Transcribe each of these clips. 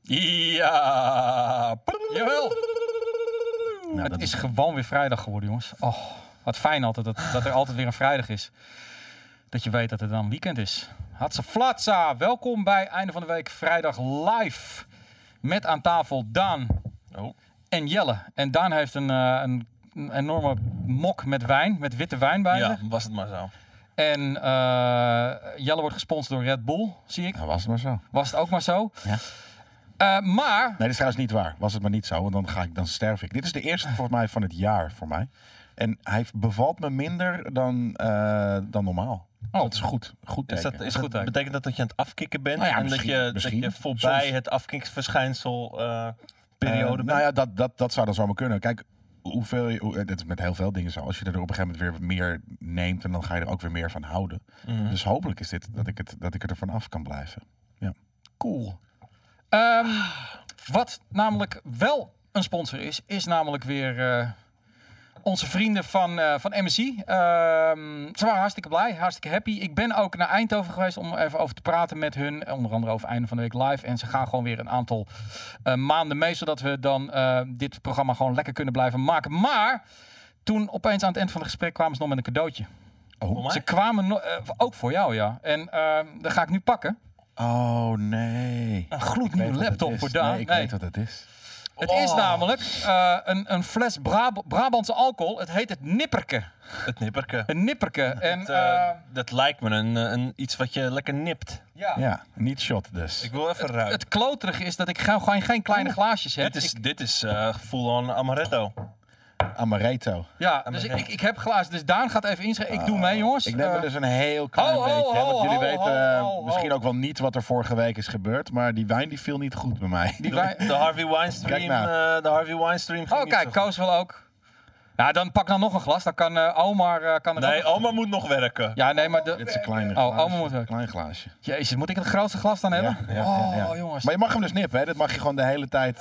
Ja. Jawel. Nou, Het dat is gewoon weer vrijdag geworden, jongens. Oh, wat fijn altijd dat er altijd weer een vrijdag is. Dat je weet dat het dan weekend is. Hatsa flatsa. Welkom bij Einde van de Week vrijdag live. Met aan tafel Daan en Jelle. En Daan heeft een enorme mok met wijn. Met witte wijn bij Ja, zich. was het maar zo. En Jelle wordt gesponsord door Red Bull, zie ik. Nou, was het maar zo. Was het ook maar zo? Ja. Maar... Nee, dat is trouwens niet waar. Was het maar niet zo, want dan sterf ik. Dit is de eerste volgens mij van het jaar voor mij. En hij bevalt me minder dan normaal. Oh. Dat is goed. Goed teken. Is goed eigenlijk. Betekent dat je aan het afkicken bent? Nou ja, en misschien. dat je voorbij Soms. het afkikkingsverschijnsel periode bent? Nou ja, dat zou dan zomaar kunnen. Kijk, het is met heel veel dingen zo. Als je er op een gegeven moment weer meer neemt, en dan ga je er ook weer meer van houden. Dus hopelijk is dit dat ik er van af kan blijven. Ja. Cool. Wat namelijk wel een sponsor is namelijk weer onze vrienden van MSI. Ze waren hartstikke blij, hartstikke happy. Ik ben ook naar Eindhoven geweest om even over te praten met hun. Onder andere over Einde van de Week live. En ze gaan gewoon weer een aantal maanden mee, zodat we dan dit programma gewoon lekker kunnen blijven maken. Maar toen opeens aan het eind van het gesprek kwamen ze nog met een cadeautje. Oh. Ze kwamen ook voor jou, ja. En dat ga ik nu pakken. Oh nee. Een gloednieuwe laptop voor Daan. Nee, ik weet wat het is. Het is namelijk een fles Brabantse alcohol. Het heet het Nipperke. Het nipperke. Een Nipperke. En, Dat lijkt me een iets wat je lekker nipt. Ja, niet shot dus. Ik wil even ruiken. het kloterige is dat ik gewoon geen kleine glaasjes heb. Dit is full-on amaretto. Amaretto. Ja, dus ik heb glazen. Dus Daan gaat even inschrijven. Ik doe mee, jongens. Ik neem er dus een heel klein beetje. Want jullie weten misschien ook wel niet wat er vorige week is gebeurd. Maar die wijn die viel niet goed bij mij. De Harvey Weinstein. Kijk nou. De Harvey Weinstein. Oh, kijk, Koos wil ook. Nou, dan pak dan nog een glas. Dan kan Omar... Nee, oma moet nog werken. Ja, nee, maar... Dit is een kleine Oh, glaasje. Oma moet wel. Een klein glaasje. Jezus, moet ik het grootste glas dan hebben? Ja. Jongens. Maar je mag hem dus nippen, hè? Dat mag je gewoon de hele tijd...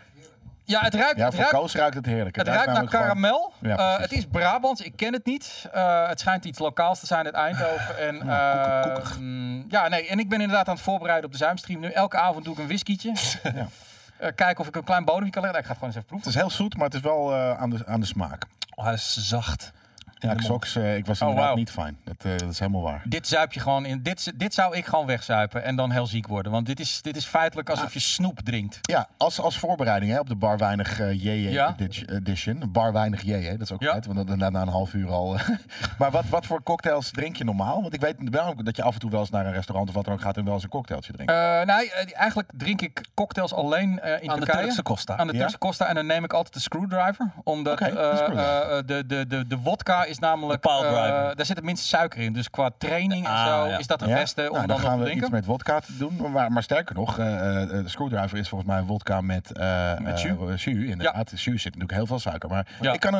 Ja, het ruikt... Ja, voor Koos ruikt het heerlijk. Het ruikt naar namelijk gewoon- karamel. Ja, precies. Het is Brabants, ik ken het niet. Het schijnt iets lokaals te zijn uit Eindhoven. En, koekig. En ik ben inderdaad aan het voorbereiden op de Zuimstream nu. Elke avond doe ik een whiskietje. Ja. Kijken of ik een klein bodempje kan leggen. Ik ga het gewoon eens even Het proeven. is heel zoet, maar het is wel aan de smaak. Oh, hij is zacht. Ja, ik was inderdaad wauw. niet fijn. Dat is helemaal waar. Dit zuip je gewoon in. Dit zou ik gewoon wegzuipen en dan heel ziek worden. Want dit is feitelijk alsof je snoep drinkt. Ja, als voorbereiding hè, op de Bar Weinig JJ Ja. Edition. Bar Weinig JJ, dat is ook Ja. vet, want dan na een half uur al. Maar wat voor cocktails drink je normaal? Want ik weet wel dat je af en toe wel eens naar een restaurant of wat dan ook gaat en wel eens een cocktailtje drinkt. Eigenlijk drink ik cocktails alleen in Aan de Turkije. Turkse Costa. Aan de Ja? Turkse Costa. En dan neem ik altijd de screwdriver. Omdat Oké, de screwdriver. de wodka is namelijk... De piledriver. daar zit het minste suiker in. Dus qua training en zo ja. is dat het Ja? beste om Nou, dan dan nog gaan te we drinken. iets met wodka te doen. Maar sterker nog, de screwdriver is volgens mij wodka met jus. jus. Inderdaad, jus zit natuurlijk heel veel suiker. Maar Ja. ik kan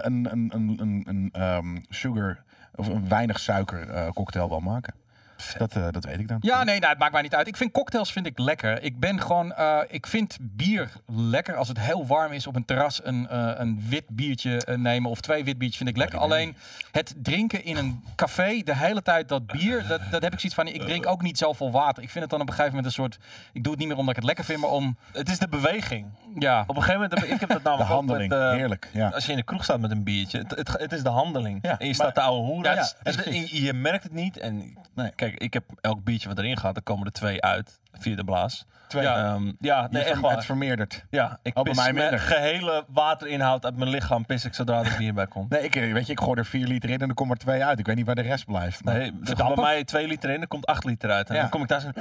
een sugar of een weinig suiker cocktail wel maken. Dat weet ik dan. Ja, nee, het maakt mij niet uit. Ik vind cocktails lekker. Ik vind bier lekker. Als het heel warm is op een terras een wit biertje nemen of 2 wit biertjes vind ik lekker. Alleen het drinken in een café de hele tijd dat bier, dat heb ik zoiets van, ik drink ook niet zoveel water. Ik vind het dan op een gegeven moment een soort, ik doe het niet meer omdat ik het lekker vind, maar om... Het is de beweging. Ja. Op een gegeven moment, ik heb dat De namelijk ook handeling, met, heerlijk. Ja. als je in de kroeg staat met een biertje, het is de handeling. Ja, En je staat de oude hoeren. Ja, Je merkt het niet. En Nee. kijk, ik heb elk biertje wat erin gaat, dan komen er 2 uit via de blaas. 2. Ja. Nee, echt waar. Het vermeerdert. Ja, ik Oh, bij pis mij mijn minder. gehele waterinhoud uit mijn lichaam pis ik zodra er bier bij komt. Nee, ik gooi er 4 liter in en er komt er 2 uit. Ik weet niet waar de rest blijft. Maar- Nee, er komt bij mij 2 liter in, er komt 8 liter uit. En Ja. dan kom ik daar zo...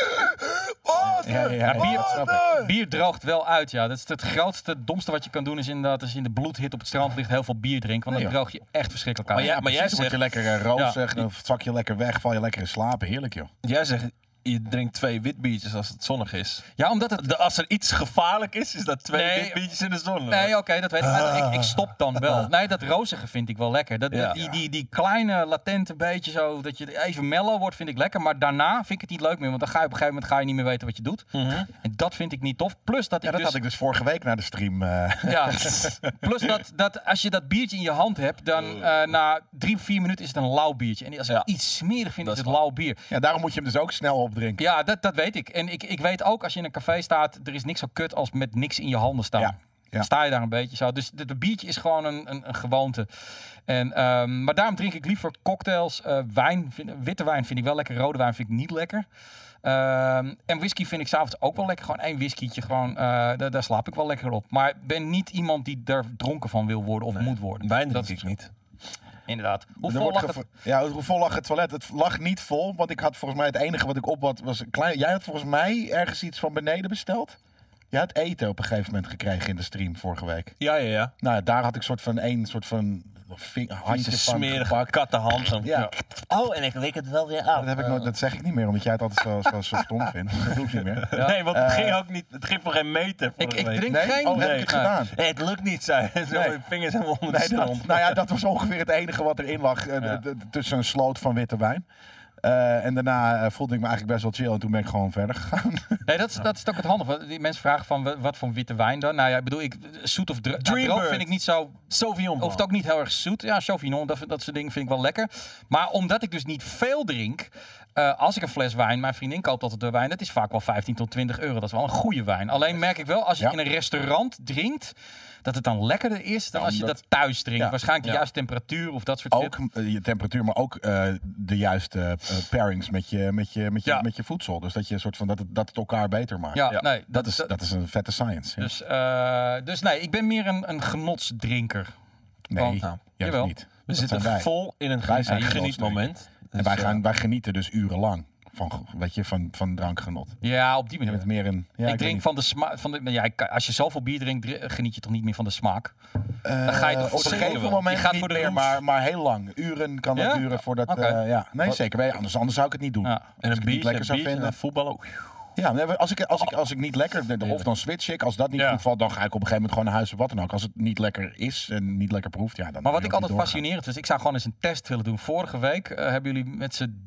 Bier droogt wel uit, ja. Dat is het grootste, domste wat je kan doen is inderdaad als je in de bloedhit op het strand ligt heel veel bier drinken. Want dan Nee, droog je echt verschrikkelijk uit. Maar jij Precies, dan word je zegt- lekker rozig, dan zak je lekker weg, val je lekker in slaap. Heerlijk, joh. Jij zegt, je drinkt 2 witbiertjes als het zonnig is. Ja, omdat het... Als er iets gevaarlijk is dat 2 Nee. witbiertjes in de zon. Nee, oké, dat weet ik. Maar ik stop dan wel. Nee, dat rozige vind ik wel lekker. Ja. Die kleine, latente beetje zo, dat je even mellow wordt, vind ik lekker. Maar daarna vind ik het niet leuk meer. Want dan ga je op een gegeven moment niet meer weten wat je doet. En dat vind ik niet tof. Plus dat Ja, ik dat dus... had ik dus vorige week naar de stream. Ja, plus dat als je dat biertje in je hand hebt, dan na 3-4 minuten is het een lauw biertje. En als ik Ja. iets smerig vind, Dat is is het lauw bier. Ja, daarom moet je hem dus ook snel opdrinken. Ja, dat weet ik. En ik weet ook, als je in een café staat, er is niks zo kut als met niks in je handen staan. Ja. Dan sta je daar een beetje zo. Dus de biertje is gewoon een gewoonte. En, maar daarom drink ik liever cocktails. Wijn, witte wijn vind ik wel lekker. Rode wijn vind ik niet lekker. En whisky vind ik 's avonds ook wel lekker. Gewoon 1 whiskytje. Gewoon, daar slaap ik wel lekker op. Maar ik ben niet iemand die daar dronken van wil worden of moet worden. Wijn Dat drink ik niet. Inderdaad. Hoe Er vol wordt lag het? Ja, hoe vol lag het toilet? Het lag niet vol, want ik had volgens mij het enige wat ik op had was een klein... Jij had volgens mij ergens iets van beneden besteld. Je had eten op een gegeven moment gekregen in de stream vorige week. Ja. Nou, daar had ik een soort van handje van smerige gepakt. kattenhand. Ja, Oh, en ik lik het wel weer af. dat heb ik nooit, dat zeg ik niet meer, omdat jij het altijd zo stom vindt. Dat doe ik niet meer. Ja. Nee, want het ging ook niet. Het ging voor geen meter. Ik vorige week. drink Nee? geen... Oh, heb ik het gedaan? Nee, het lukt niet, zei hij. Zo, Nee. mijn vingers helemaal onder de Nee, stront. nou ja, dat was ongeveer het enige wat erin lag tussen een sloot van witte wijn. En daarna voelde ik me eigenlijk best wel chill en toen ben ik gewoon verder gegaan. Nee, dat is ook het handige. Die mensen vragen van wat voor witte wijn dan. Nou ja, ik bedoel, zoet of droog Dreambird. vind ik niet zo... Sauvignon Blanc. Hoeft ook niet heel erg zoet. Ja, Sauvignon, dat soort dingen vind ik wel lekker. Maar omdat ik dus niet veel drink... als ik een fles wijn, mijn vriendin koopt altijd de wijn... dat is vaak wel 15 tot 20 euro. Dat is wel een goede wijn. Alleen merk ik wel, als je in een restaurant drinkt... dat het dan lekkerder is dan als je dat thuis drinkt. Ja. Waarschijnlijk de juiste temperatuur of dat soort Ook je temperatuur, maar ook de juiste pairings met je voedsel. Dus dat je een soort van dat het elkaar beter maakt. Ja, nee, Dat is een vette science. Ja. Dus nee, ik ben meer een genotsdrinker. Nee, want- juist Jawel. niet. We Dat zitten zijn wij. vol in een Wij zijn genietmoment. En Dus, wij genieten dus urenlang van drankgenot. Ja, op die Je manier. bent meer een... Ja, ik drink van de smaak. Als je zoveel bier drinkt, geniet je toch niet meer van de smaak? Dan ga je toch op een voor de gegeven roes. moment Je gaat niet voor de meer, roes. maar heel lang. Uren kan het Ja? duren voordat... Oké. ja. Nee, zeker. Anders zou ik het niet doen. Ja. En Als een ik het niet lekker zou biertje vinden. en voetballen. Ja, nee, als ik niet lekker... Of dan switch ik. Als dat niet Ja. goed valt, dan ga ik op een gegeven moment gewoon naar huis of wat dan ook. Als het niet lekker is en niet lekker proeft, ja, dan... Maar wat wil ik altijd niet doorgaan. fascinerend vind, ik zou gewoon eens een test willen doen. Vorige week hebben jullie met z'n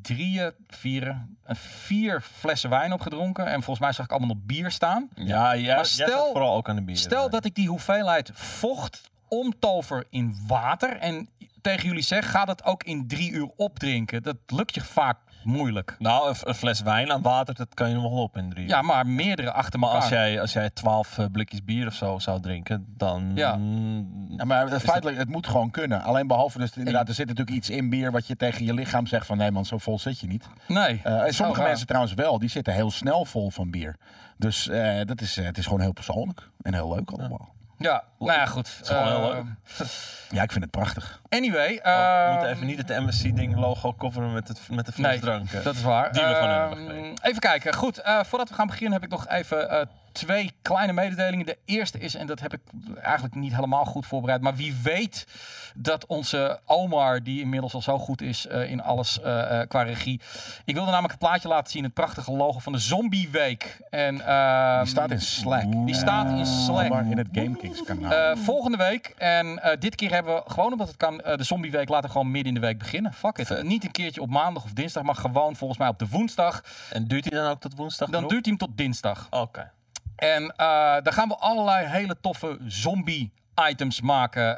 vieren 4 flessen wijn opgedronken. En volgens mij zag ik allemaal nog bier staan. Ja, Maar jij zat vooral ook aan de bier. Stel dat ik die hoeveelheid vocht omtover in water. En tegen jullie zeg, ga dat ook in 3 uur opdrinken. Dat lukt je vaak moeilijk. Nou, een fles wijn aan water, dat kan je nog wel op in 3 uur. Ja, maar meerdere achter Maar elkaar. als jij 12 blikjes bier of zo zou drinken, dan... Ja. Ja, maar feitelijk, het moet gewoon kunnen. Alleen behalve dus inderdaad, er zit natuurlijk iets in bier wat je tegen je lichaam zegt van nee man, zo vol zit je niet. Nee. En sommige waar. mensen trouwens wel, die zitten heel snel vol van bier. Dus het is gewoon heel persoonlijk en heel leuk allemaal. Ja, nou ja, goed. is gewoon heel leuk. Ja, ik vind het prachtig. Anyway. We moeten even niet het MSC-ding logo coveren met de fles Nee, drank. dat is waar. Die we van hen hebben gekregen. Even kijken. Goed, voordat we gaan beginnen heb ik nog even 2 kleine mededelingen. De eerste is, en dat heb ik eigenlijk niet helemaal goed voorbereid, maar wie weet dat onze Omar, die inmiddels al zo goed is in alles qua regie. Ik wilde namelijk het plaatje laten zien, het prachtige logo van de Zombie Week. En, Die staat in Slack. Die staat in Slack. Maar in het GameKings kanaal. Volgende week. En dit keer hebben we gewoon, omdat het kan, de Zombie Week laten we gewoon midden in de week beginnen. Fuck it. Niet een keertje op maandag of dinsdag, maar gewoon volgens mij op de woensdag. En duurt hij dan ook tot woensdag? Dan duurt hij hem tot dinsdag. Oké. En daar gaan we allerlei hele toffe zombie items maken.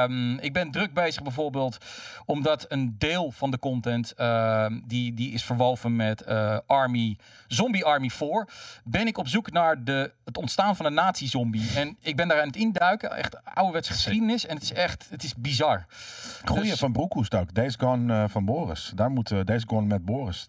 Ik ben druk bezig bijvoorbeeld omdat een deel van de content die is verwoven met Zombie Army 4. Ben ik op zoek naar het ontstaan van een nazi-zombie. En ik ben daar aan het induiken. Echt ouderwets geschiedenis. En het is bizar. Goeie Dus- van Broekhoest ook. Days Gone van Boris. Daar moeten we Days Gone met Boris.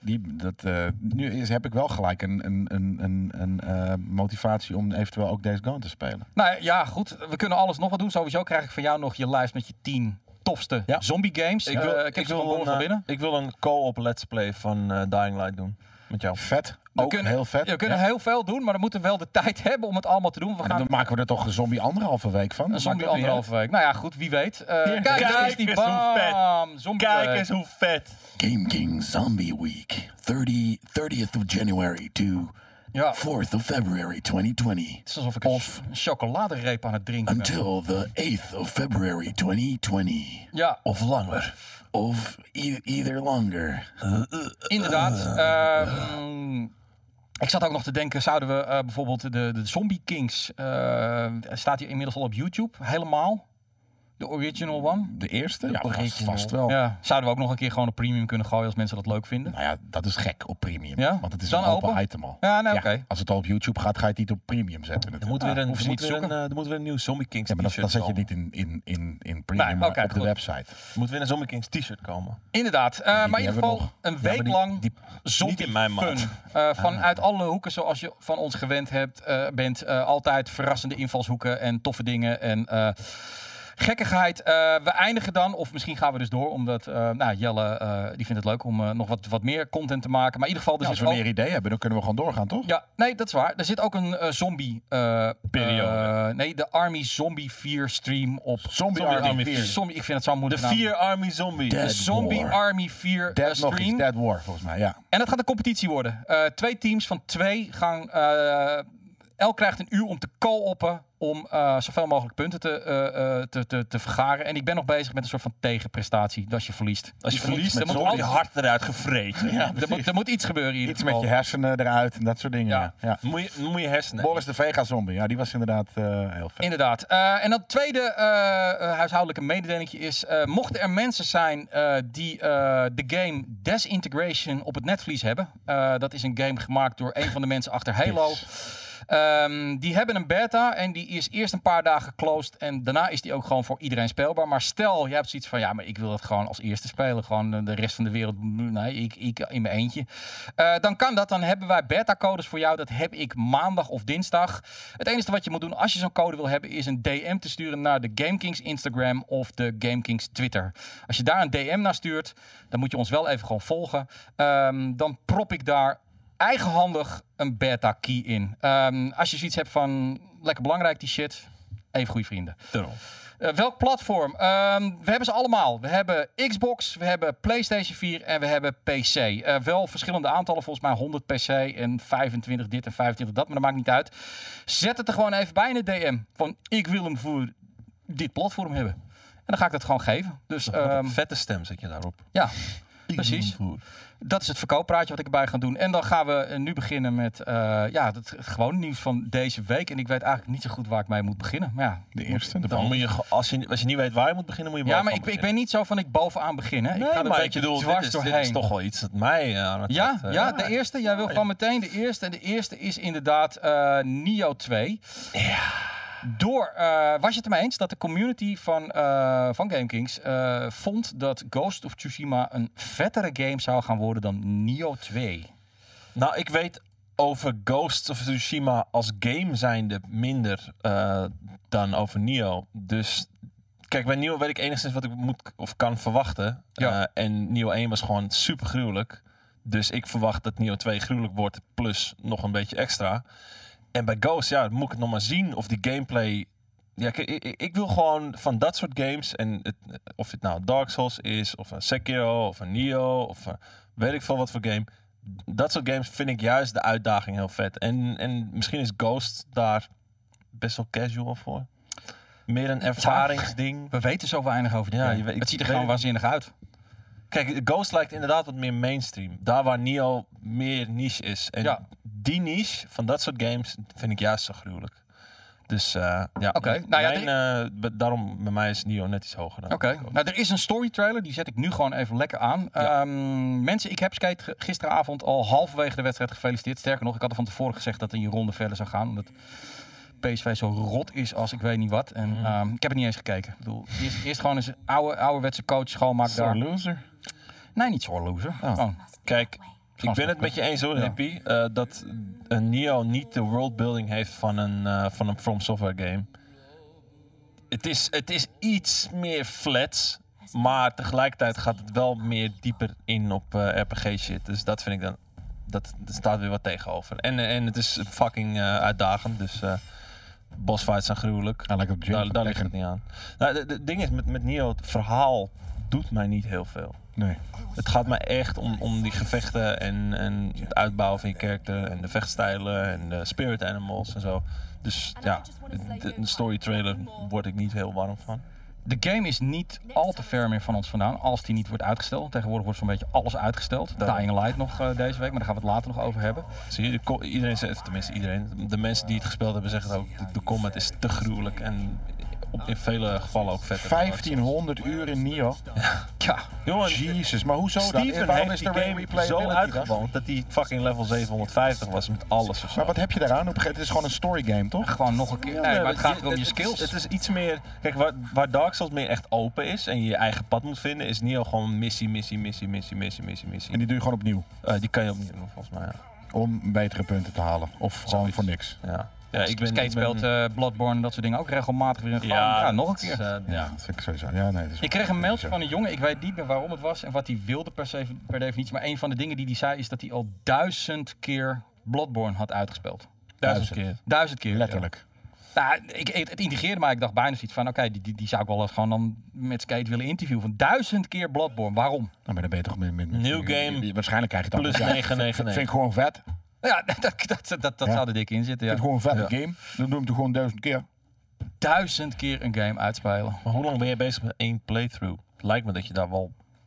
Nu heb ik wel gelijk een motivatie om eventueel ook Days Gone te spelen. Nou ja, goed. We kunnen alles nog wat doen. Sowieso krijg ik van jou nog je lijst met je 10 tofste Ja. zombie games. Ik heb ze van morgen al binnen. Ik wil een co-op let's play van Dying Light doen. Met jou. Vet. Ook heel vet. We kunnen Ja. heel veel doen, maar dan moeten we wel de tijd hebben om het allemaal te doen. We En gaan dan maken we er toch een zombie 1,5 week van. een zombie anderhalve week. Nou ja, goed, wie weet. Kijk, kijk daar is die eens hoe vet. bam. Zombie Kijk week. eens hoe vet. Game King Zombie Week, 30th of January to Ja, 4th of February 2020. het is alsof ik een chocoladereep aan het drinken ben. Until the 8th of February 2020. Ja, Of langer. Of either longer. inderdaad. Ik zat ook nog te denken, zouden we bijvoorbeeld de Zombie Kings... staat hier inmiddels al op YouTube, helemaal. De original one? De eerste? Ja, original. vast wel. Ja. Zouden we ook nog een keer gewoon op premium kunnen gooien als mensen dat leuk vinden? Nou ja, dat is gek op premium. Ja? Want het is Dan een open open? item al. Ja, nee, oké. Als het al op YouTube gaat, ga je het niet op premium zetten. Er moet weer een, hoef je niet te zoeken. er moet weer een nieuw Zombie Kings Ja, maar t-shirt dat zet je komen. niet in premium, Nee, maar oké, op de goed. website. Er moet weer een Zombie Kings t-shirt komen. Inderdaad. Maar in ieder hebben we geval nog. een week maar die- lang die- zombie niet in mijn fun. maat. Vanuit alle hoeken zoals je van ons gewend bent. Altijd verrassende invalshoeken en toffe dingen. En gekkigheid. We eindigen dan, of misschien gaan we dus door, omdat Jelle die vindt het leuk om nog wat meer content te maken. Maar in ieder geval, Ja, als we meer ideeën hebben, dan kunnen we gewoon doorgaan, toch? Ja, nee, dat is waar. Er zit ook een zombie Periode. nee, de Army Zombie 4 stream op Zombie Army 4. Zombie, ik vind het zo De moeilijk. 4 Army Zombie. Dead De Zombie War. Army 4 Dead nog stream. iets, Dead War, volgens mij, ja. En dat gaat een competitie worden. 2 teams van 2 gaan... elk krijgt een uur om te co-oppen om zoveel mogelijk punten te vergaren. En ik ben nog bezig met een soort van tegenprestatie. Dat als je verliest. Als je verliest, dan dan moet wordt je altijd- hart eruit gevreten. Ja, er moet iets gebeuren in ieder Iets met geval. je hersenen eruit en dat soort dingen. Ja. Ja. Moet je hersenen. Boris de Vega zombie, ja, die was inderdaad heel vet. Inderdaad. En dan het tweede huishoudelijke mededelingje is... mochten er mensen zijn die de game Desintegration op het netvlies hebben... dat is een game gemaakt door een van de mensen achter Halo... die hebben een beta en die is eerst een paar dagen geclosed en daarna is die ook gewoon voor iedereen speelbaar. Maar stel, je hebt zoiets van, ja, maar ik wil het gewoon als eerste spelen. Gewoon de rest van de wereld, nee, ik in mijn eentje. Dan kan dat, dan hebben wij beta-codes voor jou. Dat heb ik maandag of dinsdag. Het enige wat je moet doen als je zo'n code wil hebben, is een DM te sturen naar de GameKings Instagram of de GameKings Twitter. Als je daar een DM naar stuurt, dan moet je ons wel even gewoon volgen. Dan prop ik daar eigenhandig een beta key in. Als je zoiets hebt van lekker belangrijk die shit, even goede vrienden. Daarom. Welk platform? We hebben ze allemaal. We hebben Xbox, we hebben PlayStation 4 en we hebben PC. Wel verschillende aantallen, volgens mij 100 PC en 25 dit en 25 dat, maar dat maakt niet uit. Zet het er gewoon even bij in de DM van ik wil hem voor dit platform hebben. En dan ga ik dat gewoon geven. Dus Wat een vette stem zet je daarop. ja, precies. Dat is het verkooppraatje wat ik erbij ga doen. En dan gaan we nu beginnen met het gewone nieuws van deze week. En ik weet eigenlijk niet zo goed waar ik mee moet beginnen. Maar ja, De eerste, de Dan moet je, als je niet weet waar je moet beginnen, moet je ja, bovenaan maar ik ben niet zo van ik bovenaan beginnen. Nee, ik ga er maar een ik beetje bedoel, dwars dit doorheen. is toch wel iets dat mij aan het Ja, gaat, ja, de eerste. Jij wil gewoon meteen de eerste. En de eerste is inderdaad Nioh 2. Was je het ermee eens dat de community van GameKings vond dat Ghost of Tsushima een vettere game zou gaan worden dan Nioh 2? Nou, ik weet over Ghost of Tsushima als game zijnde minder dan over Nioh. Dus kijk, bij Nioh weet ik enigszins wat ik moet of kan verwachten. Ja. En Nioh 1 was gewoon super gruwelijk. Dus ik verwacht dat Nioh 2 gruwelijk wordt, plus nog een beetje extra. En bij Ghost, ja, moet ik het nog maar zien of die gameplay... Ja, ik wil gewoon van dat soort games, en of het nou Dark Souls is, of een Sekiro, of een Nioh, of weet ik veel wat voor game. Dat soort games vind ik juist de uitdaging heel vet. En misschien is Ghost daar best wel casual voor. Meer een ervaringsding. We weten zo weinig over die Ja, game. je weet- Het ziet er ik gewoon weet- waanzinnig uit. Kijk, Ghost lijkt inderdaad wat meer mainstream. Daar waar Nioh meer niche is. En Ja. die niche van dat soort games vind ik juist zo gruwelijk. Dus ja, Oké, nou ja, daarom bij mij is Nioh net iets hoger dan. Oké, nou er is een story trailer, die zet ik nu gewoon even lekker aan. Ja. Mensen, ik heb Skate gisteravond al halverwege de wedstrijd gefeliciteerd. Sterker nog, ik had er van tevoren gezegd dat hij een ronde verder zou gaan. Omdat PSV zo rot is als ik weet niet wat. En ik heb het niet eens gekeken. Ik bedoel, eerst gewoon eens ouderwetse coach schoonmaak daar. loser. Nee, niet zo loser. Gewoon. Kijk, ik ben het met je eens hoor, Ja. Hippie. Dat een Nioh niet de worldbuilding heeft van een From Software game. Het is iets meer flats. Maar tegelijkertijd gaat het wel meer dieper in op RPG shit. Dus dat vind ik dan... Dat staat weer wat tegenover. En het is fucking uitdagend. Dus bossfights zijn gruwelijk. Hij lijkt op Jim van Daar ligt Tekken. het niet aan. Nou, het ding is met Nioh, het verhaal doet mij niet heel veel. Nee. Het gaat mij echt om die gevechten en het uitbouwen van je karakter en de vechtstijlen en de spirit animals en zo. Dus ja, de story trailer word ik niet heel warm van. De game is niet al te ver meer van ons vandaan als die niet wordt uitgesteld. Tegenwoordig wordt zo'n beetje alles uitgesteld. Dying Light nog deze week, maar daar gaan we het later nog over hebben. Zie je, iedereen zegt, tenminste iedereen, de mensen die het gespeeld hebben zeggen het ook, de combat is te gruwelijk en in vele gevallen ook vet. 1500 uur in Nioh. Ja, Jongen, Jezus, maar hoezo dan? Steven Waarom heeft is die de game replayability zo dan? uitgewoond dat hij fucking level 750 was met alles of zo. Maar wat heb je daaraan? Het is gewoon een story game, toch? gewoon nog een keer. Nee, maar het gaat om je skills. Het is iets meer... Kijk, waar Dark Souls meer echt open is en je je eigen pad moet vinden, is Nioh gewoon missie. En die doe je gewoon opnieuw. Die kan je opnieuw doen, volgens mij, ja. Om betere punten te halen. Of gewoon Zoiets. voor niks. Ja, Skate speelt Bloodborne en dat soort dingen ook regelmatig weer in gewoon. Ja, nog een keer. Ja, dat vind ik sowieso. Ja, nee, dat is Ik kreeg een mailtje van een jongen, ik weet niet meer waarom het was en wat hij wilde per definitie. Maar een van de dingen die hij zei is dat hij al 1000 keer Bloodborne had uitgespeeld. 1000 keer. 1000 keer. letterlijk. Nou, het intrigeerde mij. Ik dacht bijna zoiets van, oké, die zou ik wel eens gewoon dan met Skate willen interviewen. Van 1000 keer Bloodborne, waarom? Nou, maar dan ben je toch met New game waarschijnlijk krijg je het plus anders. 999. Vind ik gewoon vet. Ja, dat Ja. zou er dik in zitten. Vind Ja. ik gewoon een vette game. Dan doe je hem toch gewoon 1000 keer. 1000 keer een game uitspelen. Maar hoe lang ben je bezig met één playthrough? Het lijkt me dat je daar wel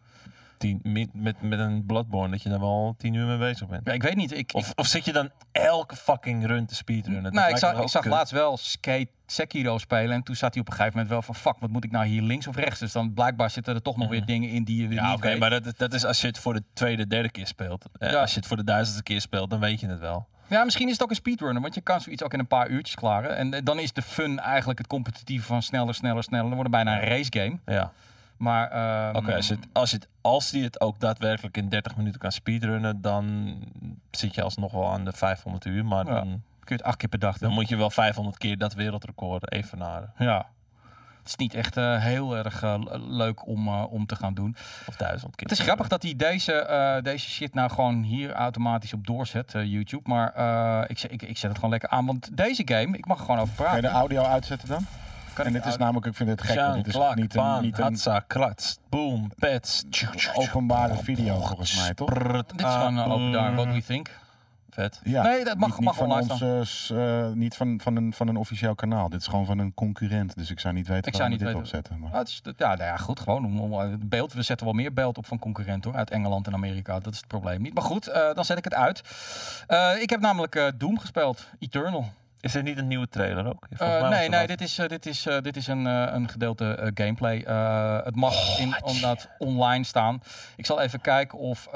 met een Bloodborne, dat je daar wel 10 uur mee bezig bent. Ja, ik weet niet. Of zit je dan elke fucking run te speedrunnen? Dat Nou, lijkt me ik ook zag kut. laatst wel Sekiro spelen en toen zat hij op een gegeven moment wel van fuck, wat moet ik nou hier links of rechts? Dus dan blijkbaar zitten er toch nog weer dingen in die je weer Ja, niet oké, weet. maar dat is als je het voor de tweede, derde keer speelt. Ja. Als je het voor de 1000ste keer speelt, dan weet je het wel. Ja, misschien is het ook een speedrunner, want je kan zoiets ook in een paar uurtjes klaren. En dan is de fun eigenlijk het competitieve van sneller. Dan wordt het bijna een race game. Ja. Maar Oké, als die het ook daadwerkelijk in 30 minuten kan speedrunnen, dan zit je alsnog wel aan de 500 uur. Maar Ja. dan, kun je het 8 keer per dag doen. dan moet je wel 500 keer dat wereldrecord evenaren. Ja. Het is niet echt heel erg leuk om te gaan doen. Of 1000 keer. Het is grappig dat hij deze shit nou gewoon hier automatisch op doorzet, YouTube. Maar ik zet het gewoon lekker aan. Want deze game, ik mag er gewoon over Kan je praten. de audio uitzetten dan? Kan En ik dit is uit- namelijk, ik vind het gek, want Sjaan, dit is klak, niet baan, een hatsa, klats, boom, pets. openbare video volgens mij, toch? Dit is gewoon open daar, what we think. Vet. Ja. Nee, dat mag niet van online ons, niet van een officieel kanaal. Dit is gewoon van een concurrent. Dus ik zou niet weten Ik waar zou we niet dit weten. opzetten. Maar. Ja, het is, nou ja, goed, gewoon om het beeld. We zetten wel meer beeld op van concurrenten hoor, uit Engeland en Amerika. Dat is het probleem niet. Maar goed, dan zet ik het uit. Ik heb namelijk Doom gespeeld, Eternal. Is er niet een nieuwe trailer ook? Volgens mij was Nee, er dit is een gedeelte gameplay. Het mag inderdaad online staan. Ik zal even kijken of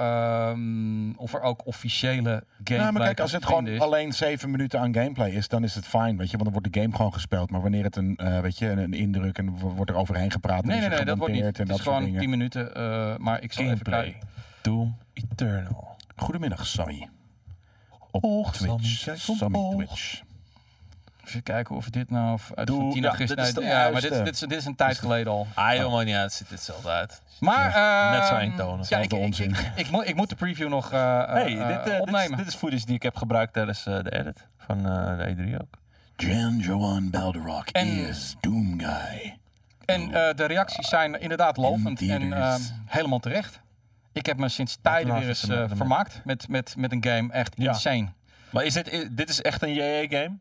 er ook officiële gameplay Ja, maar kijk, als te het gewoon vinden is. alleen 7 minuten aan gameplay is, dan is het fijn, weet je. Want dan wordt de game gewoon gespeeld. Maar wanneer het een indruk en wordt er overheen gepraat en Nee, is er dat wordt niet. gemonteerd en Het dat is soort gewoon dingen. 10 minuten. Maar ik zal even gameplay. kijken. Doom Eternal. Goedemiddag, Sammy. Op Och, Twitch. Sammy, kijk Sammy omhoog. Twitch. Even kijken of dit nou uit Doe- van 10 ja, augustus. dit is Nee, de ja, maar juiste. dit is een tijd geleden al. Ah joh man, ja, het ziet hetzelfde uit. Maar Net zo eentonig. Ja, Zelfde onzin. ik moet de preview nog Dit opnemen. is footage die ik heb gebruikt tijdens de edit van de E3 ook. Jan Johan Balderok En- is Doom Guy. En de reacties zijn inderdaad lovend en theaters. helemaal terecht. Ik heb me sinds tijden laat weer eens even met- vermaakt met een game. Echt Ja. insane. Maar dit is echt een JA-game?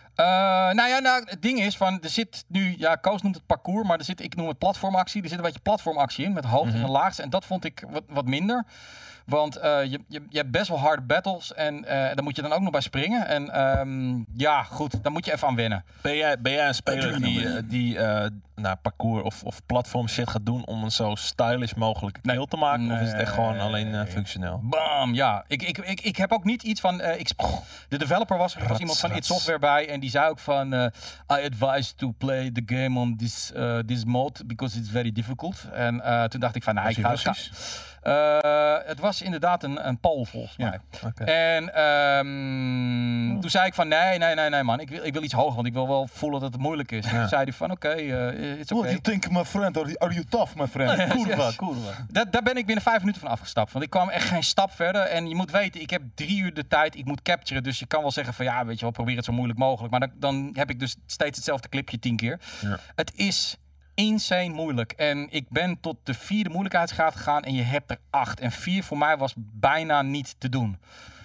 Het ding is van, er zit nu, ja, Koos noemt het parcours, maar ik noem het platformactie. Er zit een beetje platformactie in, met hoogtes en laagtes. En dat vond ik wat minder. Want je hebt best wel harde battles en daar moet je dan ook nog bij springen. En ja, goed, daar moet je even aan wennen. Ben jij een speler die parcours of platform shit gaat doen om een zo stylish mogelijke kill te maken? Of is het echt gewoon alleen functioneel? Bam, ja. Ik heb ook niet iets van... de developer was iemand van id Software bij en die zei ook van... I advise to play the game on this mode because it's very difficult. En toen dacht ik van... Nou, ik ga... Het was inderdaad een Pool volgens mij. Okay. En toen zei ik van nee man, ik wil iets hoger, want ik wil wel voelen dat het moeilijk is. Toen zei hij van oké, it's What do okay. you think, my friend? Are you tough, my friend? Kurwa. Daar ben ik binnen 5 minuten van afgestapt. Want ik kwam echt geen stap verder. En je moet weten, ik heb 3 uur de tijd. Ik moet capturen. Dus je kan wel zeggen van ja, weet je wel, probeer het zo moeilijk mogelijk. Maar dan heb ik dus steeds hetzelfde clipje 10 keer. Ja. Het is insane moeilijk. En ik ben tot de 4e moeilijkheidsgraad gegaan. En je hebt er 8. En 4 voor mij was bijna niet te doen.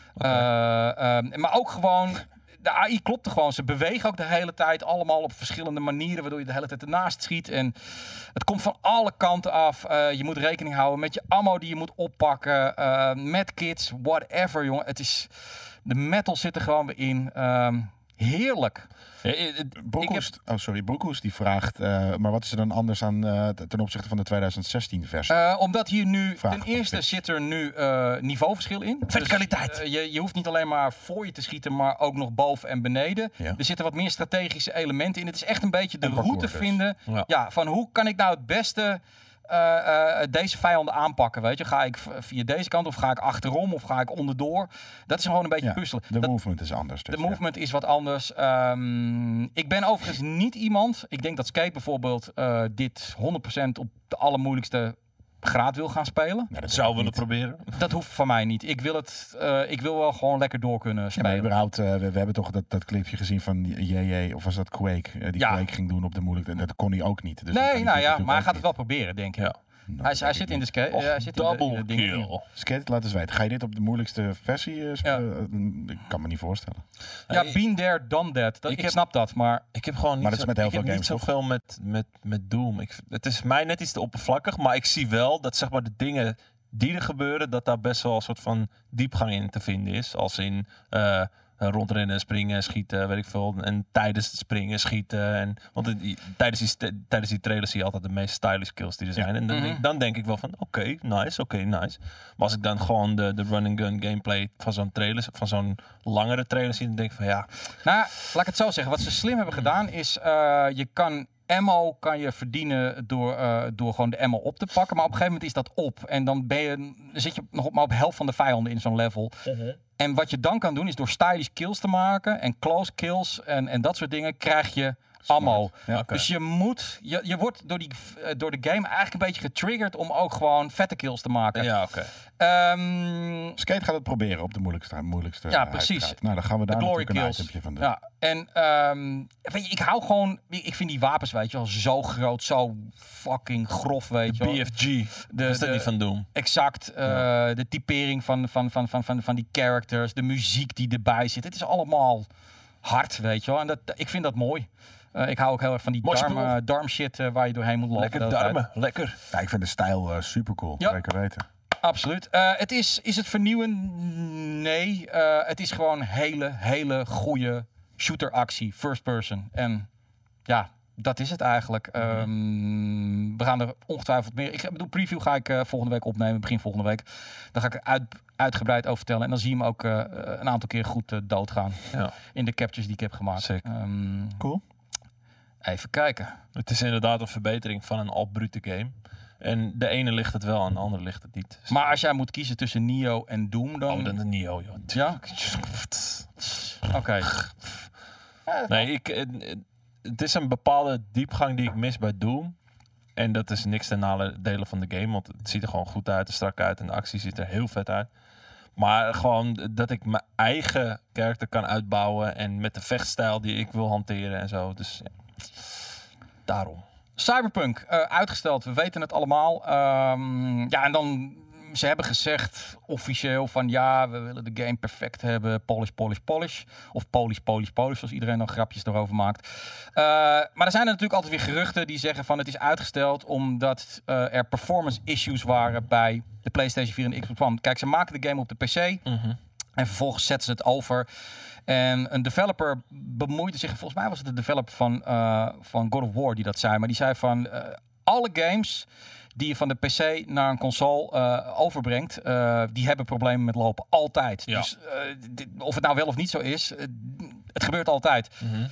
Maar ook gewoon... De AI klopte gewoon. Ze bewegen ook de hele tijd allemaal op verschillende manieren, waardoor je de hele tijd ernaast schiet. En het komt van alle kanten af. Je moet rekening houden met je ammo die je moet oppakken. Met kits, whatever, jongen. Het is... De metal zit er gewoon weer in. heerlijk. Broekhoes die vraagt, maar wat is er dan anders aan ten opzichte van de 2016 versie? Omdat hier nu, Vraag ten van eerste Pix. zit er nu niveauverschil in. Verticaliteit. Dus, je hoeft niet alleen maar voor je te schieten, maar ook nog boven en beneden. Ja. Er zitten wat meer strategische elementen in. Het is echt een beetje de Een parcours route dus. vinden. Ja. Ja, van hoe kan ik nou het beste deze vijanden aanpakken, weet je? Ga ik via deze kant of ga ik achterom of ga ik onderdoor? Dat is gewoon een beetje Ja, puzzelen. de Dat- movement is anders. Dus, de movement is wat anders. Ik ben overigens niet iemand. Ik denk dat Skate bijvoorbeeld dit 100% op de allermoeilijkste graad wil gaan spelen. Ja, dat Zou ook willen niet. proberen. Dat hoeft van mij niet. Ik wil wel gewoon lekker door kunnen Ja, maar spelen. überhaupt, we hebben toch dat clipje gezien van JJ, of was dat Quake? Die Ja. Quake ging doen op de moeilijkste. En dat kon hij ook niet. Dus dan kan Nee, hij nou dit ja, natuurlijk maar hij ook gaat het niet. wel proberen, denk ik. Ja. Nou, Hij dat zit in denk de ik skate. hij zit in de Double dingen. kill. Skate, laat eens weten. Ga je dit op de moeilijkste versie spelen? Ik kan me niet voorstellen. Ja, Nee, been there, done that. Ik heb- snap dat, maar Ik heb gewoon niet, Maar dat is met heel ik heb veel niet games, zoveel met Doom. Het is mij net iets te oppervlakkig, maar ik zie wel dat zeg maar de dingen die er gebeuren, dat daar best wel een soort van diepgang in te vinden is. Als in rondrennen, springen, schieten, weet ik veel. En tijdens het springen, schieten. Tijdens die trailers zie je altijd de meest stylish kills die er zijn. En dan denk ik wel van, oké, nice. Maar als ik dan gewoon de run-and-gun gameplay van zo'n trailer, van zo'n langere trailer zie, dan denk ik van ja. nou, laat ik het zo zeggen. Wat ze slim hebben gedaan is, je kan ammo verdienen door gewoon de ammo op te pakken. Maar op een gegeven moment is dat op. En dan zit je nog maar op helft van de vijanden in zo'n level. En wat je dan kan doen is door stylish kills te maken en close kills en dat soort dingen krijg je ammo. Ja. Oké. Dus je wordt door de game eigenlijk een beetje getriggerd om ook gewoon vette kills te maken. Ja, oké. Skate gaat het proberen op de moeilijkste Ja, uiteraard. precies. Nou, dan gaan we De daar glory natuurlijk een kills. itempje van doen. Ja, en weet je, ik hou gewoon, ik vind die wapens, weet je wel, zo groot, zo fucking grof, weet je wel. BFG. Dat is dat niet van Doom. Exact, de typering van die characters, de muziek die erbij zit. Het is allemaal hard, weet je wel. En ik vind dat mooi. Ik hou ook heel erg van die Moshpool. darm shit waar je doorheen moet lopen. Lekker de hele tijd. darmen. Lekker. Ja, ik vind de stijl super cool. Ja. Zeker weten. Absoluut. Is het vernieuwend? Nee. Het is gewoon hele goede shooteractie, first person. En ja, dat is het eigenlijk. We gaan er ongetwijfeld meer. Ik bedoel, preview ga ik volgende week opnemen, begin volgende week. Daar ga ik er uitgebreid over vertellen. En dan zie je hem ook een aantal keer goed doodgaan. Ja. In de captures die ik heb gemaakt. Sick. Cool. Even kijken. Het is inderdaad een verbetering van een al brute game. En de ene ligt het wel en de andere ligt het niet. Maar als jij moet kiezen tussen Nioh en Doom, dan... Oh, dan de Nioh, joh. Ja? Oké. Nee, het is een bepaalde diepgang die ik mis bij Doom. En dat is niks ten nadele van de game. Want het ziet er gewoon goed uit, er strak uit. En de actie ziet er heel vet uit. Maar gewoon dat ik mijn eigen karakter kan uitbouwen. En met de vechtstijl die ik wil hanteren en zo. Dus ja. Daarom. Cyberpunk, uitgesteld. We weten het allemaal. Ja, en dan... Ze hebben gezegd officieel van ja, we willen de game perfect hebben. Polish. Of polish, zoals iedereen dan grapjes erover maakt. Maar er zijn er natuurlijk altijd weer geruchten die zeggen van het is uitgesteld omdat er performance issues waren bij de PlayStation 4 en de Xbox One. Kijk, ze maken de game op de PC en vervolgens zetten ze het over. En een developer bemoeide zich, volgens mij was het de developer van God of War die dat zei. Maar die zei van alle games die je van de PC naar een console overbrengt, die hebben problemen met lopen. Altijd. Ja. Dus of het nou wel of niet zo is, het gebeurt altijd.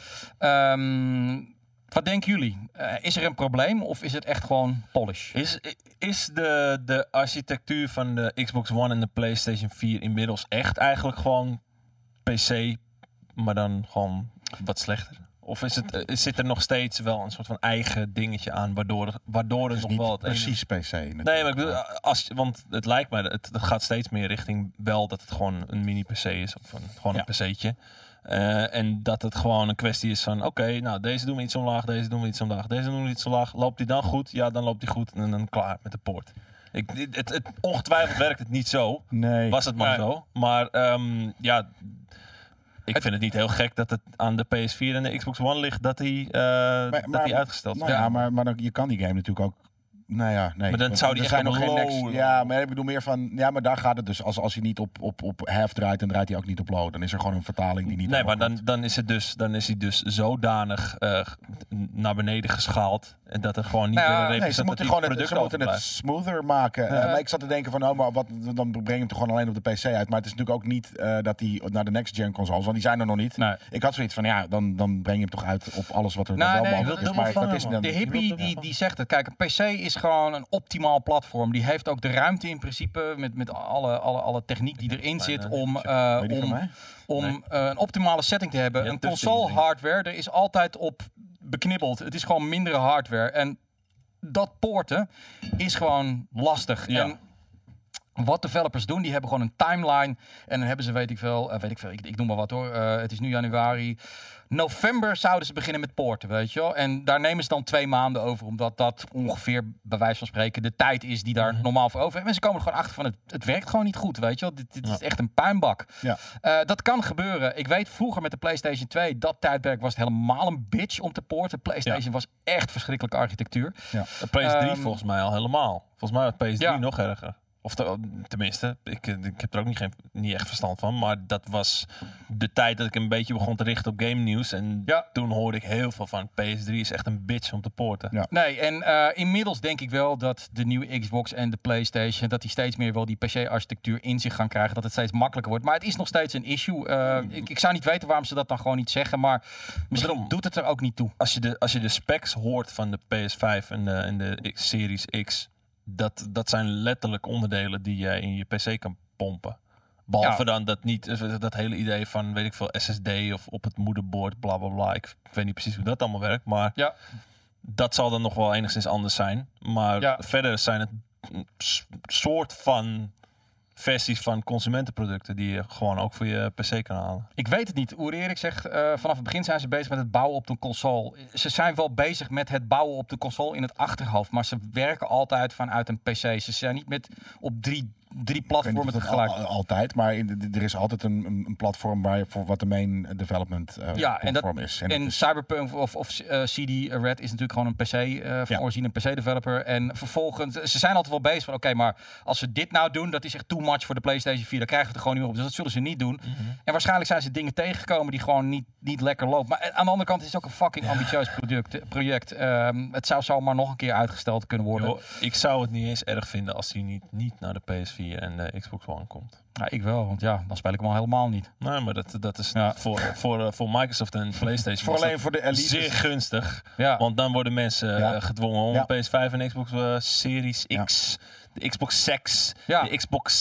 Wat denken jullie? Is er een probleem of is het echt gewoon polish? Is de architectuur van de Xbox One en de PlayStation 4 inmiddels echt eigenlijk gewoon PC, maar dan gewoon wat slechter? Of zit er nog steeds wel een soort van eigen dingetje aan, waardoor het nog Niet wel het precies PC natuurlijk. Nee, maar ik bedoel, want het lijkt mij, het gaat steeds meer richting wel dat het gewoon een mini-PC is. Of gewoon een PC'tje. En dat het gewoon een kwestie is van, oké, nou deze doen we iets omlaag, deze doen we iets omlaag, deze doen we iets omlaag. Loopt die dan goed? Ja, dan loopt die goed en dan klaar met de poort. Ongetwijfeld werkt het niet zo. Nee. Was het maar zo. Maar ja, ik vind het niet heel gek dat het aan de PS4 en de Xbox One ligt dat die uitgesteld is. Nou ja, maar je kan die game natuurlijk ook Nou ja, nee. Maar dan zou die er echt zijn nog op geen low- next. Ja, maar ik bedoel meer van. Ja, maar daar gaat het dus. Als hij niet op half draait, dan draait hij ook niet op low. Dan is er gewoon een vertaling die niet. Nee, maar helemaal dan is hij dus zodanig naar beneden geschaald. En dat er gewoon niet meer een Nee, ze moeten, gewoon product ze moeten het overblijft. smoother maken. Maar ik zat te denken van, maar dan breng je hem toch gewoon alleen op de PC uit. Maar het is natuurlijk ook niet dat hij naar de next-gen consoles, want die zijn er nog niet. Nee. Ik had zoiets van, dan breng je hem toch uit op alles wat er Nou, wel nee, mogelijk is. dubbel Maar van dat is hem, dan, De hippie die zegt het. Kijk, een PC is gewoon een optimaal platform. Die heeft ook de ruimte in principe met alle techniek die erin zit om Weet je die van mij? een optimale setting te hebben. Ja, Een tussen console die dingen. hardware, er is altijd op beknibbeld. Het is gewoon mindere hardware. En dat poorten is gewoon lastig. Ja. En wat developers doen, die hebben gewoon een timeline. En dan hebben ze, weet ik veel, ik noem maar wat hoor. Het is nu januari. November zouden ze beginnen met poorten, weet je wel. En daar nemen ze dan 2 maanden over, omdat dat ongeveer, bij wijze van spreken, de tijd is die daar normaal voor over hebben. En ze komen er gewoon achter van, het werkt gewoon niet goed, weet je wel. Dit is echt een puinbak. Ja. Dat kan gebeuren. Ik weet, vroeger met de PlayStation 2, dat tijdperk was het helemaal een bitch om te poorten. PlayStation was echt verschrikkelijke architectuur. Ja. De PS3 volgens mij al helemaal. Volgens mij was PS3 Ja. nog erger. Of tenminste, ik heb er ook niet echt verstand van. Maar dat was de tijd dat ik een beetje begon te richten op game nieuws. En Ja. toen hoorde ik heel veel van PS3 is echt een bitch om te poorten. Ja. Nee, en inmiddels denk ik wel dat de nieuwe Xbox en de PlayStation, dat die steeds meer wel die PC-architectuur in zich gaan krijgen. Dat het steeds makkelijker wordt. Maar het is nog steeds een issue. Ik zou niet weten waarom ze dat dan gewoon niet zeggen. Maar misschien Daarom. doet het er ook niet toe. Als je de specs hoort van de PS5 en de Series X, dat zijn letterlijk onderdelen die je in je PC kan pompen. Behalve dan dat hele idee van, weet ik veel, SSD of op het moederbord, bla bla bla. Ik weet niet precies hoe dat allemaal werkt, maar Ja. dat zal dan nog wel enigszins anders zijn. Maar Ja. verder zijn het een soort van versies van consumentenproducten die je gewoon ook voor je PC kan halen. Ik weet het niet. Hoe Erik zegt, vanaf het begin zijn ze bezig met het bouwen op de console. Ze zijn wel bezig met het bouwen op de console in het achterhoofd. Maar ze werken altijd vanuit een PC. Ze zijn niet met op drie platformen Ik weet niet of tegelijk. het altijd, maar er is altijd een platform waar je voor wat de main development Ja, en platform is. En Cyberpunk of CD Red is natuurlijk gewoon een PC, van origine een PC-developer. En vervolgens, ze zijn altijd wel bezig van, oké, maar als we dit nou doen, dat is echt too much voor de PlayStation 4. Dan krijgen we het er gewoon niet meer op. Dus dat zullen ze niet doen. En waarschijnlijk zijn ze dingen tegengekomen die gewoon niet lekker lopen. Maar aan de andere kant is het ook een fucking ambitieus project. Het zou zomaar nog een keer uitgesteld kunnen worden. Joh, ik zou het niet eens erg vinden als hij niet naar de PS4 en de Xbox One komt. Ja, ik wel, want ja, dan speel ik hem al helemaal niet. Nee, maar dat is Ja. voor Microsoft en PlayStation Voor was alleen dat voor de elites. zeer gunstig. Ja. Want dan worden mensen Ja. gedwongen om Ja. PS5 en Xbox Series X, de Xbox X, Ja. de Xbox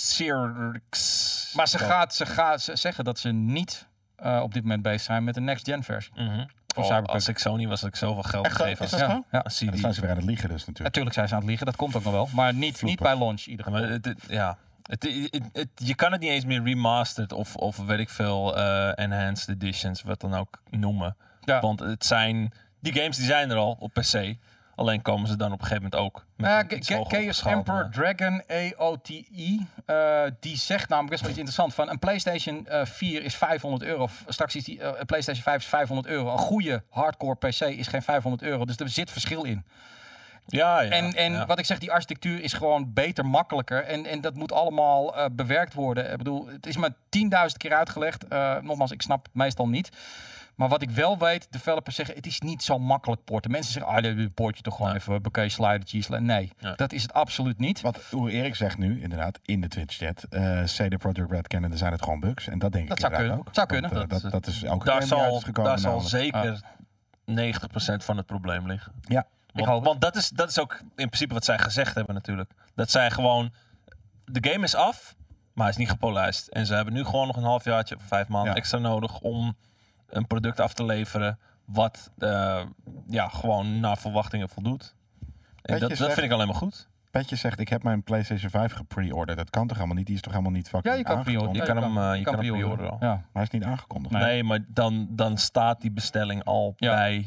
Series. Maar ze zeggen dat ze niet op dit moment bezig zijn met de next-gen versie. Voor Cyberpunk. Als ik Sony was, had ik zoveel geld Echt, gegeven. is dat als- zo? Ja. als Dan CD. zijn ze weer aan het liegen dus natuurlijk. Natuurlijk zijn ze aan het liegen, dat komt ook nog wel. Maar niet bij launch in ieder Ja, geval. maar je kan het niet eens meer remastered of weet ik veel enhanced editions, wat dan ook noemen. Ja. Want die games die zijn er al op PC. Alleen komen ze dan op een gegeven moment ook met een iets hoger Chaos opgeschaald, Emperor Dragon AOTE, die zegt namelijk best wel iets interessants van een PlayStation 4 is €500. Straks is die PlayStation 5 is €500. Een goede hardcore PC is geen €500. Dus er zit verschil in. Ja. En wat ik zeg, die architectuur is gewoon beter, makkelijker. En dat moet allemaal bewerkt worden. Ik bedoel, het is maar 10.000 keer uitgelegd. Nogmaals, ik snap het meestal niet. Maar wat ik wel weet, developers zeggen, het is niet zo makkelijk porten. Mensen zeggen, dit poort je toch gewoon even, oké, slidertjes. Nee, dat is het absoluut niet. Wat Erik zegt nu, inderdaad, in de Twitch-chat. CD Projekt Red kennen, er zijn het gewoon bugs. En dat denk Dat ik zou inderdaad kunnen. ook. Zou kunnen. Dat is elke daar game die uit is zal, gekomen. daar zal namelijk. zeker 90% van het probleem liggen. Ja. Want dat is ook in principe wat zij gezegd hebben natuurlijk. Dat zij gewoon, de game is af, maar hij is niet gepolijst. En ze hebben nu gewoon nog een halfjaartje of 5 maanden extra nodig om een product af te leveren wat gewoon naar verwachtingen voldoet. En dat vind ik alleen maar goed. Petje zegt, ik heb mijn PlayStation 5 gepre-orderd. Dat kan toch helemaal niet? Die is toch helemaal niet fucking Ja, je kan aangekondigd? pre-orderen. Je kan hem pre-orderen al. Ja. Maar hij is niet aangekondigd. Nee, maar dan staat die bestelling al bij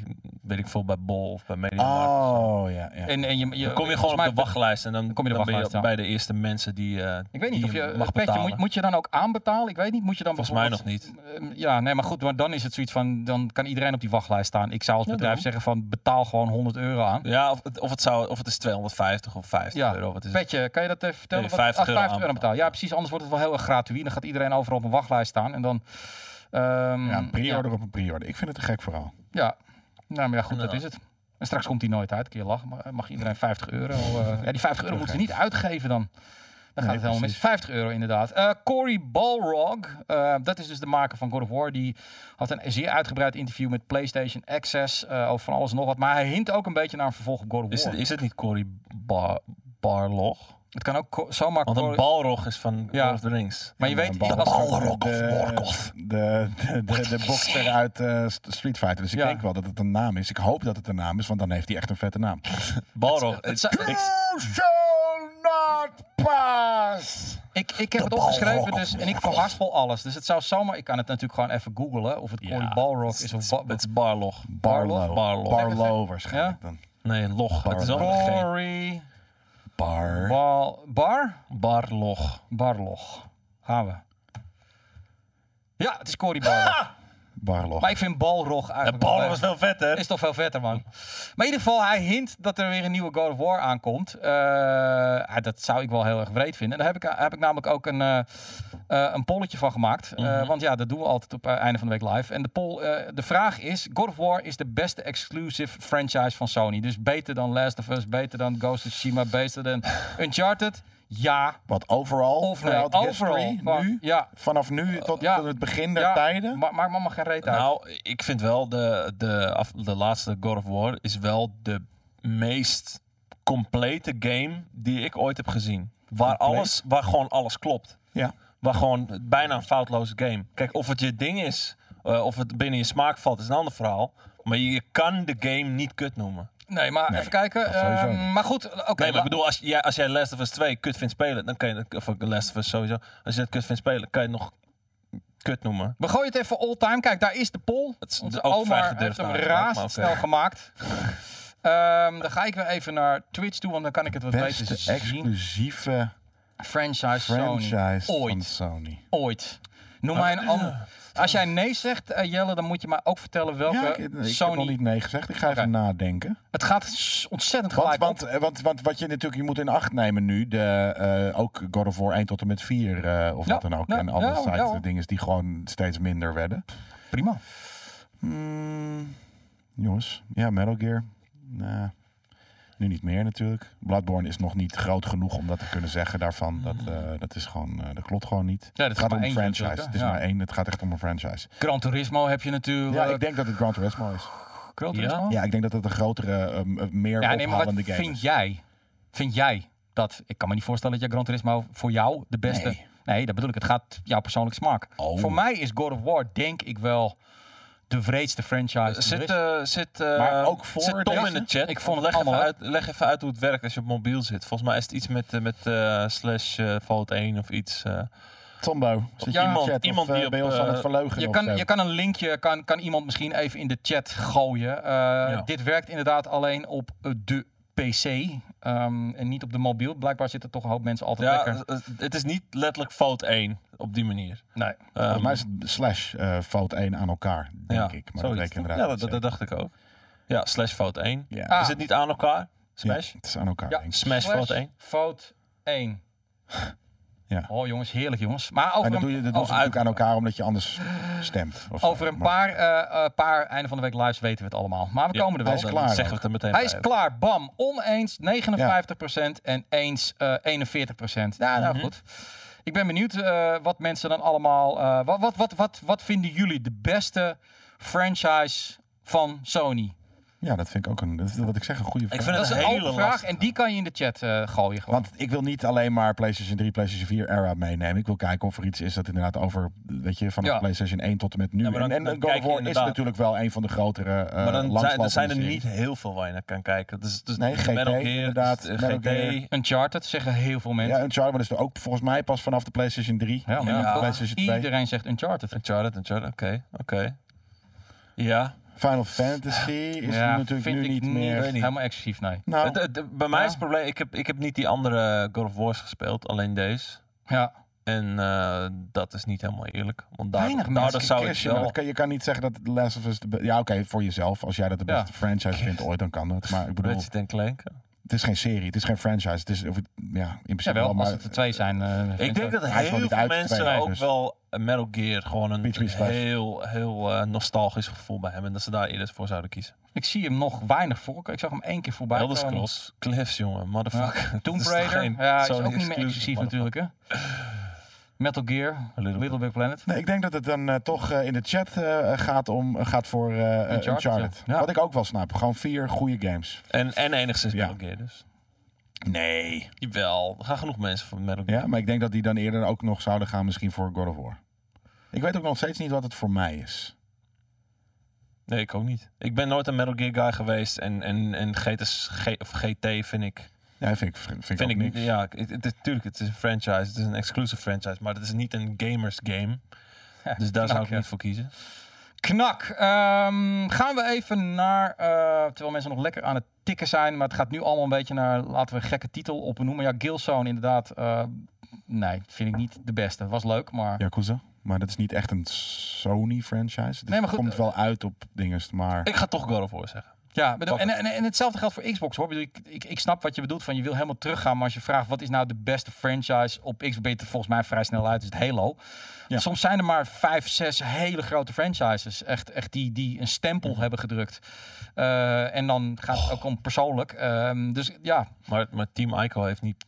weet ik veel, bij Bol of bij Mediamarkt. Oh, ja. En Dan kom je gewoon op de wachtlijst en dan kom je ben wachtlijst, ja. bij de eerste mensen die Ik weet niet die of je mag petje betalen. moet je dan ook aanbetalen? Ik weet niet. Moet je dan Volgens mij nog bijvoorbeeld- niet. Ja, nee, maar goed, maar dan is het zoiets van, dan kan iedereen op die wachtlijst staan. Ik zou als Ja, bedrijf daarom. zeggen van, betaal gewoon €100 aan. Ja, of het is 250 of 50 Ja, euro. Wat is het? Petje, kan je dat even vertellen? Nee, €50 €50 betalen. Ja, precies. Anders wordt het wel heel erg gratuit. Dan gaat iedereen overal op een wachtlijst staan. En dan... Ja, een pre-order op een pre-order. Ik vind het een gek verhaal. Ja, nou, maar ja, goed, Ja. dat is het. En straks komt hij nooit uit. Kun je lachen. Mag iedereen €50... ja, die €50 moeten ze niet uitgeven dan. Dan gaat het helemaal mis. €50 inderdaad. Cory Balrog, dat is dus de maker van God of War. Die had een zeer uitgebreid interview met PlayStation Access over van alles en nog wat. Maar hij hint ook een beetje naar een vervolg op God of War. Is het niet Cory Barlog? Het kan ook zomaar... Want een Cory- balrog is van Ja. Lord of the Rings. Maar je weet... Balrog. als- Balrog of Morgoth. De bokser uit Street Fighter. Dus ik Ja. denk wel dat het een naam is. Ik hoop dat het een naam is, want dan heeft hij echt een vette naam. Balrog. het zou- You shall not pass! Ik heb het opgeschreven dus, en ik verhaspel alles. Dus het zou zomaar... Ik kan het natuurlijk gewoon even googlen of het Cory Balrog is of... Het is Barlog. Barlow. Barlow. Barlow waarschijnlijk dan. Nee, een log. Het is wel een G. Cory Bar. Barlog. Barlog. Gaan we. Ja, het is Cory Barlog. Barlog. Maar ik vind Balrog eigenlijk Balrog wel is veel vetter. is toch veel vetter, man. Maar in ieder geval, hij hint dat er weer een nieuwe God of War aankomt. Dat zou ik wel heel erg wreed vinden. Daar heb ik namelijk ook een polletje van gemaakt. Want ja, dat doen we altijd op het einde van de week live. En de vraag is, God of War is de beste exclusive franchise van Sony. Dus beter dan Last of Us, beter dan Ghost of Tsushima, beter dan Uncharted. Ja. Wat overal? Of nee, throughout overal. history, Maar- nu? Ja. Vanaf nu tot het begin der Ja, tijden? Maakt maar geen reet uit. Nou, ik vind wel de laatste God of War is wel de meest complete game die ik ooit heb gezien. Waar gewoon alles klopt. Ja. Waar gewoon bijna een foutloze game. Kijk, of het je ding is, of het binnen je smaak valt, is een ander verhaal. Maar je kan de game niet kut noemen. Nee, maar Nee, even kijken. dat sowieso niet. Maar goed, oké. Nee, maar ik bedoel, als jij Last of Us 2 kut vindt spelen, dan kan je, of Last of Us sowieso, als je het kut vindt spelen, kan je het nog kut noemen. We gooien het even all-time. Kijk, daar is de poll. Het is Onze ook vrij Omar gedurfd heeft hem eigenlijk, maar oké. razendsnel gemaakt. Dan ga ik weer even naar Twitch toe, want dan kan ik het wat beter Beste zien. exclusieve Franchise Sony. franchise van Ooit. Sony. Ooit. Noem mij een ander. Als jij nee zegt, Jelle, dan moet je mij ook vertellen welke Ja, ik heb Sony... nog niet nee gezegd. Ik ga even nadenken. Het gaat ontzettend gelijk op. Want wat je natuurlijk, je moet in acht nemen nu, ook God of War 1 tot en met 4 of Ja, wat dan ook. ja, En alle ja, side ja. dingen die gewoon steeds minder werden. Prima. Jongens, ja, Metal Gear. Nou, nu niet meer natuurlijk. Bloodborne is nog niet groot genoeg om dat te kunnen zeggen daarvan. Dat is gewoon, dat klopt gewoon niet. dat Het is gaat maar om een eentje franchise. natuurlijk, Het is hè? maar één. Het gaat echt om een franchise. Gran Turismo heb je natuurlijk. Ja, ik denk dat het Gran Turismo is. Gran Turismo? Ja, ik denk dat het een grotere, meer Ja, nee, maar wat ophallende game vind is. jij? Vind jij dat... Ik kan me niet voorstellen dat je Gran Turismo voor jou de beste... Nee. Nee, dat bedoel ik. Het gaat jouw persoonlijke smaak. Oh. Voor mij is God of War, denk ik wel, de wreedste franchise die er is. Maar ook voor zit Tom deze? in de chat. Ik vond het leg, even allemaal uit, leg even uit hoe het werkt als je op mobiel zit. Volgens mij is het iets met slash vote 1 of iets. Tombo, zit je Ja, in de chat iemand of die op, ben je ons aan het verleugen? Je kan een linkje, kan iemand misschien even in de chat gooien. Dit werkt inderdaad alleen op de PC en niet op de mobiel. Blijkbaar zitten toch een hoop mensen altijd lekker. Het is niet letterlijk vote 1 op die manier. Nee. Volgens mij is het slash fout 1 aan elkaar, denk ik. Maar dat weet ik inderdaad Ja, niet dat dacht ik ook. Ja, slash fout 1. Ja. Ah. Is het niet aan elkaar? Smash? Ja, het is aan elkaar, Ja. denk ik. Smash fout 1. Fout 1. Ja. Oh jongens, heerlijk jongens. Maar over En dat doe je natuurlijk aan elkaar omdat je anders stemt. Of zo. Over een Maar paar einde van de week lives weten we het allemaal. Maar we komen er wel. hij is Dan klaar zeggen ook. we het er meteen Hij bij. is klaar. Bam. Oneens 59% en eens 41%. Ja, nou goed. Ik ben benieuwd wat mensen dan allemaal... Wat vinden jullie de beste franchise van Sony? Ja, dat vind ik ook dat is wat ik zeg, een goede vraag. Ik vind Dat is het een een hele open vraag lastige. en die kan je in de chat gooien. Gewoon. Want ik wil niet alleen maar PlayStation 3, PlayStation 4 era meenemen. Ik wil kijken of er iets is dat inderdaad over, weet je, vanaf Ja. PlayStation 1 tot en met nu. Ja, maar dan- en dan God kijk of je War is inderdaad. natuurlijk wel een van de grotere Maar dan langslopende zijn er series. niet heel veel waar je naar kan kijken. Dus Nee, GT Metal Gear, inderdaad, dus, Metal GT. Gear. Uncharted zeggen heel veel mensen. Ja, Uncharted, maar dat is er ook volgens mij pas vanaf de PlayStation 3. Ja, maar en ja, de PlayStation 2. iedereen zegt Uncharted. Uncharted, oké. Ja. Final Fantasy is natuurlijk vind nu ik niet meer... weet niet. helemaal exclusief, nee. Nou, Bij mij is het probleem, ik heb niet die andere God of War's gespeeld, alleen deze. Ja. En dat is niet helemaal eerlijk. Want Weinig daardoor mensen zou ik Christian, wel... je kan niet zeggen dat The Last of Us... Ja, oké, voor jezelf. Als jij dat de beste franchise vindt ooit, dan kan dat. Maar ik bedoel, Ratchet & Clank. het is geen serie, het is geen franchise. Het is, in principe Jawel, wel, maar... als het er 2 zijn. Ik denk dat Hij is wel heel niet veel uit, mensen twee, ook dus. wel Metal Gear gewoon een Beach Splash. heel nostalgisch gevoel bij hebben. En dat ze daar eerder voor zouden kiezen. Ik zie hem nog weinig voor. Ik zag hem 1 keer voorbij Elder komen. Scrolls, Cliffs, jongen, motherfucker. Ja. Tomb Dat is toch Raider. geen Ja, is Sony ook niet meer exclusive, exclusief motherfucker. natuurlijk, hè. Metal Gear, Little Big Planet. Nee, ik denk dat het dan toch in de chat gaat voor Uncharted. Ja. Wat ik ook wel snap. Gewoon 4 goede games. En enigszins Ja. Metal Gear dus. Nee. Jawel, er gaan genoeg mensen voor Metal Gear. Ja, maar ik denk dat die dan eerder ook nog zouden gaan misschien voor God of War. Ik weet ook nog steeds niet wat het voor mij is. Nee, ik ook niet. Ik ben nooit een Metal Gear guy geweest. En GT vind ik... Ja, vind ik ook niks. Ja, natuurlijk, het is een franchise. Het is een exclusive franchise. Maar het is niet een gamers game. Dus daar zou ik niet voor kiezen. Knak. Gaan we even naar... terwijl mensen nog lekker aan het tikken zijn. Maar het gaat nu allemaal een beetje naar... Laten we een gekke titel opnoemen. Ja, Killzone inderdaad. Nee, vind ik niet de beste. Was leuk, maar... Yakuza. Maar dat is niet echt een Sony franchise. Dus Nee, maar goed, het komt wel uit op dinges, maar... Ik ga toch God of War zeggen. Ja, en hetzelfde geldt voor Xbox, hoor. Ik snap wat je bedoelt van je wil helemaal teruggaan. Maar als je vraagt wat is nou de beste franchise op Xbox, ben je er volgens mij vrij snel uit. Is het Halo. Ja. Soms zijn er maar 5, 6 hele grote franchises. Echt die een stempel hebben gedrukt. En dan gaat het ook om persoonlijk. Dus ja. Maar Team Ico heeft niet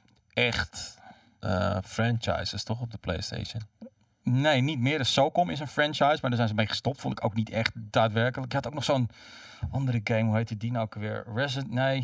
echt franchises, toch, op de PlayStation? Nee, niet meer. De SOCOM is een franchise, maar daar zijn ze mee gestopt. Vond ik ook niet echt daadwerkelijk. Je had ook nog zo'n andere game. Hoe heette die nou ook weer? Resident? Nee.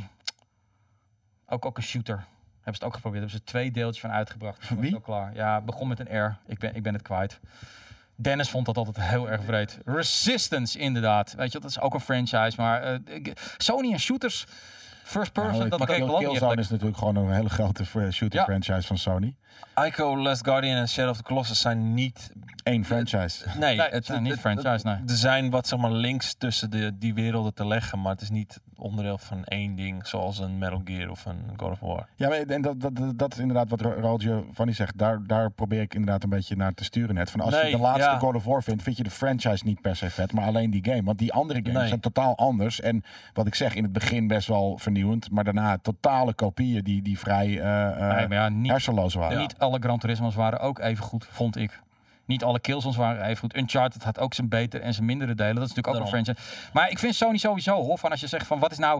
Ook een shooter. Hebben ze het ook geprobeerd. Hebben ze 2 deeltjes van uitgebracht. Wie? Ook klaar. Ja, begon met een R. Ik ben het kwijt. Dennis vond dat altijd heel erg vreed. Resistance, inderdaad. Weet je, dat is ook een franchise. Maar Sony en shooters, first person, dat belooft niet echt Killzone lekker. is natuurlijk gewoon een hele grote shooter franchise van Sony. Ico, Last Guardian en Shadow of the Colossus zijn niet... Eén franchise. Nee, het zijn niet franchise, nee. Er zijn wat, zeg maar, links tussen die werelden te leggen, maar het is niet onderdeel van één ding, zoals een Metal Gear of een God of War. Ja, maar en dat is inderdaad wat Raoul Giovanni zegt. Daar probeer ik inderdaad een beetje naar te sturen net. Van als je de laatste God of War vindt, vind je de franchise niet per se vet, maar alleen die game. Want die andere games zijn totaal anders. En wat ik zeg, in het begin best wel vernieuwend, maar daarna totale kopieën die vrij hersenloos waren. Ja. Niet alle Gran Turismo's waren ook even goed, vond ik. Niet alle Killzones waren even goed. Uncharted had ook zijn betere en zijn mindere delen. Dat is natuurlijk ook een franchise. Maar ik vind Sony sowieso, hoor, van als je zegt van wat is nou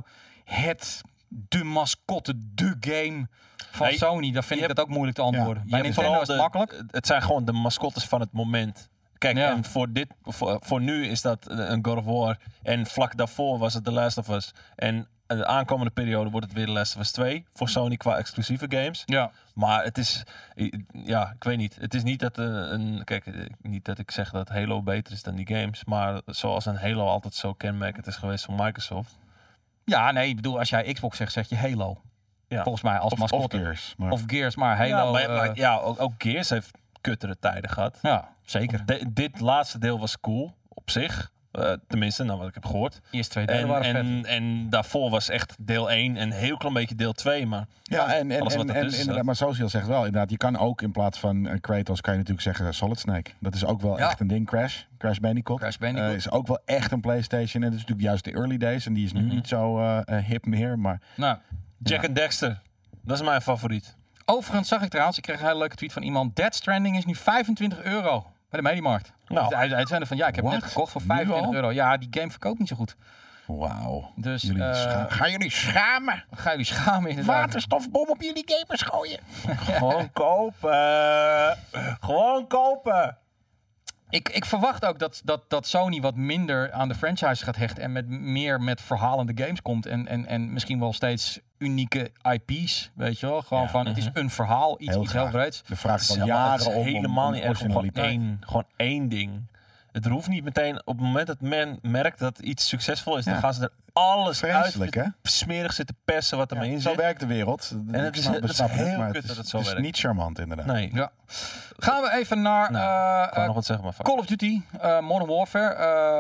de mascotte, de game van Sony, dan vind ik dat ook moeilijk te antwoorden. Bij Nintendo is het makkelijk. Het zijn gewoon de mascottes van het moment. Kijk, en voor nu is dat een God of War. En vlak daarvoor was het The Last of Us. En de aankomende periode wordt het weer The Last of Us 2 voor Sony qua exclusieve games. Ja. Maar het is, ja, ik weet niet. Het is niet dat niet dat ik zeg dat Halo beter is dan die games. Maar zoals een Halo altijd zo kenmerkend is geweest van Microsoft. Ja, nee, ik bedoel, als jij Xbox zegt, zeg je Halo. Ja. Volgens mij als mascotte. Of Gears, maar Halo. Ja, ook Gears heeft kuttere tijden gehad. Ja, zeker. Dit laatste deel was cool op zich. Tenminste, nou wat ik heb gehoord. Eerst 2 delen waren vet. En daarvoor was echt deel 1 en een heel klein beetje deel 2. Maar ja, en inderdaad, maar Social zegt wel, inderdaad, je kan ook in plaats van Kratos, kan je natuurlijk zeggen Solid Snake. Dat is ook wel echt een ding. Crash Bandicoot. Is ook wel echt een PlayStation. En dat is natuurlijk juist de early days. En die is nu niet zo hip meer. Maar Jack and Dexter, dat is mijn favoriet. Overigens zag ik trouwens, ik kreeg een hele leuke tweet van iemand. Death Stranding is nu €25 bij de Mediamarkt. Nou, hij zei van ja, ik heb net gekocht voor €25. Ja, die game verkoopt niet zo goed. Wauw. Dus gaan jullie schamen? Ga jullie schamen inderdaad. Waterstofbom op jullie gamers gooien. Gewoon kopen. Gewoon kopen. Ik verwacht ook dat Sony wat minder aan de franchise gaat hechten en meer met verhalende games komt. En misschien wel steeds unieke IP's, weet je wel. Gewoon van, het is een verhaal, iets heel breeds. De vraag van jaren om helemaal niet erg om gewoon één ding. Het hoeft niet meteen, op het moment dat men merkt dat iets succesvol is, dan gaan ze er alles Vreselijk, uit smerig zitten persen wat er maar in Zo zit. werkt de wereld. En het is heel kut dat het zo werkt. niet charmant, inderdaad. Nee. Ja. Gaan we even naar Ik kan nog wat zeggen, maar fuck. Call of Duty, Modern Warfare.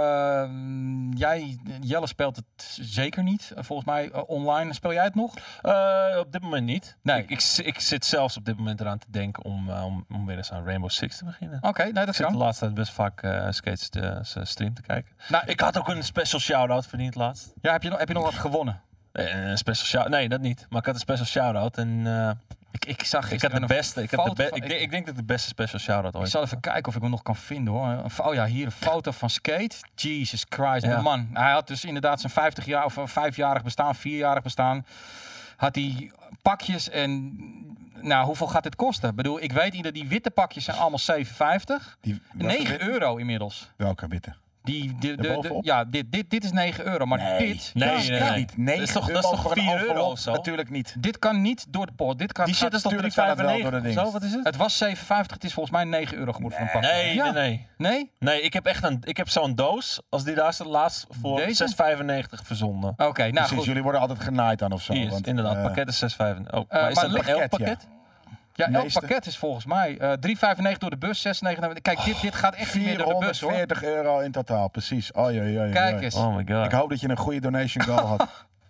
Jelle speelt het zeker niet, volgens mij online. Speel jij het nog? Op dit moment niet. Nee. Ik zit zelfs op dit moment eraan te denken om weer eens aan Rainbow Six te beginnen. Oké, nee, dat Ik zit de kan. laatste tijd best vaak Skates stream te kijken. Nou, Ik had ook een special shout-out verdiend laatst. Ja, heb je nog wat gewonnen? Een special shout nee, dat niet. Maar ik had een special shout-out en Ik zag ik had de beste. Ik denk dat ik de beste special shout-out Ik ooit. zal even kijken of ik hem nog kan vinden hoor. Oh ja, hier een foto van Skate. Jesus Christ, Ja. de man. Hij had dus inderdaad zijn 50 jaar of 5-jarig bestaan, 4-jarig bestaan. Had hij pakjes en nou, hoeveel gaat dit kosten? Ik bedoel, ik weet ieder die witte pakjes zijn allemaal 7,50. 9 euro inmiddels. Welke witte? Ja, dit is 9 euro, maar Nee. dit... Nee. Niet 9 Dat is toch voor een 4 euro envelop? of zo? Natuurlijk niet. Dit kan niet door de poort. Dit kan, Die shit is toch Tuurlijk kan dat wel door de 3,95 ding. Zo, wat is het? Het was 7,50. Het is volgens mij 9 euro geworden voor een pakje. Nee, Ja. nee. Nee? Nee, ik heb zo'n doos, als die daar staat, laatst voor Deze? 6,95 verzonden. Oké, nou Precies, goed. jullie worden altijd genaaid dan of zo. Hier is, want, inderdaad, pakket is 6,95. Oh, maar is maar dat een pakket, elk pakket? Ja, elk meeste. pakket is volgens mij 3,95 door de bus, 6,99. Kijk, dit gaat echt niet meer door de bus hoor. 440 euro in totaal, precies. Oei. Kijk eens. Oh my god. Ik hoop dat je een goede donation goal had.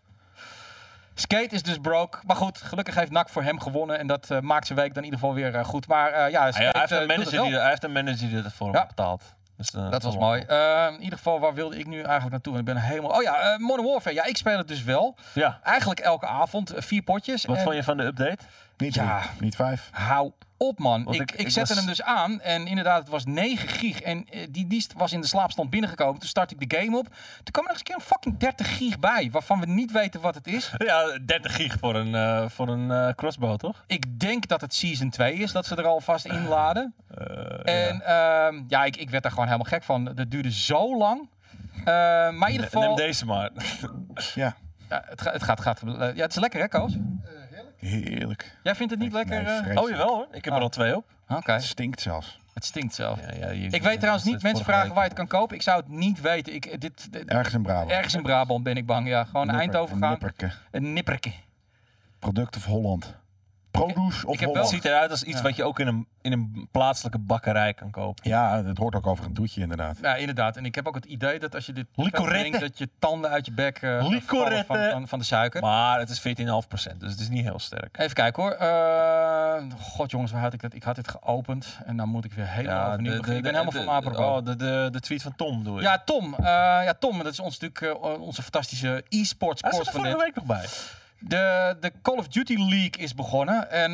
Skate is dus broke. Maar goed, gelukkig heeft NAC voor hem gewonnen. En dat maakt zijn week dan in ieder geval weer goed. Maar ja, Skate, hij heeft een doet het manager wel. hij heeft een manager die dat voor hem Ja. betaalt. Dus, Dat was kom mooi. op. In ieder geval, waar wilde ik nu eigenlijk naartoe? En ik ben helemaal... Oh ja, Modern Warfare. Ja, ik speel het dus wel. Ja. Eigenlijk elke avond 4 potjes. Wat En- vond je van de update? Niet Ja. 3, niet 5. Hou op, man. Want Ik zette was- hem dus aan en inderdaad, het was 9 gig. En die was in de slaapstand binnengekomen. Toen start ik de game op. Toen kwam er nog eens een keer een fucking 30 gig bij, waarvan we niet weten wat het is. Ja, 30 gig voor een crossbow, toch? Ik denk dat het Season 2 is, dat ze er alvast in laden. En ja, ik werd daar gewoon helemaal gek van. Dat duurde zo lang. Maar in ieder geval... Neem deze maar. Ja, Ja, het gaat ja, het is lekker hè, Koos? heerlijk. Jij vindt het niet lekker? Nee, vreselijk. Oh jawel hoor, ik heb er al 2 op. Oké, Het stinkt zelfs. het stinkt zelf. Ja, Ik weet trouwens niet, mensen vragen waar je het kan kopen. Ik zou het niet weten. Ergens in Brabant. Ergens in Brabant ben ik bang, ja. Gewoon naar Eindhoven gaan. Een nipperke. Product of Holland. Produce of ik heb wel- Het Holland. ziet eruit als iets wat je ook in een plaatselijke bakkerij kan kopen. Ja, het hoort ook over een doetje inderdaad. Ja, inderdaad. En ik heb ook het idee dat als je dit Licorette. drinkt, dat je tanden uit je bek vallen Licorette. van de suiker. Maar het is 14,5%, dus het is niet heel sterk. Even kijken hoor. God jongens, waar had ik dat? Ik had dit geopend en dan moet ik weer helemaal overnieuw beginnen. Ik ben helemaal van apropos. De tweet van Tom doe ik. Ja, Tom, dat is natuurlijk onze fantastische e-sports Hij zat er vorige correspondent. week nog bij. De Call of Duty League is begonnen. En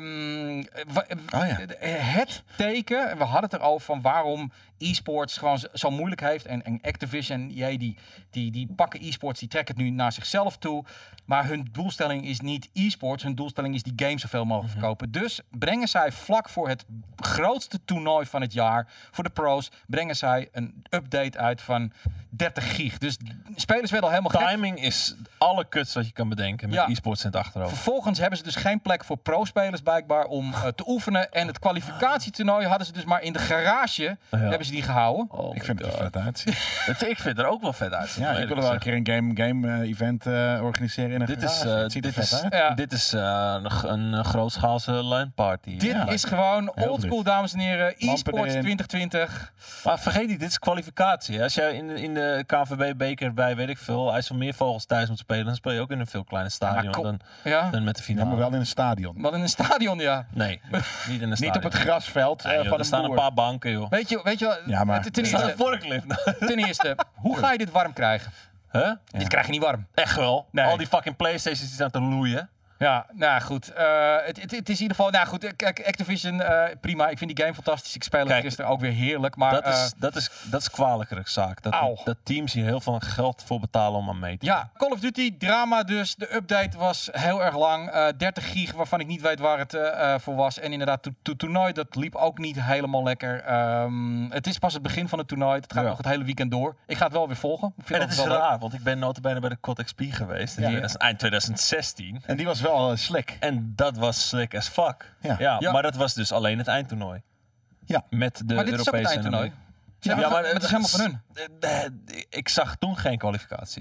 het teken, we hadden het erover van waarom e-sports gewoon zo moeilijk heeft. En Activision, die pakken e-sports, die trekken het nu naar zichzelf toe. Maar hun doelstelling is niet e-sports, hun doelstelling is die games zoveel mogelijk verkopen. Dus brengen zij vlak voor het grootste toernooi van het jaar, voor de pro's, brengen zij een update uit van 30 gig. Dus spelers werden al helemaal gek. Timing is alle kuts wat je kan bedenken met Ja. e-sports in het achterhoofd. Vervolgens hebben ze dus geen plek voor pro-spelers blijkbaar om te oefenen. En het kwalificatietoernooi hadden ze dus maar in de garage hebben ze die gehouden. Oh Ik vind het er vet uitzien. Ik vind er ook wel vet uit. Ja, ik wil er wel een keer een game event organiseren in een Dit is, garage. Het ziet er dit vet is, uit. Ja. dit is een grootschaalse LAN party. Dit Ja. is gewoon heel oldschool, lief. dames en heren. Lampen E-sports erin. 2020. Maar vergeet niet, dit is kwalificatie. hè. Als jij in de KNVB-beker bij, weet ik veel, IJsselmeervogels thuis moet spelen, dan speel je ook in een veel kleiner stadion dan met de Ja, finale. maar wel in een stadion. Wat in een stadion, ja. Nee, niet in een stadion. Niet op het grasveld Nee, joh, van er staan boer. een paar banken, joh. Weet je Ja, maar- ten, Er staat een eerste, forklift. ten eerste, hoe ga je dit warm krijgen? Huh? Dit krijg je niet warm. Echt wel. Nee. Al die fucking Playstations die staan te loeien. Ja, nou goed. Het is in ieder geval... Nou goed, kijk, Activision, prima. Ik vind die game fantastisch. Ik speel het Kijk, gisteren ook weer heerlijk. Maar Dat is kwalijkere zaak. Auw. Dat teams hier heel veel geld voor betalen om aan mee te doen. ja, Call of Duty, drama dus. De update was heel erg lang. 30 gig, waarvan ik niet weet waar het voor was. En inderdaad, het toernooi, dat liep ook niet helemaal lekker. Het is pas het begin van het toernooi. Het gaat nog het hele weekend door. Ik ga het wel weer volgen. Ik vind En het is wel leuk. raar, want ik ben notabene bij de COD XP geweest. Ja. Dat is eind 2016. En die was wel slick. En dat was slick as fuck. Ja. Ja. Maar dat was dus alleen het eindtoernooi. Ja. Met de Maar dit is ook het Europese eindtoernooi. Ja, maar het is helemaal van hun. Ik zag toen geen kwalificaties.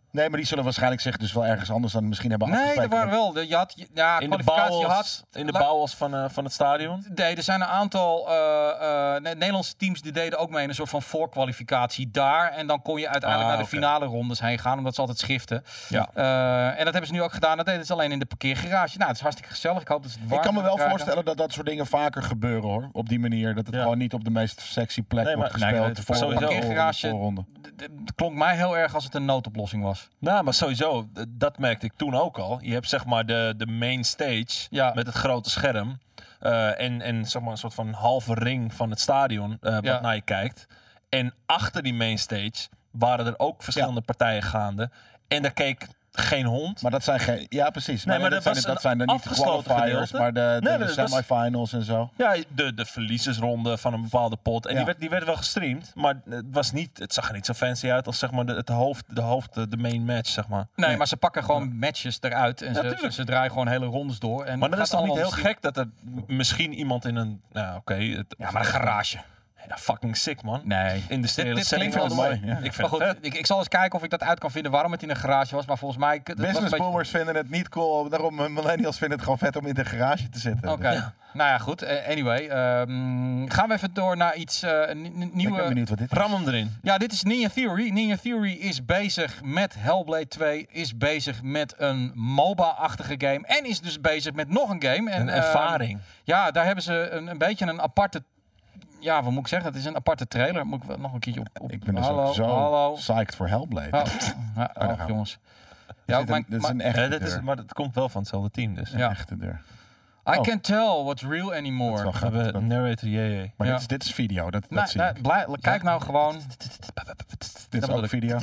Nee, maar die zullen waarschijnlijk zich dus wel ergens anders dan misschien hebben Nee, afgesproken. er waren wel. Je had kwalificatie in de bouwels van het stadion? Nee, er zijn een aantal Nederlandse teams die deden ook mee in een soort van voorkwalificatie daar. En dan kon je uiteindelijk naar de finale rondes heen gaan, omdat ze altijd schiften. Ja. En dat hebben ze nu ook gedaan. Dat deden ze alleen in de parkeergarage. Nou, het is hartstikke gezellig. Ik hoop dat ze het warm Ik kan me wel krijgen. voorstellen dat dat soort dingen vaker gebeuren, hoor. Op die manier. Dat het gewoon niet op de meest sexy plek Nee, wordt maar- gespeeld. nee, voor sowieso. de Parkeergarage- voorronde. Het klonk mij heel erg als het een noodoplossing was. Nou, maar sowieso, dat merkte ik toen ook al. Je hebt zeg maar de main stage met het grote scherm. En zeg maar een soort van halve ring van het stadion wat naar je kijkt. En achter die main stage waren er ook verschillende partijen gaande. En daar keek geen hond. Maar dat zijn geen... Ja, precies. Nee, maar dat dat zijn dan niet de afgesloten qualifiers, gedeelte. maar de dat was- semifinals en zo. Ja, de verliezersronde van een bepaalde pot. En Ja. die werd wel gestreamd. Maar het zag er niet zo fancy uit als zeg maar de main match, zeg maar. Nee, maar ze pakken gewoon matches eruit. En tuurlijk. ze draaien gewoon hele rondes door. En Maar dat het is toch gaat niet heel allemaal gek dat er misschien iemand in een... Nou, oké. Ja, maar een garage. Ja, fucking sick, man. Nee. Industriële Dit setting. klinkt wel wel mooi, ja. Ik vind Maar goed, het vet. ik zal eens kijken of ik dat uit kan vinden waarom het in een garage was. Maar volgens mij... dat was een Business beetje- boomers vinden het niet cool. Daarom millennials vinden het gewoon vet om in de garage te zitten. Oké. Dus, Nou ja, goed. Anyway. Gaan we even door naar iets ik ben nieuwe... benieuwd wat dit is. Ram hem erin. Ja, dit is Ninja Theory. Ninja Theory is bezig met Hellblade 2. Is bezig met een MOBA-achtige game. En is dus bezig met nog een game. En, Een ervaring. Ja, daar hebben ze een beetje een aparte... Ja, wat moet ik zeggen? Het is een aparte trailer. Moet ik wel nog een keertje op... Ik ben dus hallo, ook zo hallo. psyched voor Hellblade. Oh, daar gaan we. jongens. Ja, Ja, ook mijn, dit is een echte deur. Maar dat komt wel van hetzelfde team, dus. Ja. Een echte deur. I Oh. can't tell what's real anymore. Dat is wel We grappig. hebben narrator JJ. Maar Ja. dit is video, dat Nou, zie ik. kijk nou gewoon. Dit is bedoel ook ik. video.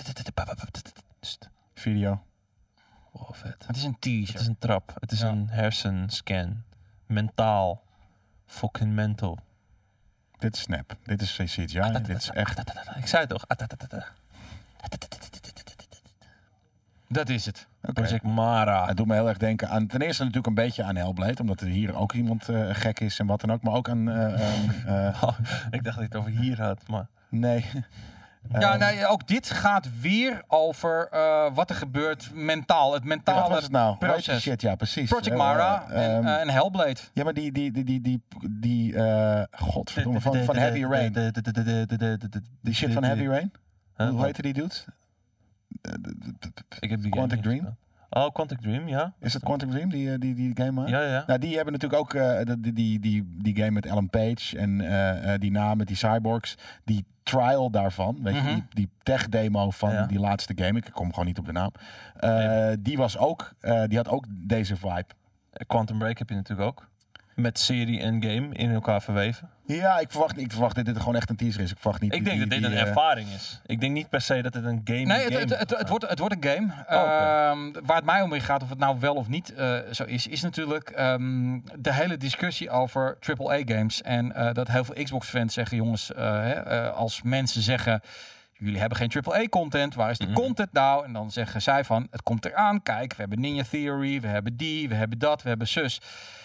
Video. Wow, vet. Het is een Het teaser. is een trap. Het is een hersenscan. Mentaal. Fucking mental. Dit is Snap. Dit is CGI. Dit is echt... Ik zei het toch? Dat is het. Oké. Project Mara. Het doet me heel erg denken aan... Ten eerste natuurlijk een beetje aan Hellblade. Omdat er hier ook iemand gek is en wat dan ook. Maar ook aan... Ik dacht dat je het over hier had, maar... nee. Ja, nee, ook dit gaat weer over wat er gebeurt mentaal. Het Wat mentale was het nou? Hoe heet die proces. shit? Ja, precies. Project Mara en Hellblade. Ja, maar die godverdomme, van Heavy Rain. Die shit van Heavy Rain? Hoe heette die dude? Ik heb die Quantic game niet Dream? gespeeld. Oh, Quantic Dream, ja. Is het Quantic Dream, die game maakt? Ja. Nou, die hebben natuurlijk ook die game met Alan Page en die naam met die cyborgs. Die trial daarvan, weet je, die tech demo van die laatste game. Ik kom gewoon niet op de naam. Die was ook, die had ook deze vibe. Quantum Break heb je natuurlijk ook. Met serie en game in elkaar verweven. Ja, ik verwacht dat dit gewoon echt een teaser is. Ik verwacht niet. Ik denk dat dit een ervaring is. Ik denk niet per se dat het een game Nee, is. het wordt een game. Waar het mij om gaat, of het nou wel of niet zo is natuurlijk de hele discussie over AAA-games. En dat heel veel Xbox-fans zeggen, jongens, als mensen zeggen... Jullie hebben geen AAA-content, waar is de content nou? En dan zeggen zij van, het komt eraan. Kijk, we hebben Ninja Theory, we hebben die, we hebben dat, we hebben zus.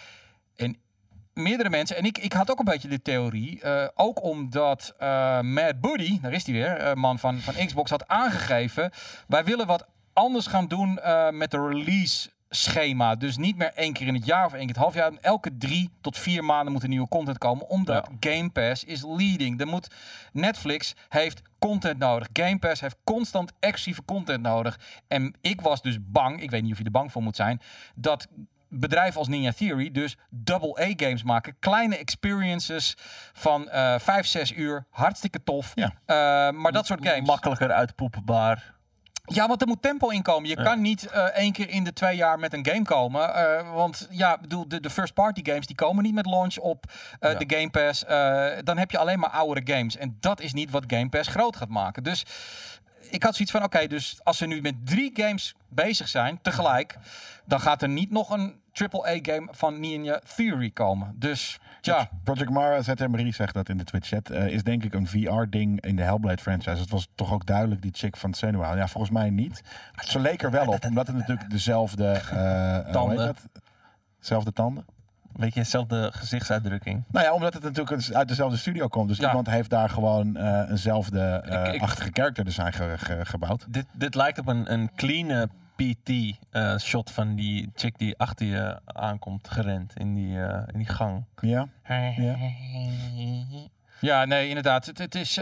En meerdere mensen, en ik had ook een beetje de theorie, ook omdat Matt Booty, daar is hij weer, man van Xbox, had aangegeven, wij willen wat anders gaan doen met de release schema. Dus niet meer 1 keer in het jaar of 1 keer in het half jaar. Elke 3 tot 4 maanden moet er nieuwe content komen, omdat Game Pass is leading. Netflix heeft content nodig. Game Pass heeft constant exclusieve content nodig. En ik was dus bang, ik weet niet of je er bang voor moet zijn, dat bedrijven als Ninja Theory dus AA-games maken. Kleine experiences van 5-6 uur. Hartstikke tof. Ja. Maar dat soort games. Makkelijker uitpoepenbaar. Ja, want er moet tempo in komen. Je kan niet 1 keer in de 2 jaar met een game komen. Want ja, bedoel, de first party games die komen niet met launch op de Game Pass. Dan heb je alleen maar oudere games. En dat is niet wat Game Pass groot gaat maken. Dus ik had zoiets van, oké, dus als ze nu met 3 games bezig zijn tegelijk, dan gaat er niet nog een AAA-game van Ninja Theory komen. Dus ja. Project Mara, ZMRI zegt dat in de Twitch-chat, is denk ik een VR-ding in de Hellblade-franchise. Het was toch ook duidelijk die chick van Senua. Ja, volgens mij niet. Ze leek er wel op, omdat het natuurlijk dezelfde... Tanden. Dezelfde tanden? Beetje dezelfde gezichtsuitdrukking. Nou ja, omdat het natuurlijk uit dezelfde studio komt. Dus iemand heeft daar gewoon eenzelfde achtige character design gebouwd. Dit lijkt op een clean PT-shot van die chick die achter je aankomt gerend in die gang. Ja. Ja, nee, inderdaad. Het is,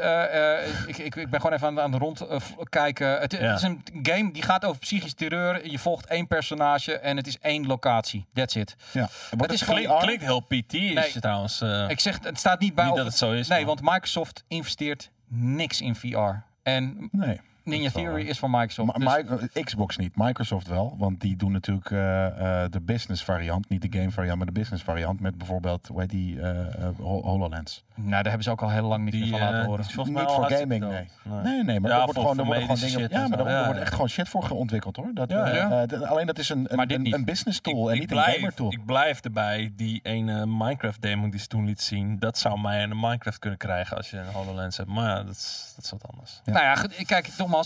ik ben gewoon even aan de rondkijken. Het is een game die gaat over psychische terreur. Je volgt 1 personage en het is 1 locatie. That's it. Ja. Het is klinkt heel PT-ish trouwens. Ik zeg, het staat niet bij. Niet dat het zo is. Nee, want Microsoft investeert niks in VR. En nee. Ninja Theory is van Microsoft. Xbox niet, Microsoft wel. Want die doen natuurlijk de business variant. Niet de game variant, maar de business variant. Met bijvoorbeeld, hoe heet die, HoloLens. Nou, daar hebben ze ook al heel lang niet meer van laten horen. Niet voor gaming, nee. Maar er wordt gewoon dingen. Ja, maar er wordt echt gewoon shit voor ontwikkeld, hoor. Alleen dat is een business tool en niet een gamer tool. Ik blijf erbij. Die ene Minecraft demo die ze toen liet zien. Dat zou mij een Minecraft kunnen krijgen als je een HoloLens hebt. Maar ja, dat is wat anders. Ja. Nou ja, kijk, nogmaals,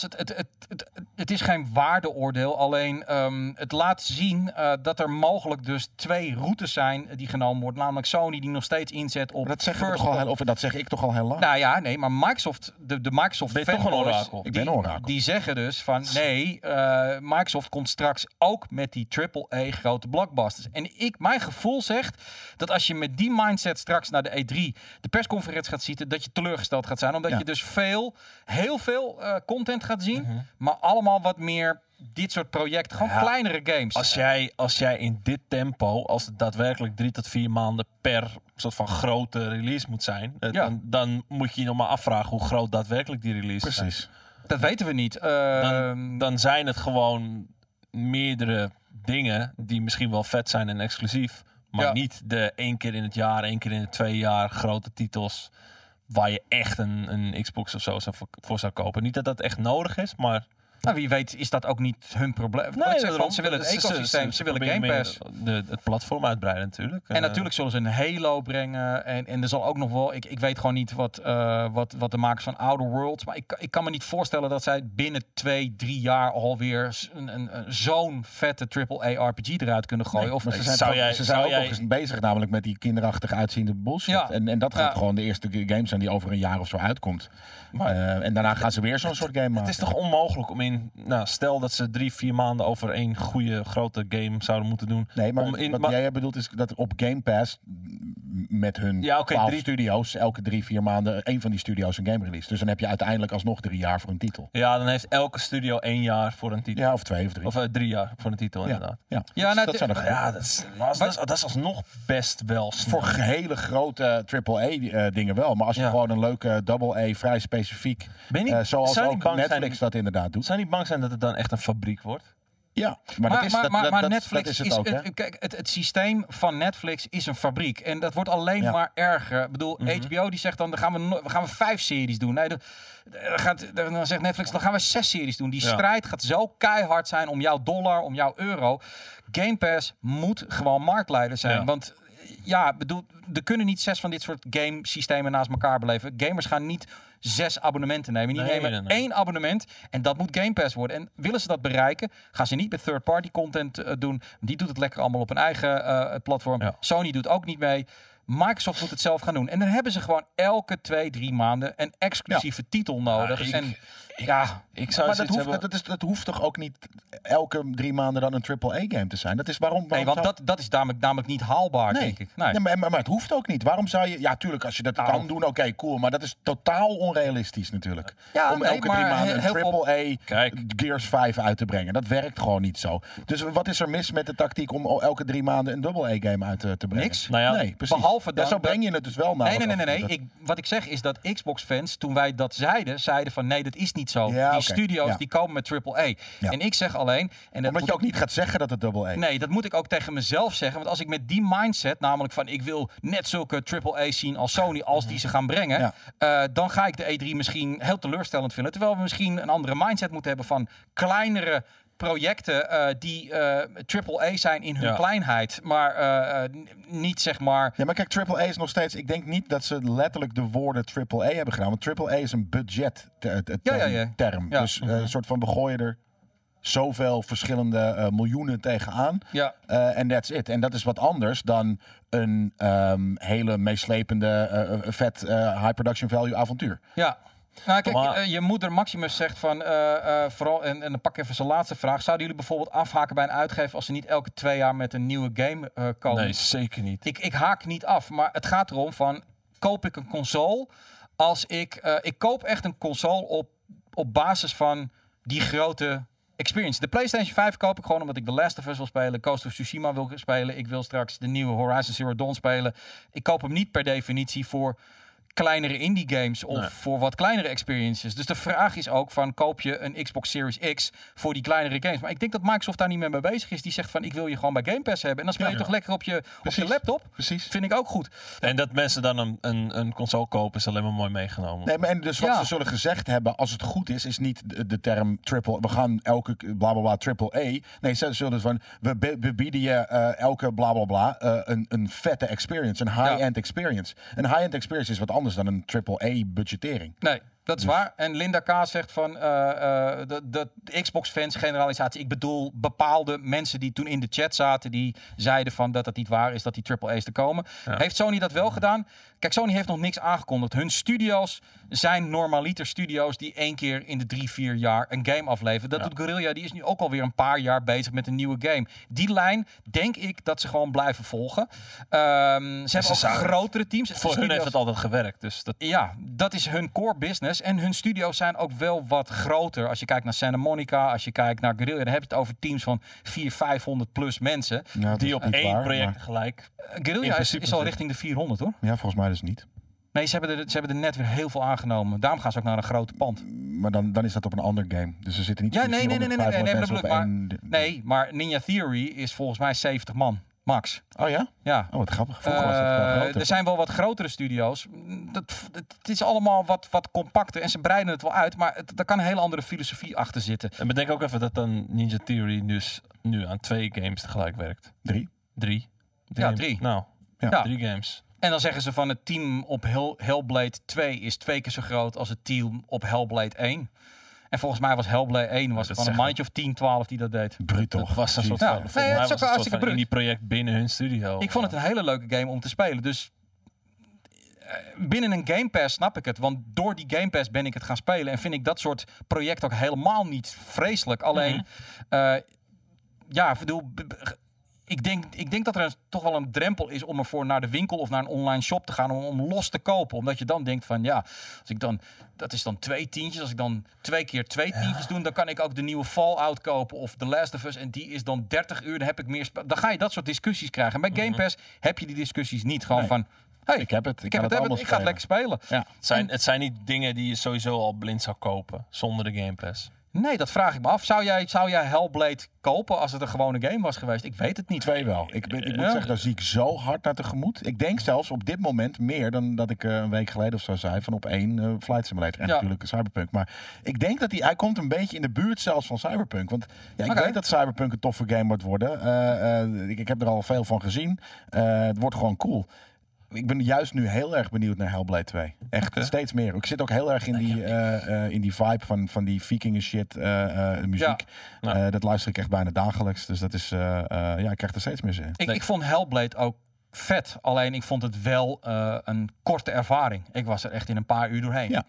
het is geen waardeoordeel. Alleen het laat zien dat er mogelijk dus 2 routes zijn die genomen worden. Namelijk Sony die nog steeds inzet op dat zeg ik toch al heel lang. Nou ja, nee, maar Microsoft, de Microsoft ben je toch een orakel? Ik ben een orakel. Die zeggen dus van nee, Microsoft komt straks ook met die AAA grote blockbusters. En mijn gevoel zegt dat als je met die mindset straks naar de E3 de persconferentie gaat zitten, dat je teleurgesteld gaat zijn. Omdat je dus heel veel content gaat zien, maar allemaal wat meer dit soort projecten, gewoon kleinere games. Als jij in dit tempo, als het daadwerkelijk 3 tot 4 maanden per soort van grote release moet zijn, dan moet je je nog maar afvragen hoe groot daadwerkelijk die release is. Precies. Dat weten we niet. Dan zijn het gewoon meerdere dingen die misschien wel vet zijn en exclusief, maar niet de 1 keer in het jaar, 1 keer in de 2 jaar grote titels waar je echt een Xbox of zo voor zou kopen. Niet dat dat echt nodig is, maar nou, wie weet is dat ook niet hun probleem. Nee, ze willen het ecosysteem, ze willen Game Pass. Het platform uitbreiden natuurlijk. En natuurlijk zullen ze een Halo brengen. En er zal ook nog wel... Ik weet gewoon niet wat de makers van Outer Worlds... Maar ik kan me niet voorstellen dat zij binnen 2-3 jaar alweer zo'n vette AAA-RPG eruit kunnen gooien. Nee, of ze zijn ook nog eens bezig namelijk met die kinderachtig uitziende bullshit. Ja. En dat gaat gewoon de eerste game zijn die over een jaar of zo uitkomt. En daarna gaan ze weer zo'n soort game maken. Het is toch onmogelijk om stel dat ze 3-4 maanden over 1 goede grote game zouden moeten doen. Nee, maar wat jij bedoelt is dat op Game Pass met hun 12 studio's elke 3-4 maanden 1 van die studio's een game release. Dus dan heb je uiteindelijk alsnog 3 jaar voor een titel. Ja, dan heeft elke studio 1 jaar voor een titel. Ja, of 2 of 3. Of 3 jaar voor een titel, inderdaad. Dat is alsnog best wel snel. Voor hele grote AAA dingen wel. Maar als je gewoon een leuke AA vrij specifiek, zoals ook Netflix dat inderdaad doet. Zou niet bang zijn dat het dan echt een fabriek wordt? Ja, maar Netflix is het ook, hè? Kijk, het systeem van Netflix is een fabriek. En dat wordt alleen maar erger. Ik bedoel, HBO die zegt dan, we gaan 5 series doen. Nee, dan zegt Netflix, dan gaan we 6 series doen. Die strijd gaat zo keihard zijn om jouw dollar, om jouw euro. Game Pass moet gewoon marktleider zijn. Ja. Want er kunnen niet 6 van dit soort game systemen naast elkaar beleven. Gamers gaan niet 6 abonnementen nemen. Die nemen 1 abonnement en dat moet Game Pass worden. En willen ze dat bereiken, gaan ze niet met third-party content doen. Die doet het lekker allemaal op een eigen platform. Ja. Sony doet ook niet mee. Microsoft moet het zelf gaan doen. En dan hebben ze gewoon elke 2-3 maanden een exclusieve titel nodig. Dat hoeft toch ook niet elke 3 maanden dan een AAA-game te zijn? Dat is waarom dat is namelijk niet haalbaar, denk ik. Nee. Maar het hoeft ook niet. Waarom zou je... Ja, tuurlijk, als je dat kan doen, oké, cool. Maar dat is totaal onrealistisch natuurlijk. Ja, om elke 3 maanden een AAA Gears 5 uit te brengen. Dat werkt gewoon niet zo. Dus wat is er mis met de tactiek om elke 3 maanden een AA-game uit te brengen? Niks. Nee, precies. Behalve dan... zo breng je het dus wel naar. Nee. Wat ik zeg is dat Xbox-fans, toen wij dat zeiden van nee, dat is niet zo. Ja, die studio's die komen met AAA. Ja. En ik zeg alleen... Omdat je ook niet gaat zeggen dat het AA is. Nee, dat moet ik ook tegen mezelf zeggen. Want als ik met die mindset, namelijk van ik wil net zulke AAA zien als Sony, als die ze gaan brengen, dan ga ik de E3 misschien heel teleurstellend vinden. Terwijl we misschien een andere mindset moeten hebben van kleinere projecten die AAA zijn in hun kleinheid, maar niet zeg maar... Ja, maar kijk, AAA is nog steeds... Ik denk niet dat ze letterlijk de woorden AAA hebben gedaan, want AAA is een budget term. Ja. Dus een soort van begooien er zoveel verschillende miljoenen tegenaan. Ja. En that's it. En dat is wat anders dan een hele meeslepende, vet high production value avontuur. Ja. Nou, kijk, je moeder Maximus zegt van, vooral, en dan pak ik even zijn laatste vraag. Zouden jullie bijvoorbeeld afhaken bij een uitgever als ze niet elke 2 jaar met een nieuwe game komen? Nee, zeker niet. Ik haak niet af, maar het gaat erom van, koop ik een console als ik koop echt een console op basis van die grote experience. De PlayStation 5 koop ik gewoon omdat ik The Last of Us wil spelen, Ghost of Tsushima wil spelen, ik wil straks de nieuwe Horizon Zero Dawn spelen. Ik koop hem niet per definitie voor kleinere indie games of voor wat kleinere experiences. Dus de vraag is ook van, koop je een Xbox Series X voor die kleinere games? Maar ik denk dat Microsoft daar niet meer mee bezig is. Die zegt van, ik wil je gewoon bij Game Pass hebben. En dan speel je toch lekker op je laptop? Precies. Vind ik ook goed. En dat mensen dan een console kopen is alleen maar mooi meegenomen. Nee, maar en dus wat ze zullen gezegd hebben, als het goed is niet de term triple. We gaan elke blablabla triple A. Nee, ze zullen van, we bieden je elke blablabla een vette experience, een high-end experience. Een high-end experience is wat anders dan een triple A budgettering. Nee, dat is waar. En Linda K. zegt van de Xbox-fans generalisatie. Ik bedoel bepaalde mensen die toen in de chat zaten, die zeiden van dat het niet waar is dat die AAA's te komen. Ja. Heeft Sony dat wel gedaan? Kijk, Sony heeft nog niks aangekondigd. Hun studio's zijn normaliter studio's die 1 keer in de 3-4 jaar een game afleveren. Dat doet Guerrilla, die is nu ook alweer een paar jaar bezig met een nieuwe game. Die lijn denk ik dat ze gewoon blijven volgen. Ze hebben ook grotere teams. Voor hun heeft het altijd gewerkt. Dus dat is hun core business. En hun studio's zijn ook wel wat groter. Als je kijkt naar Santa Monica, als je kijkt naar Guerrilla, dan heb je het over teams van 400-500 plus mensen. Ja, die op één project gelijk. Guerrilla is al richting de 400 hoor. Ja, volgens mij dus niet. Nee, ze hebben er net weer heel veel aangenomen. Daarom gaan ze ook naar een grote pand. Maar dan is dat op een ander game. Dus ze zitten niet... Ja, nee, maar Ninja Theory is volgens mij 70 man. Max. Oh ja? Ja. Oh, wat grappig. Vroeger was het wel groter. Er zijn wel wat grotere studio's. Het is allemaal wat compacter. En ze breiden het wel uit. Maar daar kan een hele andere filosofie achter zitten. En bedenk ook even dat dan Ninja Theory dus nu aan 2 games tegelijk werkt. 3. 3. Ja, 3. Nou, ja. 3 games. En dan zeggen ze van het team op Hellblade 2 is 2 keer zo groot als het team op Hellblade 1. En volgens mij was Hellblade 1 van een mandje of 10, 12 die dat deed. Brutal. Dat was een soort van, het is ook hartstikke van indie project binnen hun studio. Ik vond het een hele leuke game om te spelen. Dus binnen een Game Pass snap ik het. Want door die Game Pass ben ik het gaan spelen. En vind ik dat soort projecten ook helemaal niet vreselijk. Alleen, ik denk dat er toch wel een drempel is om ervoor naar de winkel of naar een online shop te gaan om los te kopen. Omdat je dan denkt van als ik dan, dat is dan 2 tientjes. Als ik dan 2 keer 2 tientjes doe, dan kan ik ook de nieuwe Fallout kopen of The Last of Us. En die is dan 30 uur, dan heb ik meer dan ga je dat soort discussies krijgen. En bij Game Pass heb je die discussies niet. Gewoon van, hey, ik heb het, ik ga het lekker spelen. Ja. Het zijn niet dingen die je sowieso al blind zou kopen zonder de Game Pass. Nee, dat vraag ik me af. Zou jij Hellblade kopen als het een gewone game was geweest? Ik weet het niet. 2 wel. Ik moet zeggen, daar zie ik zo hard naar tegemoet. Ik denk zelfs op dit moment meer dan dat ik een week geleden of zo zei van op 1 Flight Simulator. En natuurlijk Cyberpunk. Maar ik denk dat hij komt een beetje in de buurt zelfs van Cyberpunk. Want ik weet dat Cyberpunk een toffe game wordt worden. Ik heb er al veel van gezien. Het wordt gewoon cool. Ik ben juist nu heel erg benieuwd naar Hellblade 2. Echt steeds meer. Ik zit ook heel erg in die vibe van die vikingen shit muziek. Ja. Dat luister ik echt bijna dagelijks. Dus dat is, ik krijg er steeds meer zin in. Ik vond Hellblade ook vet. Alleen ik vond het wel een korte ervaring. Ik was er echt in een paar uur doorheen. Ja.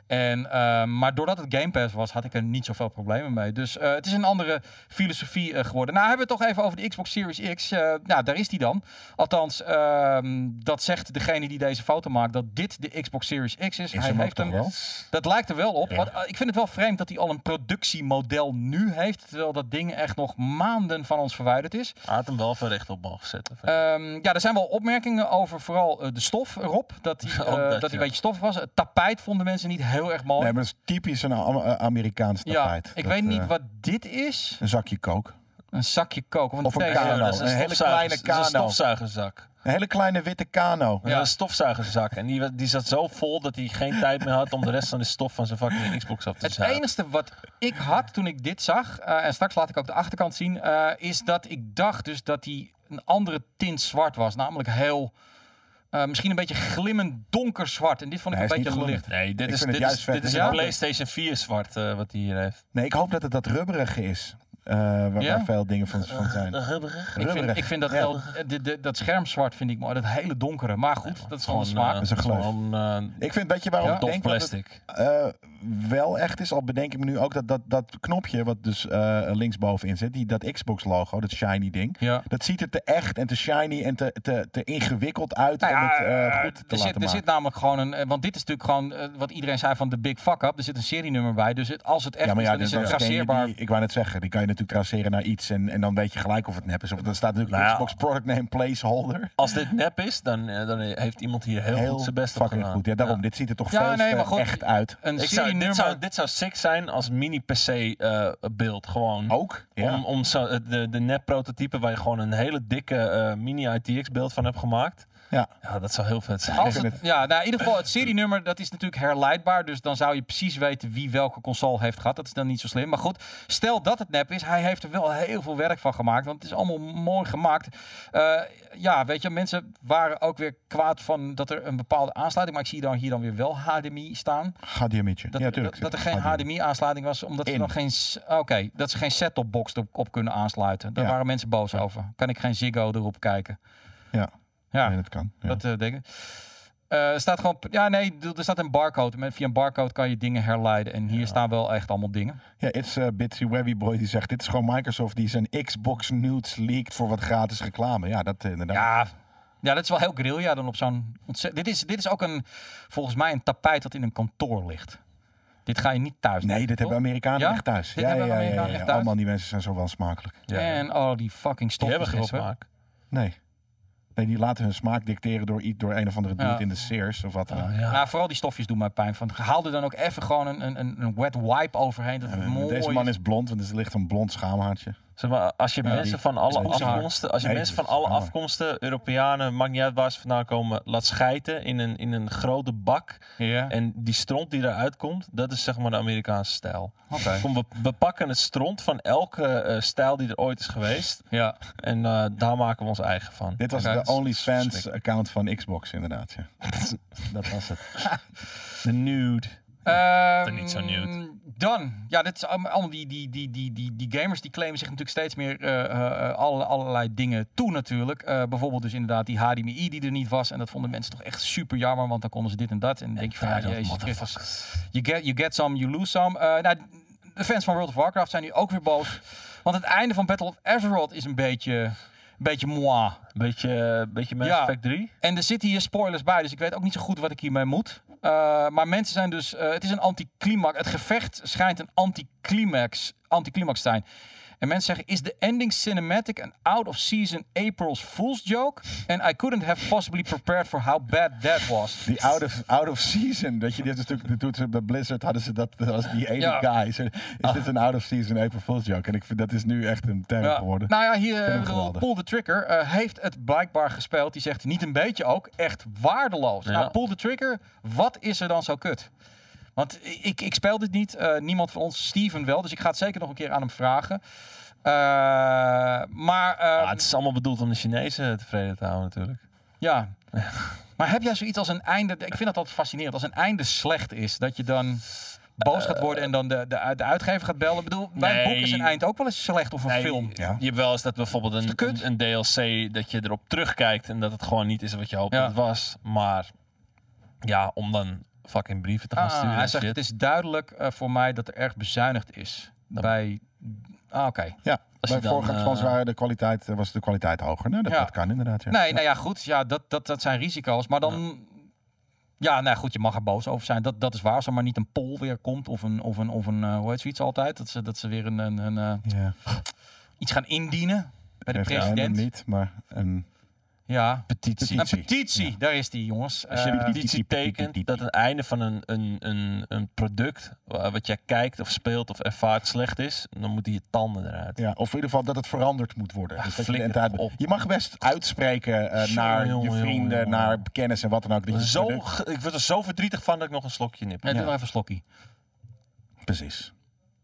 Maar doordat het Game Pass was, had ik er niet zoveel problemen mee. Dus het is een andere filosofie geworden. Nou, hebben we het toch even over de Xbox Series X. Daar is die dan. Althans, dat zegt degene die deze foto maakt, dat dit de Xbox Series X is. Hij heeft hem wel. Dat lijkt er wel op. Ja. Ik vind het wel vreemd dat hij al een productiemodel nu heeft, terwijl dat ding echt nog maanden van ons verwijderd is. Hij had hem wel even recht op mogen zetten. Er zijn wel opmerkingen over vooral de stof erop. Dat hij een beetje stof was. Het tapijt vonden mensen niet heel erg mooi. Nee, maar dat is typisch een Amerikaans tapijt. Ja, ik weet niet wat dit is. Een zakje kook. Een zakje kook. Of een kano. Een hele kleine kano. Een stofzuigerzak. Een hele kleine witte kano. Ja, een stofzuigerzak. En die zat zo vol dat hij geen tijd meer had om de rest van de stof van zijn fucking Xbox af te zuigen. Het enige wat ik had toen ik dit zag, en straks laat ik ook de achterkant zien, is dat ik dacht dus dat hij een andere tint zwart was. Namelijk heel Misschien een beetje glimmend donkerzwart. En dit vond ik een beetje licht. Nee, dit is een een PlayStation 4 zwart wat hij hier heeft. Nee, ik hoop dat het dat rubberige is. Waar veel dingen van zijn. Ik vind dat dat schermzwart vind ik mooi. Dat hele donkere. Maar goed, dat is gewoon smaak. Dat is een geloof. Ik vind, weet je waarom ik denk plastic. Dat het wel echt is. Al bedenk ik me nu ook dat knopje wat dus linksbovenin zit. Dat Xbox logo, dat shiny ding. Ja. Dat ziet er te echt en te shiny en te ingewikkeld uit om het goed te laten maken. Er zit namelijk gewoon want dit is natuurlijk gewoon wat iedereen zei van de big fuck up. Er zit een serienummer bij. Dus als het echt is, dan is het traceerbaar. Ik wou net zeggen, die kan je natuurlijk traceren naar iets en dan weet je gelijk of het nep is. Of dan staat natuurlijk Xbox product name placeholder. Als dit nep is, dan heeft iemand hier heel goed zijn best op gedaan. Goed. Ja, daarom. Dit ziet er toch veel echt uit. Dit zou sick zijn als mini-PC beeld. Gewoon. Ook? Ja. Om de nep prototype waar je gewoon een hele dikke mini-ITX beeld van hebt gemaakt. Ja, dat zou heel vet zijn. In ieder geval, het serienummer, dat is natuurlijk herleidbaar. Dus dan zou je precies weten wie welke console heeft gehad. Dat is dan niet zo slim. Maar goed, stel dat het nep is. Hij heeft er wel heel veel werk van gemaakt. Want het is allemaal mooi gemaakt. Weet je, mensen waren ook weer kwaad van dat er een bepaalde aansluiting... Maar ik zie dan hier dan weer wel HDMI staan. HDMI'tje, ja, tuurlijk. Dat er geen HDMI-aansluiting was, omdat ze nog geen... dat ze geen set-top box op kunnen aansluiten. Daar waren mensen boos over. Kan ik geen Ziggo erop kijken? Ja, nee, dat kan. Ja. Dat denk ik. Er staat gewoon... er staat een barcode. Via een barcode kan je dingen herleiden. En hier staan wel echt allemaal dingen. Ja, It's Bitsy Webby Boy die zegt... Dit is gewoon Microsoft die zijn Xbox nudes leakt voor wat gratis reclame. Ja, dat inderdaad. Ja, dat is wel heel guerrilla dan op zo'n... Dit is ook volgens mij een tapijt dat in een kantoor ligt. Dit ga je niet thuis doen. Nee, dit hebben Amerikanen echt thuis. Ja. Allemaal die mensen zijn zo wel smakelijk. En die fucking stofjes. Die hebben geen smaak. Nee, die laten hun smaak dicteren door een of andere dude in de Sears of wat dan ook. Nou, vooral die stofjes doen mij pijn. Haal er dan ook even gewoon een wet wipe overheen. Dat mooi deze man is blond, want er ligt een blond schaamhaartje. Zeg maar, als je mensen van alle afkomsten, Europeanen, maakt niet uit waar ze vandaan komen, laat schijten in een grote bak. Ja. En die stront die eruit komt, dat is zeg maar de Amerikaanse stijl. Okay. We pakken het stront van elke stijl die er ooit is geweest. Ja. En daar maken we ons eigen van. Dit was de OnlyFans account van Xbox inderdaad. Ja. Dat was het. De nude. Niet zo nude. Dan, dit is allemaal die gamers die claimen zich natuurlijk steeds meer allerlei dingen toe natuurlijk. Bijvoorbeeld dus inderdaad die HDMI die er niet was. En dat vonden mensen toch echt super jammer, want dan konden ze dit en dat. En dan denk je van, jezus, you get some, you lose some. De fans van World of Warcraft zijn nu ook weer boos. Want het einde van Battle of Azeroth is een beetje moi. Beetje Mass Effect 3. En er zitten hier spoilers bij, dus ik weet ook niet zo goed wat ik hiermee moet. Maar mensen zijn dus... het is een anticlimax. Het gevecht schijnt een anticlimax te zijn. En mensen zeggen, is the ending cinematic an out-of-season April's Fool's joke? And I couldn't have possibly prepared for how bad that was. Die out-of-season, dat je dit natuurlijk doet bij Blizzard, hadden ze dat als die ene guy. Is dit een out-of-season April Fool's joke? En ik vind dat is nu echt een term geworden. Nou ja, hier Pull the Trigger heeft het blijkbaar gespeeld. Die zegt niet een beetje ook, echt waardeloos. Ja. Nou, Pull the Trigger, wat is er dan zo kut? Want ik speel dit niet. Niemand van ons, Steven wel. Dus ik ga het zeker nog een keer aan hem vragen. Het is allemaal bedoeld om de Chinezen tevreden te houden natuurlijk. Ja. Maar heb jij zoiets als een einde... Ik vind dat altijd fascinerend. Als een einde slecht is, dat je dan boos gaat worden en dan de uitgever gaat bellen. Ik bedoel, bij een boek is een eind ook wel eens slecht of een film. Ja. Je hebt wel eens dat bijvoorbeeld een DLC dat je erop terugkijkt en dat het gewoon niet is wat je hoopt dat het was. Maar om dan fucking brieven te gaan sturen. Hij zegt, het is duidelijk voor mij dat er erg bezuinigd is. Bij... oké. Ja, bij vorige expansie was de kwaliteit hoger. Nou, dat kan inderdaad. Ja. Nee, nou ja, goed. Ja, dat zijn risico's. Maar dan... Ja, nou goed, je mag er boos over zijn. Dat is waar. Als er maar niet een poll weer komt. Of een hoe heet zoiets altijd? Dat ze weer iets gaan indienen bij de president. Niet, maar een... Ja, petitie. Een petitie, daar is die, jongens. Als je een petitie tekent dat het einde van een product wat jij kijkt of speelt of ervaart slecht is, dan moeten je tanden eruit. Ja, of in ieder geval dat het veranderd moet worden. Dus je mag best uitspreken naar je vrienden, naar kennis en wat dan ook. Ik word er zo verdrietig van dat ik nog een slokje nip. Doe nog even een slokje. Precies.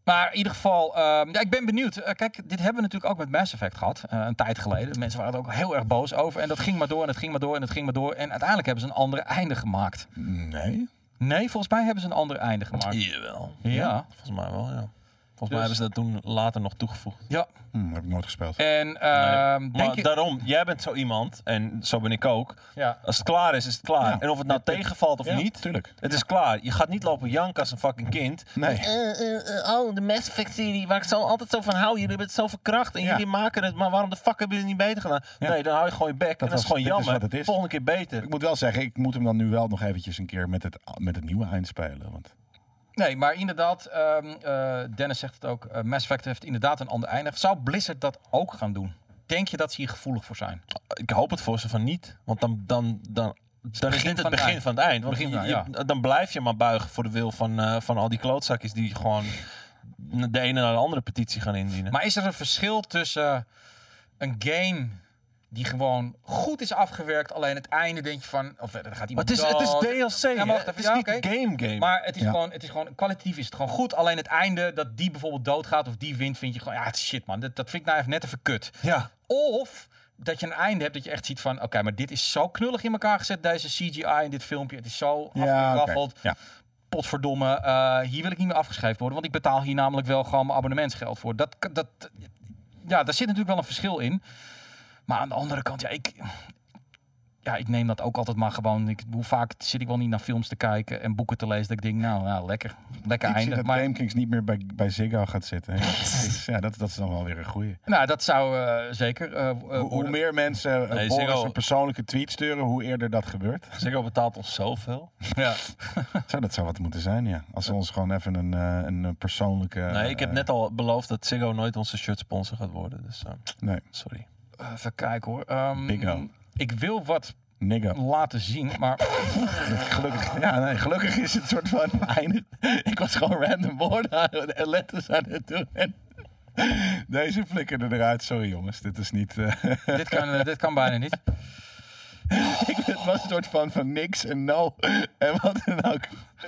Maar in ieder geval, ik ben benieuwd. Kijk, dit hebben we natuurlijk ook met Mass Effect gehad. Een tijd geleden. Mensen waren er ook heel erg boos over. En dat ging maar door en het ging maar door en het ging maar door. En uiteindelijk hebben ze een andere einde gemaakt. Nee, volgens mij hebben ze een ander einde gemaakt. Jawel. Ja. Volgens mij wel, ja. Volgens mij hebben ze dat toen later nog toegevoegd. Ja. Heb ik nooit gespeeld. En maar daarom, jij bent zo iemand, en zo ben ik ook. Ja. Als het klaar is, is het klaar. Ja. En of het nou tegenvalt of niet, Tuurlijk. het is klaar. Je gaat niet lopen janken als een fucking kind. Nee. De Mass Effect serie, waar ik altijd zo van hou. Jullie hebben het zo verkracht en jullie maken het. Maar waarom de fuck hebben jullie het niet beter gedaan? Ja. Nee, dan hou je gewoon je bek. En dat is gewoon jammer. Wat het is. Volgende keer beter. Ik moet wel zeggen, ik moet hem dan nu wel nog eventjes een keer met het nieuwe eind spelen. Want... Nee, maar inderdaad, Dennis zegt het ook. Mass Effect heeft inderdaad een ander einde. Zou Blizzard dat ook gaan doen? Denk je dat ze hier gevoelig voor zijn? Ik hoop het voor ze van niet. Want dan is dit het begin van het eind. Want dan blijf je maar buigen voor de wil van al die klootzakjes die gewoon de ene naar de andere petitie gaan indienen. Maar is er een verschil tussen een game die gewoon goed is afgewerkt, alleen het einde denk je van, of er gaat iemand het is DLC, ja, maar het is niet game. Maar het is gewoon kwalitatief is het gewoon goed, alleen het einde dat die bijvoorbeeld doodgaat of die wint, vind je gewoon, ja, het is shit man, dat vind ik nou even net even kut. Ja. Of dat je een einde hebt dat je echt ziet van, oké, maar dit is zo knullig in elkaar gezet, deze CGI in dit filmpje, het is zo afgeraffeld. Okay. Ja. Potverdomme, hier wil ik niet meer afgeschreven worden, want ik betaal hier namelijk wel gewoon mijn abonnementsgeld voor. Daar zit natuurlijk wel een verschil in. Maar aan de andere kant, ik neem dat ook altijd maar gewoon. Hoe vaak zit ik wel niet naar films te kijken en boeken te lezen dat ik denk, nou lekker einde. Zie dat maar GameKings niet meer bij Ziggo gaat zitten. Ja, dat is dan wel weer een goeie. Nou, dat zou zeker hoe meer mensen Boris een persoonlijke tweet sturen, hoe eerder dat gebeurt. Ziggo betaalt ons zoveel. Ja. Dat zou wat moeten zijn, ja. Als ze ons gewoon even een persoonlijke... Nee, ik heb net al beloofd dat Ziggo nooit onze shirt sponsor gaat worden. Dus nee. Sorry. Even kijken hoor. Biggo. Ik wil wat Niggo. laten zien, maar... Gelukkig is het een soort van eindig. Ik was gewoon random woorden en letters aan het doen. En deze flikkerde eruit. Sorry jongens, dit is niet... Dit kan bijna niet. Het was een soort van niks en no. En wat dan ook.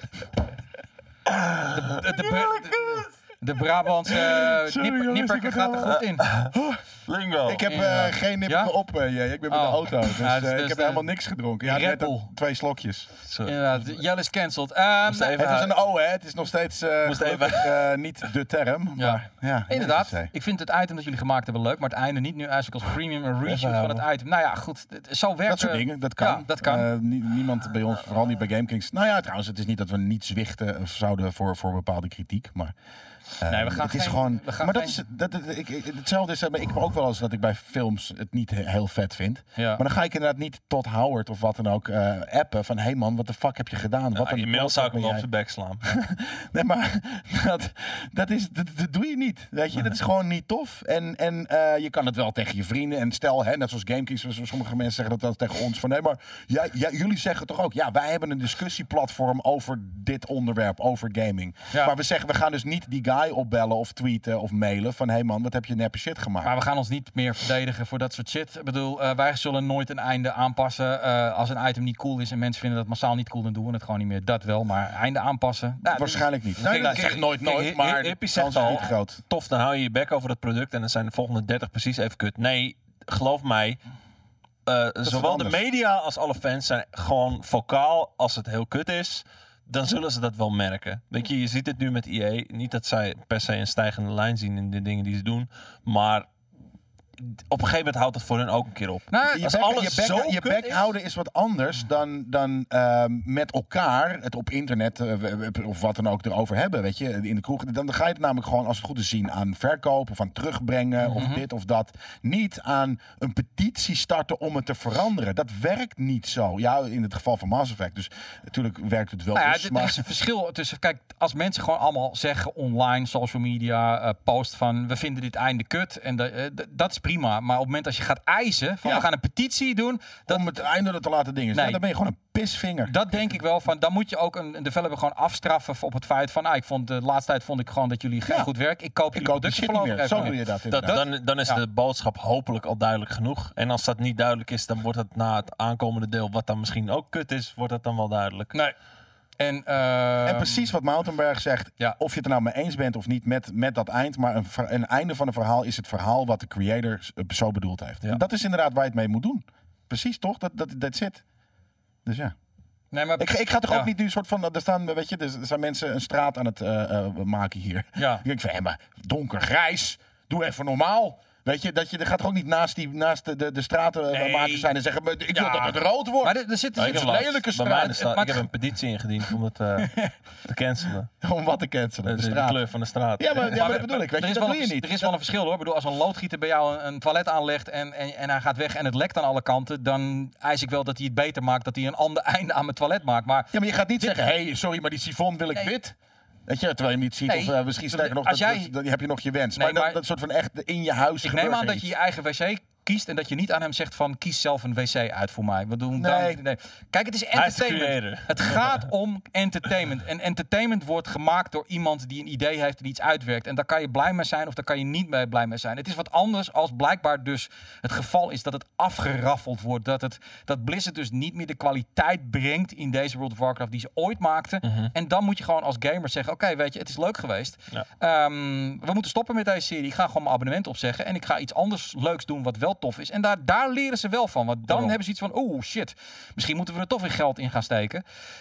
De Brabantse nipper gaat er goed in. Lingo. Ik heb geen nipper op, ik ben met de auto. Dus, ik heb helemaal niks gedronken. Ja, net 2 slokjes. Inderdaad, Jelle is cancelled. Het was een O, hè? Het is nog steeds niet de term. Ja. Maar, inderdaad, ik vind het item dat jullie gemaakt hebben leuk, maar het einde niet nu eigenlijk als premium een reshoot van het item. Nou ja, goed, zo werkt dat soort dingen, dat kan. Ja, dat kan. Niemand bij ons, vooral niet bij GameKings. Nou ja, trouwens, het is niet dat we niet zwichten of zouden voor bepaalde kritiek, maar... nee, we gaan het is gewoon. Maar hetzelfde is. Ik heb ook wel eens dat ik bij films het niet heel vet vind. Ja. Maar dan ga ik inderdaad niet tot Howard of wat dan ook appen van hey man, wat de fuck heb je gedaan? Wat in mail zou ik hem op zijn bek slaan. Nee, maar dat doe je niet. Weet je, dat is gewoon niet tof. En je kan het wel tegen je vrienden. En stel, net zoals GameKings, sommige mensen zeggen dat wel tegen ons van nee, maar jullie zeggen toch ook, ja, wij hebben een discussieplatform over dit onderwerp, over gaming. Ja. Maar we zeggen, we gaan dus niet die guy opbellen of tweeten of mailen van hey man, wat heb je neppe shit gemaakt. Maar we gaan ons niet meer verdedigen voor dat soort shit. Ik bedoel, wij zullen nooit een einde aanpassen. Als een item niet cool is en mensen vinden dat massaal niet cool, dan doen we het gewoon niet meer. Dat wel, maar einde aanpassen. Waarschijnlijk niet. Nee, ik zeg nooit, maar Hippie zegt al, niet groot. Tof, dan hou je je bek over het product en dan zijn de volgende 30 precies even kut. Nee, geloof mij, zowel de media als alle fans zijn gewoon vocaal als het heel kut is. Dan zullen ze dat wel merken. Weet je ziet het nu met EA. Niet dat zij per se een stijgende lijn zien in de dingen die ze doen. Maar op een gegeven moment houdt het voor hen ook een keer op. Nou, je bek houden is wat anders dan met elkaar het op internet of wat dan ook erover hebben. Weet je, in de kroeg. Dan ga je het namelijk gewoon als het goed is zien aan verkopen of aan terugbrengen of dit of dat. Niet aan een petitie starten om het te veranderen. Dat werkt niet zo. Ja, in het geval van Mass Effect. Dus natuurlijk werkt het wel. Nou ja, er is een verschil tussen. Kijk, als mensen gewoon allemaal zeggen online, social media, post van we vinden dit einde kut en dat is prima, maar op het moment als je gaat eisen van we gaan een petitie doen om het einde te laten dingen, dan ben je gewoon een pisvinger. Dat denk ik wel van. Dan moet je ook een developer gewoon afstraffen op het feit van ik vond de laatste tijd vond ik gewoon dat jullie geen goed werk. Ik koop jullie producten voorlopig. Zo doe je dat. Dan is de boodschap hopelijk al duidelijk genoeg. En als dat niet duidelijk is, dan wordt het na het aankomende deel, wat dan misschien ook kut is, wordt dat dan wel duidelijk. Nee. En precies wat Mountainberg zegt, of je het er nou mee eens bent of niet met dat eind, maar een einde van een verhaal is het verhaal wat de creator zo bedoeld heeft. Ja. En dat is inderdaad waar je het mee moet doen. Precies, toch? Dat zit. Dus ja. Nee, maar ik ga toch ook niet nu soort van, er staan, weet je, er zijn mensen een straat aan het maken hier. Ja. Ik denk van, maar donkergrijs, doe even normaal. Weet je, er gaat toch ook niet naast de stratenmakers zijn en zeggen, ik wil dat het rood wordt. Maar er zit een lelijke straat. Ik heb een petitie ingediend om het te cancelen. Om wat te cancelen? De kleur van de straat. Ja, maar dat bedoel ik. Weet je, dat wil je niet. Er is wel een verschil hoor. Ik bedoel, als een loodgieter bij jou een toilet aanlegt en hij gaat weg en het lekt aan alle kanten, dan eis ik wel dat hij het beter maakt, dat hij een ander einde aan mijn toilet maakt. Maar ja, maar je gaat niet zeggen, sorry, maar die sifon wil ik wit. Weet je, terwijl je hem niet ziet, of misschien sterker nog, dan heb je nog je wens. Nee, maar dat soort van echt in je huis. Ik neem aan dat je je eigen wc kiest en dat je niet aan hem zegt van kies zelf een wc uit voor mij. Nee. Kijk, het is entertainment. Het gaat om entertainment. En entertainment wordt gemaakt door iemand die een idee heeft en iets uitwerkt. En daar kan je blij mee zijn of daar kan je niet blij mee zijn. Het is wat anders als blijkbaar dus het geval is dat het afgeraffeld wordt. Dat Blizzard dus niet meer de kwaliteit brengt in deze World of Warcraft die ze ooit maakten. Mm-hmm. En dan moet je gewoon als gamer zeggen, oké, weet je, het is leuk geweest. Ja. We moeten stoppen met deze serie. Ik ga gewoon mijn abonnement opzeggen en ik ga iets anders leuks doen wat wel tof is. En daar leren ze wel van. Want dan hebben ze iets van, shit, misschien moeten we er toch weer geld in gaan steken.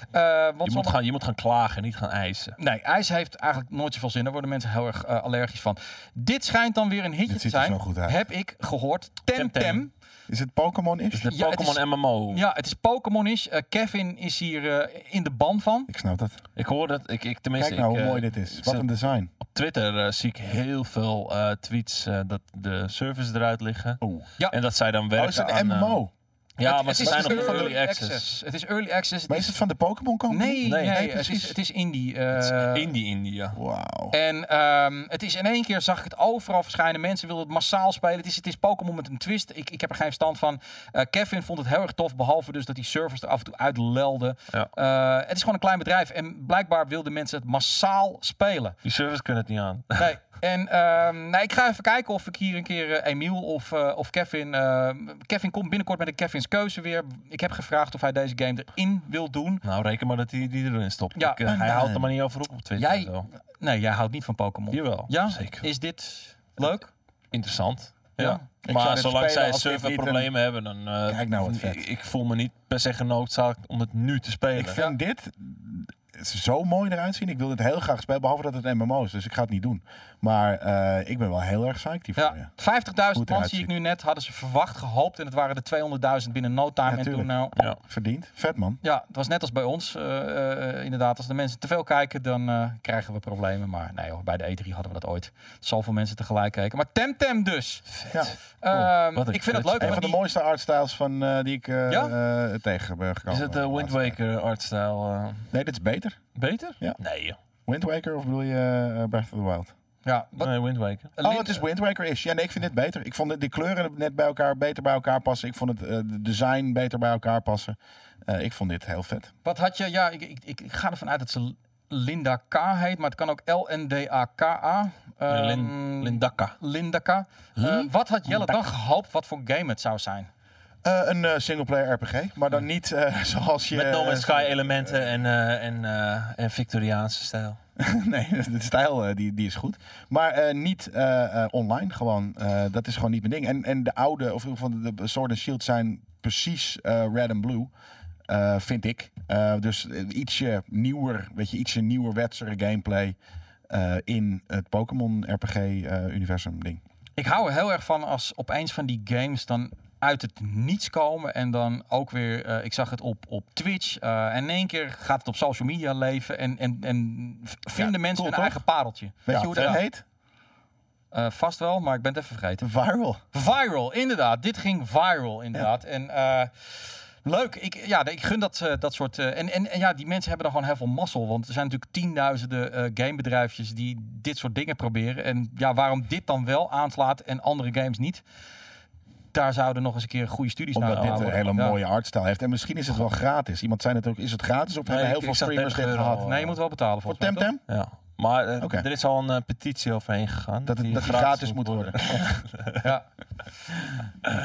Je moet gaan klagen, niet gaan eisen. Nee, ijs heeft eigenlijk nooit zoveel zin. Daar worden mensen heel erg allergisch van. Dit schijnt dan weer een hitje te zijn. Heb ik gehoord. Temtem. Is het Pokémon-ish? Is het Pokémon MMO? Ja, het is Pokémon-ish. Kevin is hier in de ban van. Ik snap dat. Ik hoor dat. Tenminste, kijk nou hoe mooi dit is. Wat een design. Op Twitter zie ik heel veel tweets dat de servers eruit liggen. Ja. En dat zij dan werken is het een MMO? Ja, maar ze zijn nog early access. Het is early access. Maar is het van de Pokémon company? Nee, het is indie. Het is indie, ja. Wauw. En het is in één keer, zag ik het overal verschijnen. Mensen wilden het massaal spelen. Het is Pokémon met een twist. Ik heb er geen verstand van. Kevin vond het heel erg tof, behalve dus dat die servers er af en toe uitlelden. Ja. Het is gewoon een klein bedrijf. En blijkbaar wilden mensen het massaal spelen. Die servers kunnen het niet aan. Nee. En ik ga even kijken of ik hier een keer Emiel of Kevin... Kevin komt binnenkort met een Kevin's Keuze weer. Ik heb gevraagd of hij deze game erin wil doen. Nou, reken maar dat hij die erin stopt. Ja, hij houdt er maar niet over op Twitter. Jij houdt niet van Pokémon. Jawel, ja? Zeker. Is dit leuk? Interessant. Ja. Maar zolang zij serverproblemen hebben, dan... Kijk nou wat vet. Ik voel me niet per se genoodzaakt om het nu te spelen. Ik vind dit... Het is zo mooi eruit zien. Ik wil dit heel graag spelen, behalve dat het MMO is. Dus ik ga het niet doen. Maar ik ben wel heel erg psyched hiervoor. Ja. 50.000 man zie ik nu net. Hadden ze verwacht, gehoopt. En het waren er 200.000 binnen no time. Ja, en toen verdiend. Vet man. Ja, het was net als bij ons. Inderdaad, als de mensen te veel kijken, dan krijgen we problemen. Maar nee hoor, bij de E3 hadden we dat ooit. Zoveel mensen tegelijk kijken. Maar Temtem dus. Vet. Ja. Ik vind het leuk. Een van de mooiste artstyles die ik tegen ben gekomen. Is het de Wind Waker artstyle? Nee, dit is beter. Beter? Ja. Nee. Wind Waker of bedoel je Breath of the Wild? Ja, nee, Wind Waker. Het is Wind Waker-ish. Ja, nee, ik vind dit beter. Ik vond die kleuren net beter bij elkaar passen. Ik vond het design beter bij elkaar passen. Ik vond dit heel vet. Wat had je... Ja, ik ga ervan uit dat ze Linda K heet, maar het kan ook Lndaka. Lindaka. Wat had Jelle dan gehoopt wat voor game het zou zijn? Een singleplayer RPG, maar dan niet zoals je... Met No Man's Sky elementen en Victoriaanse stijl. Nee, de stijl die is goed. Maar niet online gewoon. Dat is gewoon niet mijn ding. En de oude, of van de Sword and Shield zijn precies red en blue. Vind ik. Dus ietsje nieuwer, ietsje nieuwerwetsere gameplay in het Pokémon RPG-universum ding. Ik hou er heel erg van als opeens van die games dan uit het niets komen en dan ook weer, ik zag het op Twitch en in één keer gaat het op social media leven en vinden mensen hun eigen pareltje. Weet je hoe dat heet? Vast wel, maar ik ben het even vergeten. Viral, inderdaad. Dit ging viral, inderdaad. Ja. En leuk. Ik gun dat soort... En die mensen hebben dan gewoon heel veel mazzel. Want er zijn natuurlijk tienduizenden gamebedrijfjes die dit soort dingen proberen. En ja, waarom dit dan wel aanslaat en andere games niet? Daar zouden nog eens een keer goede studies naar Omdat dit een hele mooie artstyle heeft. En misschien is het wel gratis. Iemand zei het ook, is het gratis? Of hebben heel veel streamers dit gehad? Nee, je moet wel betalen voor Temtem? Ja. Maar er is al een petitie overheen gegaan. Dat die gratis moet worden. Ja.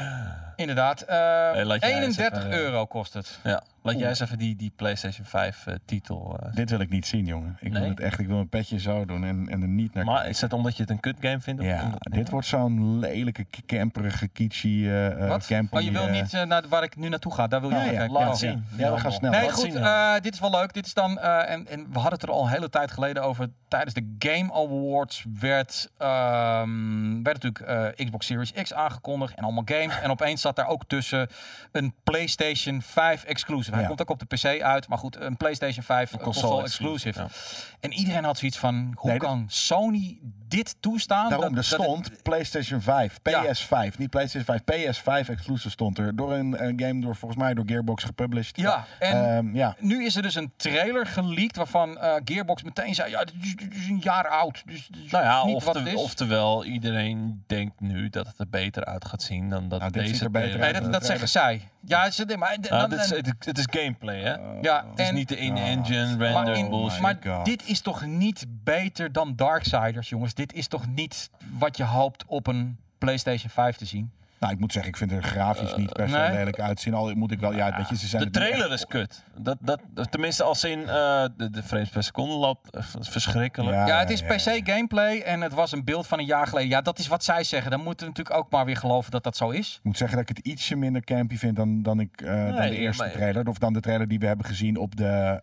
Inderdaad. laat jij eens 31 even, euro kost het. Ja, laat jij eens even die PlayStation 5 titel... Dit wil ik niet zien, jongen. Ik wil het echt. Ik wil een petje zo doen en er niet naar Maar kijken. is dat omdat je het een kut game vindt? Ja, dit wordt zo'n lelijke, camperige, kitschy Wat? campy. Je wil niet naar waar ik nu naartoe ga. Daar wil je naar kijken. laat zien. Ja, we gaan snel. Nee, Laat goed. zien, Dit is wel leuk. Dit is dan... en we hadden het er al een hele tijd geleden over. Tijdens de Game Awards werd natuurlijk Xbox Series X aangekondigd. En allemaal games. En opeens zat daar ook tussen een PlayStation 5 exclusive. Hij komt ook op de PC uit. Maar goed, een PlayStation 5 console exclusive. Ja. En iedereen had zoiets van... Hoe kan Sony dit toestaan? Daarom, er stond PlayStation 5, PS5, niet PlayStation 5, PS5 exclusive stond er. Door een game, volgens mij door Gearbox gepublished. Ja, en ja. nu is er dus een trailer geleakt waarvan Gearbox meteen zei... Ja, dit is een jaar oud. Dus Nou ja, niet wat het is. oftewel, iedereen denkt nu dat het er beter uit gaat zien dan dat dit ziet deze er beter trailer- Nee, dat zeggen zij. Ja, maar... het is gameplay, hè? ja, Het is niet de in-engine render bullshit. Maar God. dit is toch niet beter dan Darksiders, jongens? Dit is toch niet wat je hoopt op een PlayStation 5 te zien? Nou, ik moet zeggen, ik vind er grafisch niet per se nee. lelijk uitzien. Al moet ik wel, ja, weet je, ze zijn De trailer is kut. Tenminste, als in de frames per seconde loopt verschrikkelijk. Ja. Ja, het is PC gameplay en het was een beeld van een jaar geleden. Ja, dat is wat zij zeggen. Dan moeten we natuurlijk ook maar weer geloven dat dat zo is. Ik moet zeggen dat ik het ietsje minder campy vind dan de eerste trailer. Of dan de trailer die we hebben gezien op de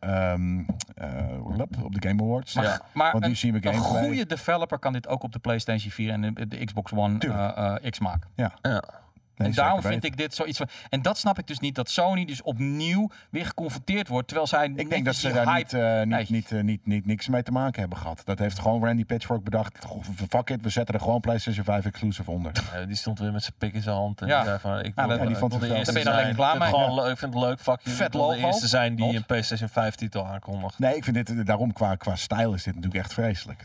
Game Awards. Maar Want nu zien we een gameplay. goede developer kan dit ook op de PlayStation 4 en de Xbox One X maken. Ja. Ja. Nee, en daarom zeker vind weten. ik dit zoiets van... En dat snap ik dus niet, dat Sony dus opnieuw weer geconfronteerd wordt. Terwijl zij Ik denk dat ze daar niet niks mee te maken hebben gehad. Dat heeft gewoon Randy Pitchfork bedacht. Goh, fuck it, we zetten er gewoon PlayStation 5 exclusive onder. Die stond weer met zijn pik in zijn hand. En Ja. die zei van, ik wil die vond de het wel. eerste Daar ben je dan zijn. lekker klaar Ik vind het mee. gewoon leuk. Ik vind het leuk, fuck you. Vet Ik wil de logo. eerste zijn die Hot. een PlayStation 5 titel aankondigt. Nee, ik vind dit daarom qua stijl is dit natuurlijk echt vreselijk.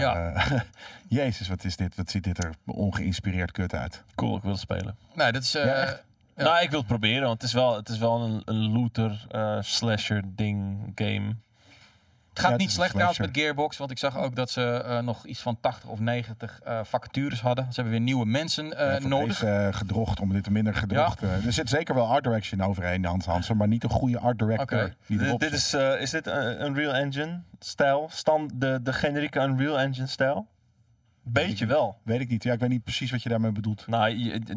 Jezus, wat is dit? Wat ziet dit er ongeïnspireerd kut uit. Cool, ik wil het spelen. Nee, dat is... echt? Ja. Nou, ik wil het proberen, want het is wel een looter slasher ding game. Het gaat het niet is slecht een trouwens slasher. met Gearbox, want ik zag ook dat ze nog iets van 80 of 90 vacatures hadden. Ze hebben weer nieuwe mensen Voor nodig. deze gedrocht, om dit minder gedrocht. Er zit zeker wel art direction overheen, Hansen, maar niet een goede art director. Oké. Die erop Dit zit. is dit een Unreal Engine stijl? De generieke Unreal Engine stijl? Beetje wel. Weet ik niet. Ja, ik weet niet precies wat je daarmee bedoelt. Nou,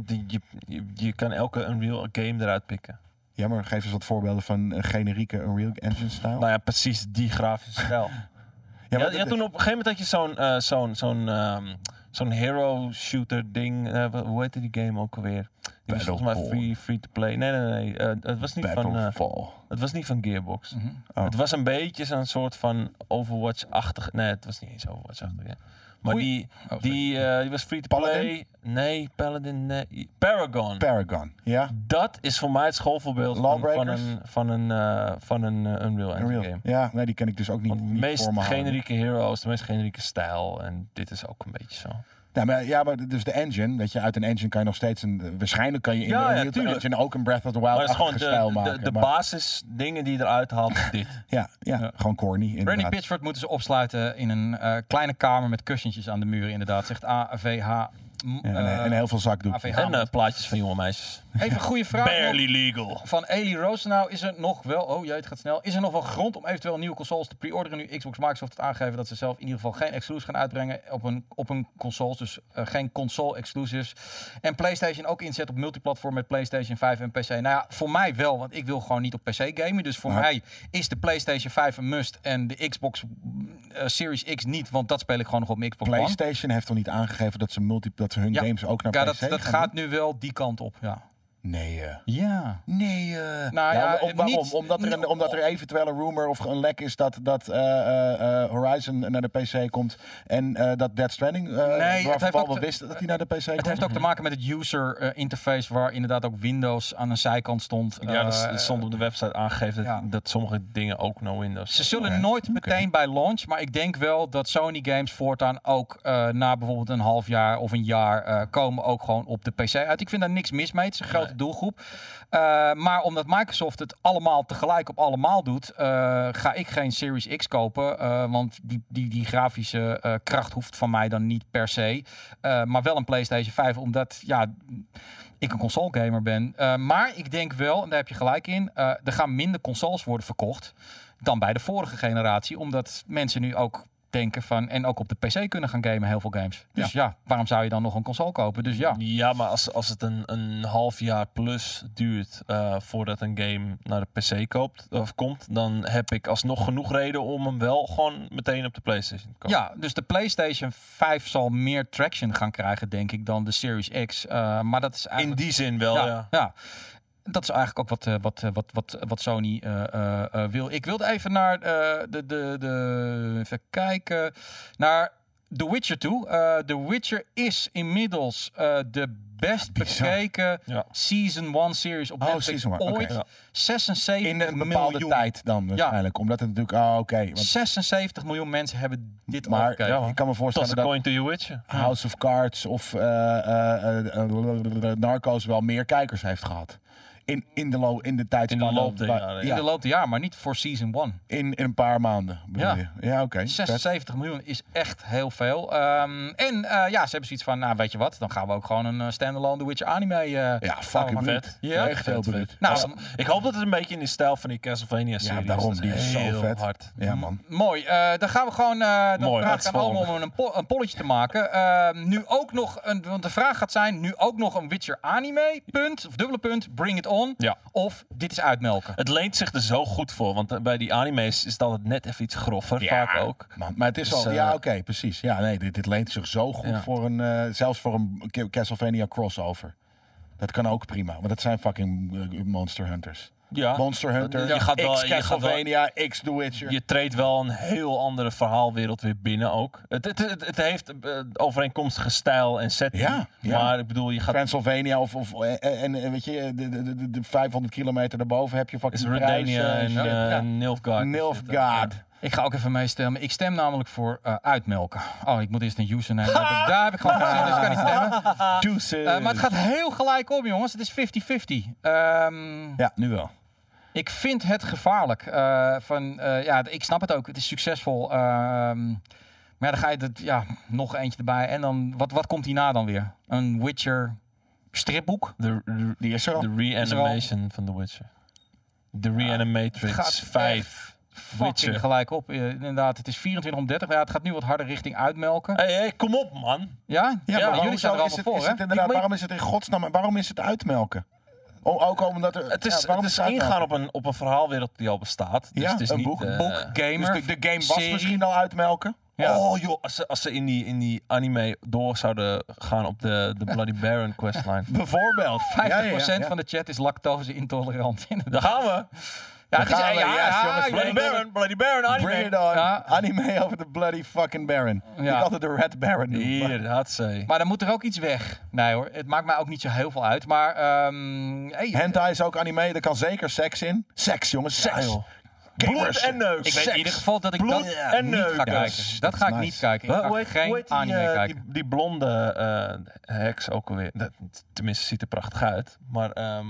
je kan elke Unreal game eruit pikken. Ja, maar geef eens wat voorbeelden van een generieke Unreal Engine stijl. Nou ja, precies die grafische stijl. maar Ja, toen op een gegeven moment had je zo'n hero shooter ding. Hoe heette die game ook alweer? Die was volgens mij free to play. Nee. Het was niet van. Battlefall. Het was niet van Gearbox. Oh. Het was een beetje zo'n soort van Overwatch-achtig. Nee, het was niet eens Overwatch-achtig. Ja. Maar die was free to play. Paladin? Nee, Paladin. Nee. Paragon. Ja. Dat is voor mij het schoolvoorbeeld Lawbreakers? van een Unreal Engine game. Ja, nee, die ken ik dus ook niet. Want de niet meest voor me houden. generieke heroes, de meest generieke stijl. En dit is ook een beetje zo. Maar dus de engine, weet je, uit een engine kan je nog steeds waarschijnlijk kan je in Ja, de ja, Unreal tuurlijk. Engine ook een Breath of the Maar Wild het is gewoon stijl maken. de maar- basisdingen die je eruit haalt, is dit. Ja, gewoon corny inderdaad. Randy Pitchford moeten ze opsluiten in een kleine kamer met kussentjes aan de muren, inderdaad. Zegt AVH. En heel veel zakdoek. AVH. En plaatjes van jonge meisjes. Even een goede vraag. Barely legal. Van Eli Rosenau, is er nog wel... Oh jee, het gaat snel. Is er nog wel grond om eventueel nieuwe consoles te pre-orderen nu Xbox Microsoft heeft aangegeven dat ze zelf in ieder geval geen exclusives gaan uitbrengen op een consoles, dus geen console exclusives. En PlayStation ook inzet op multiplatform met PlayStation 5 en PC. Nou ja, voor mij wel, want ik wil gewoon niet op PC gamen. Dus voor mij is de PlayStation 5 een must en de Xbox Series X niet, want dat speel ik gewoon nog op mijn Xbox One. PlayStation heeft toch niet aangegeven dat ze hun games ook naar Ja, PC dat gaan gaat doen? nu wel die kant op, ja. Nee. Ja. Nee. Nou ja, waarom? niet- Omdat er eventueel een rumor of een lek is dat Horizon naar de PC komt en dat Death Stranding, het heeft ook we wisten dat hij naar de PC komt. Het heeft ook te maken met het user interface, waar inderdaad ook Windows aan een zijkant stond. Ja, dat stond op de website aangegeven ja. dat sommige dingen ook no Windows. Ze zullen nooit meteen bij launch, maar ik denk wel dat Sony games voortaan ook na bijvoorbeeld een half jaar of een jaar komen ook gewoon op de PC uit. Ik vind daar niks mis mee. Het is een grote dezelfde doelgroep. Maar omdat Microsoft het allemaal tegelijk op allemaal doet, ga ik geen Series X kopen. Want die grafische kracht hoeft van mij dan niet per se. Maar wel een PlayStation 5, omdat ik een console gamer ben. Maar ik denk wel, en daar heb je gelijk in, er gaan minder consoles worden verkocht dan bij de vorige generatie. Omdat mensen nu ook denken van, en ook op de PC kunnen gaan gamen, heel veel games. Dus waarom zou je dan nog een console kopen? Dus ja. Ja, maar als het een half jaar plus duurt voordat een game naar de PC komt, dan heb ik alsnog genoeg reden om hem wel gewoon meteen op de PlayStation te kopen. Ja, dus de PlayStation 5 zal meer traction gaan krijgen, denk ik, dan de Series X. Maar dat is eigenlijk... In die zin wel, ja. Dat is eigenlijk ook wat Sony wil. Ik wilde even naar even kijken naar The Witcher toe. The Witcher is inmiddels de best bekeken Season 1 series op Netflix ooit. Okay. 76 in een bepaalde tijd dan waarschijnlijk. Omdat het natuurlijk... 76 miljoen mensen hebben dit maar gekeken. Ik kan me voorstellen dat Going to your Witcher. House of Cards of Narcos wel meer kijkers heeft gehad. In de loop der jaren, maar niet voor Season 1. In een paar maanden. Ja, oké. 76 miljoen is echt heel veel. Ze hebben zoiets van, weet je wat, dan gaan we ook gewoon een standalone The Witcher anime. Fucking vet. Ja, echt heel vet. Nou, ik hoop dat het een beetje in de stijl van die Castlevania-serie is. Ja, daarom, die is zo vet. Hard. Ja, man. Mooi. Dan gaan we gewoon vraag aan allemaal om een polletje te maken. Nu ook nog, want de vraag gaat zijn, nu ook nog een Witcher anime, punt, of dubbele punt, bring it on. Ja. Of dit is uitmelken. Het leent zich er zo goed voor, want bij die anime's is het altijd net even iets groffer, vaak ook. Maar het is dus, al, precies. Ja, nee, dit leent zich zo goed voor zelfs voor een Castlevania crossover. Dat kan ook prima, want dat zijn fucking Monster Hunters. Ja. Monster Hunter, X Castlevania, X The Witcher. Je treedt wel een heel andere verhaalwereld weer binnen ook. Het heeft overeenkomstige stijl en setting. Ja. Maar ik bedoel, je gaat... Transylvania en weet je, de 500 kilometer daarboven heb je fucking Redania en Nilfgaard. Nilfgaard. Ik ga ook even meestemmen. Ik stem namelijk voor uitmelken. Oh, ik moet eerst een username hebben. Daar heb ik gewoon gezien, dus ik kan niet stemmen. Maar het gaat heel gelijk om, jongens. Het is 50-50. Ja, nu wel. Ik vind het gevaarlijk. Ik snap het ook. Het is succesvol. Maar dan ga je nog eentje erbij. En dan, wat komt hierna dan weer? Een Witcher stripboek? Die is er al. De reanimation van The Witcher. De Reanimatrix 5. Fucking gelijk op. Inderdaad, het is 2430. Ja, het gaat nu wat harder richting uitmelken. Hey, kom op, man. Ja? Maar jullie zijn er allemaal voor, hè? Waarom is het in godsnaam? Waarom is het uitmelken? Ook omdat er... Het is ingaan op een verhaalwereld die al bestaat. Dus het is een niet, boek, gamer. Dus de game was misschien al uitmelken? Ja. Oh joh, als ze in die anime door zouden gaan op de Bloody Baron questline. Bijvoorbeeld. 50% van de chat is lactose intolerant. Daar gaan we. Ja, het is Bloody Baron anime. Bring it on. Anime over de Bloody fucking Baron. Ik altijd de Red Baron doen. Hier, had ze. Maar dan moet er ook iets weg. Nee hoor, het maakt mij ook niet zo heel veel uit. Maar hentai is ook anime, er kan zeker seks in. Seks, jongens, seks. Ja, bloed en neus. Ik weet in ieder geval dat ik dat niet ga kijken. Dat ga ik niet kijken. Ik ga geen anime kijken. Die blonde heks ook alweer. Tenminste, ziet er prachtig uit. Maar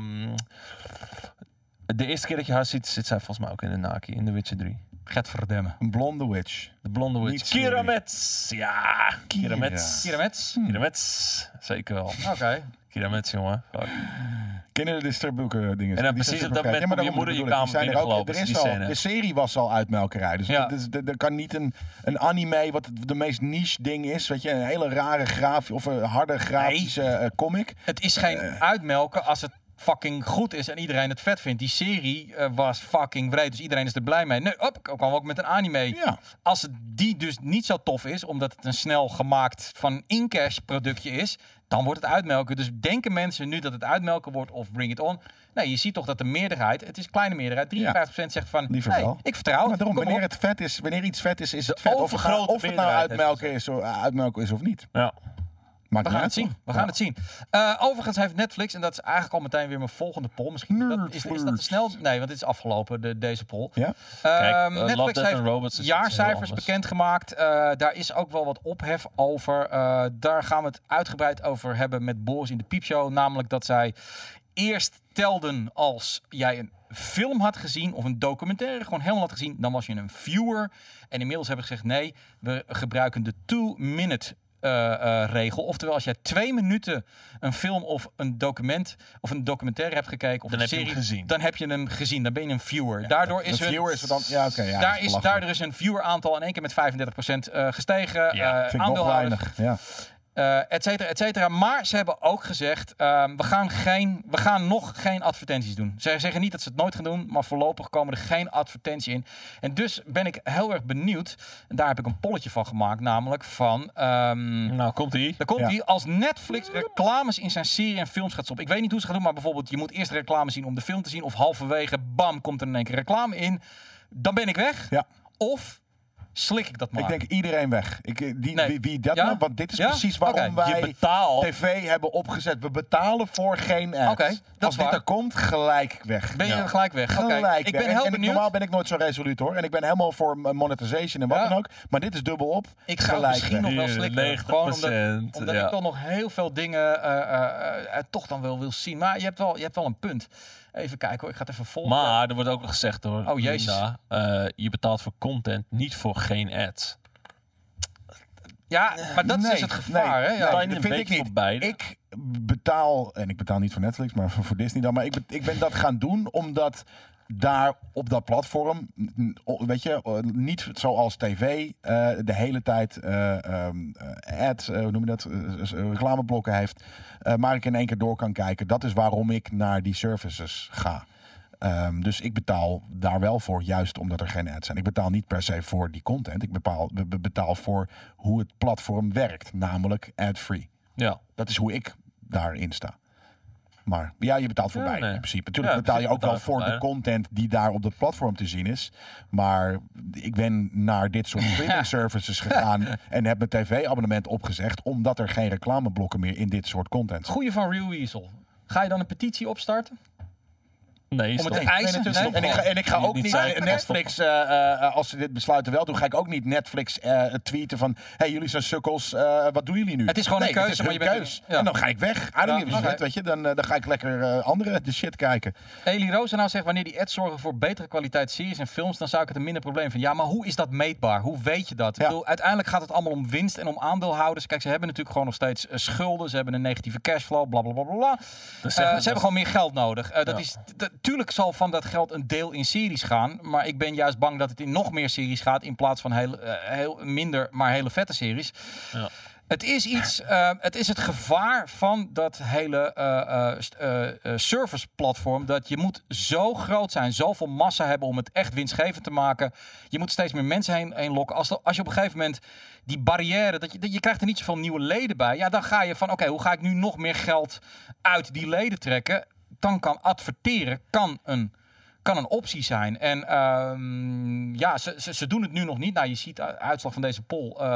de eerste keer dat je haar ziet, zit zij volgens mij ook in de Naki, in The Witcher 3. Gadverdamme. Een blonde witch. De blonde witch. Kira Metz. Ja, Kira Metz. Zeker wel. Oké. Kira Metz, jongen. Fuck. Kennen de stripboeken dingen? En dan precies op dat moment komt je moeder je kamer binnengelopen. De serie was al uitmelkerij. Dus er kan niet een anime, wat de meest niche ding is. Weet je, een hele rare grafische of een harde grafische comic. Het is geen uitmelken als het fucking goed is en iedereen het vet vindt. Die serie was fucking breed, dus iedereen is er blij mee. Nee, kwam ook met een anime. Ja. Als het die dus niet zo tof is, omdat het een snel gemaakt van in-cash productje is, dan wordt het uitmelken. Dus denken mensen nu dat het uitmelken wordt of bring it on? Nee, je ziet toch dat de meerderheid, het is een kleine meerderheid, 53% zegt van, nee, ik vertrouw. Maar daarom, wanneer iets vet is, is het vet. Of het nou uitmelken is of niet. Ja. We gaan het zien. Overigens heeft Netflix, en dat is eigenlijk al meteen weer mijn volgende poll. Misschien is dat te snel? Nee, want dit is afgelopen, deze poll. Ja? Netflix heeft jaarcijfers bekendgemaakt. Daar is ook wel wat ophef over. Daar gaan we het uitgebreid over hebben met Boris in de Piepshow. Namelijk dat zij eerst telden als jij een film had gezien of een documentaire gewoon helemaal had gezien, dan was je een viewer. En inmiddels hebben ze gezegd nee, we gebruiken de 2-minute regel. Oftewel, als jij 2 minuten een film of een documentaire hebt gekeken of dan een heb serie, je hem gezien. dan heb je hem gezien. Dan ben je een viewer. Ja, daardoor is daardoor is een viewer aantal in één keer met 35% gestegen. Vind ik nog weinig. Ja. Et cetera, et cetera. Maar ze hebben ook gezegd, we gaan nog geen advertenties doen. Ze zeggen niet dat ze het nooit gaan doen, maar voorlopig komen er geen advertenties in. En dus ben ik heel erg benieuwd. En daar heb ik een polletje van gemaakt, namelijk van... nou, komt-ie. Daar komt-ie. Als Netflix reclames in zijn serie en films gaat stoppen. Ik weet niet hoe ze gaan doen, maar bijvoorbeeld je moet eerst reclame zien om de film te zien. Of halverwege, bam, komt er in één keer reclame in. Dan ben ik weg. Ja. Of... slik ik dat maar. Ik denk iedereen weg. Wie dat nou? Want dit is precies waarom wij tv hebben opgezet. We betalen voor geen ads. Als dit er komt, gelijk weg. Ben je gelijk weg? Gelijk ik ben heel benieuwd. Normaal ben ik nooit zo resoluut hoor. En ik ben helemaal voor monetization en wat dan ook. Maar dit is dubbel op. Ik zou gelijk misschien nog wel slikken. 90%, gewoon omdat ik toch nog heel veel dingen toch dan wel wil zien. Maar je hebt wel een punt. Even kijken hoor, ik ga het even volgen. Maar er wordt ook al gezegd hoor. Oh jezus. Linda, je betaalt voor content, niet voor geen ads. Ja, maar dat is het gevaar. Hè? Ja. Dat vind ik niet. Ik betaal, en ik betaal niet voor Netflix, maar voor Disney dan. Maar ik ben dat gaan doen omdat daar op dat platform, weet je, niet zoals tv de hele tijd ads, hoe noem je dat, reclameblokken heeft, maar ik in één keer door kan kijken. Dat is waarom ik naar die services ga. Dus ik betaal daar wel voor, juist omdat er geen ads zijn. Ik betaal niet per se voor die content. Ik betaal voor hoe het platform werkt, namelijk ad-free. Ja. Dat is hoe ik daarin sta. Maar ja, je betaalt voor beide in principe. Natuurlijk Ja, betaal je ook wel voor de beide. content die daar op het platform te zien is. Maar ik ben naar dit soort streaming services gegaan en heb mijn tv-abonnement opgezegd, omdat er geen reclameblokken meer in dit soort content zijn. Goeie van Real Weasel. Ga je dan een petitie opstarten? Nee, Om het stop. te eisen? En ik ga ook niet zeggen, Netflix, als ze dit besluiten wel doen, ga ik ook niet Netflix tweeten van, hey, jullie zijn sukkels, wat doen jullie nu? Het is gewoon een keuze, het is maar je hun bent keus. ja. En dan ga ik weg. I don't give a shit, weet je. Dan ga ik lekker andere de shit kijken. Eli Rozenau zegt, wanneer die ads zorgen voor betere kwaliteit series en films, dan zou ik het een minder probleem vinden. Ja, maar hoe is dat meetbaar? Hoe weet je dat? Ja. Ik bedoel, uiteindelijk gaat het allemaal om winst en om aandeelhouders. Kijk, ze hebben natuurlijk gewoon nog steeds schulden. Ze hebben een negatieve cashflow, bla bla bla bla. Ze hebben gewoon meer geld nodig. Tuurlijk zal van dat geld een deel in series gaan, maar ik ben juist bang dat het in nog meer series gaat in plaats van heel minder, maar hele vette series. Ja. Het is iets, het is het gevaar van dat hele service platform, dat je moet zo groot zijn, zoveel massa hebben om het echt winstgevend te maken. Je moet steeds meer mensen heen lokken. Als je op een gegeven moment die barrière, je krijgt er niet zoveel nieuwe leden bij, ja, dan ga je van, oké, hoe ga ik nu nog meer geld uit die leden trekken? Dan kan adverteren, kan een optie zijn. En ja, ze doen het nu nog niet. Nou, je ziet de uitslag van deze poll.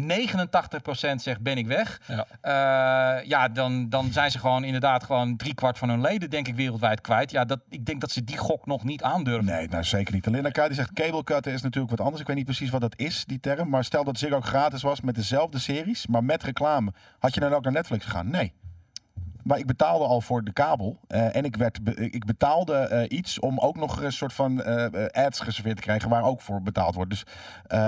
89% zegt ben ik weg. Ja, dan zijn ze gewoon inderdaad gewoon 3/4 van hun leden, denk ik, wereldwijd kwijt. Ja, ik denk dat ze die gok nog niet aandurven. Nee, nou zeker niet. Linda K. die zegt cablecutten is natuurlijk wat anders. Ik weet niet precies wat dat is, die term. Maar stel dat Ziggo gratis was met dezelfde series, maar met reclame. Had je dan ook naar Netflix gegaan? Nee. Maar ik betaalde al voor de kabel. En ik betaalde iets om ook nog een soort van ads geserveerd te krijgen waar ook voor betaald wordt. Dus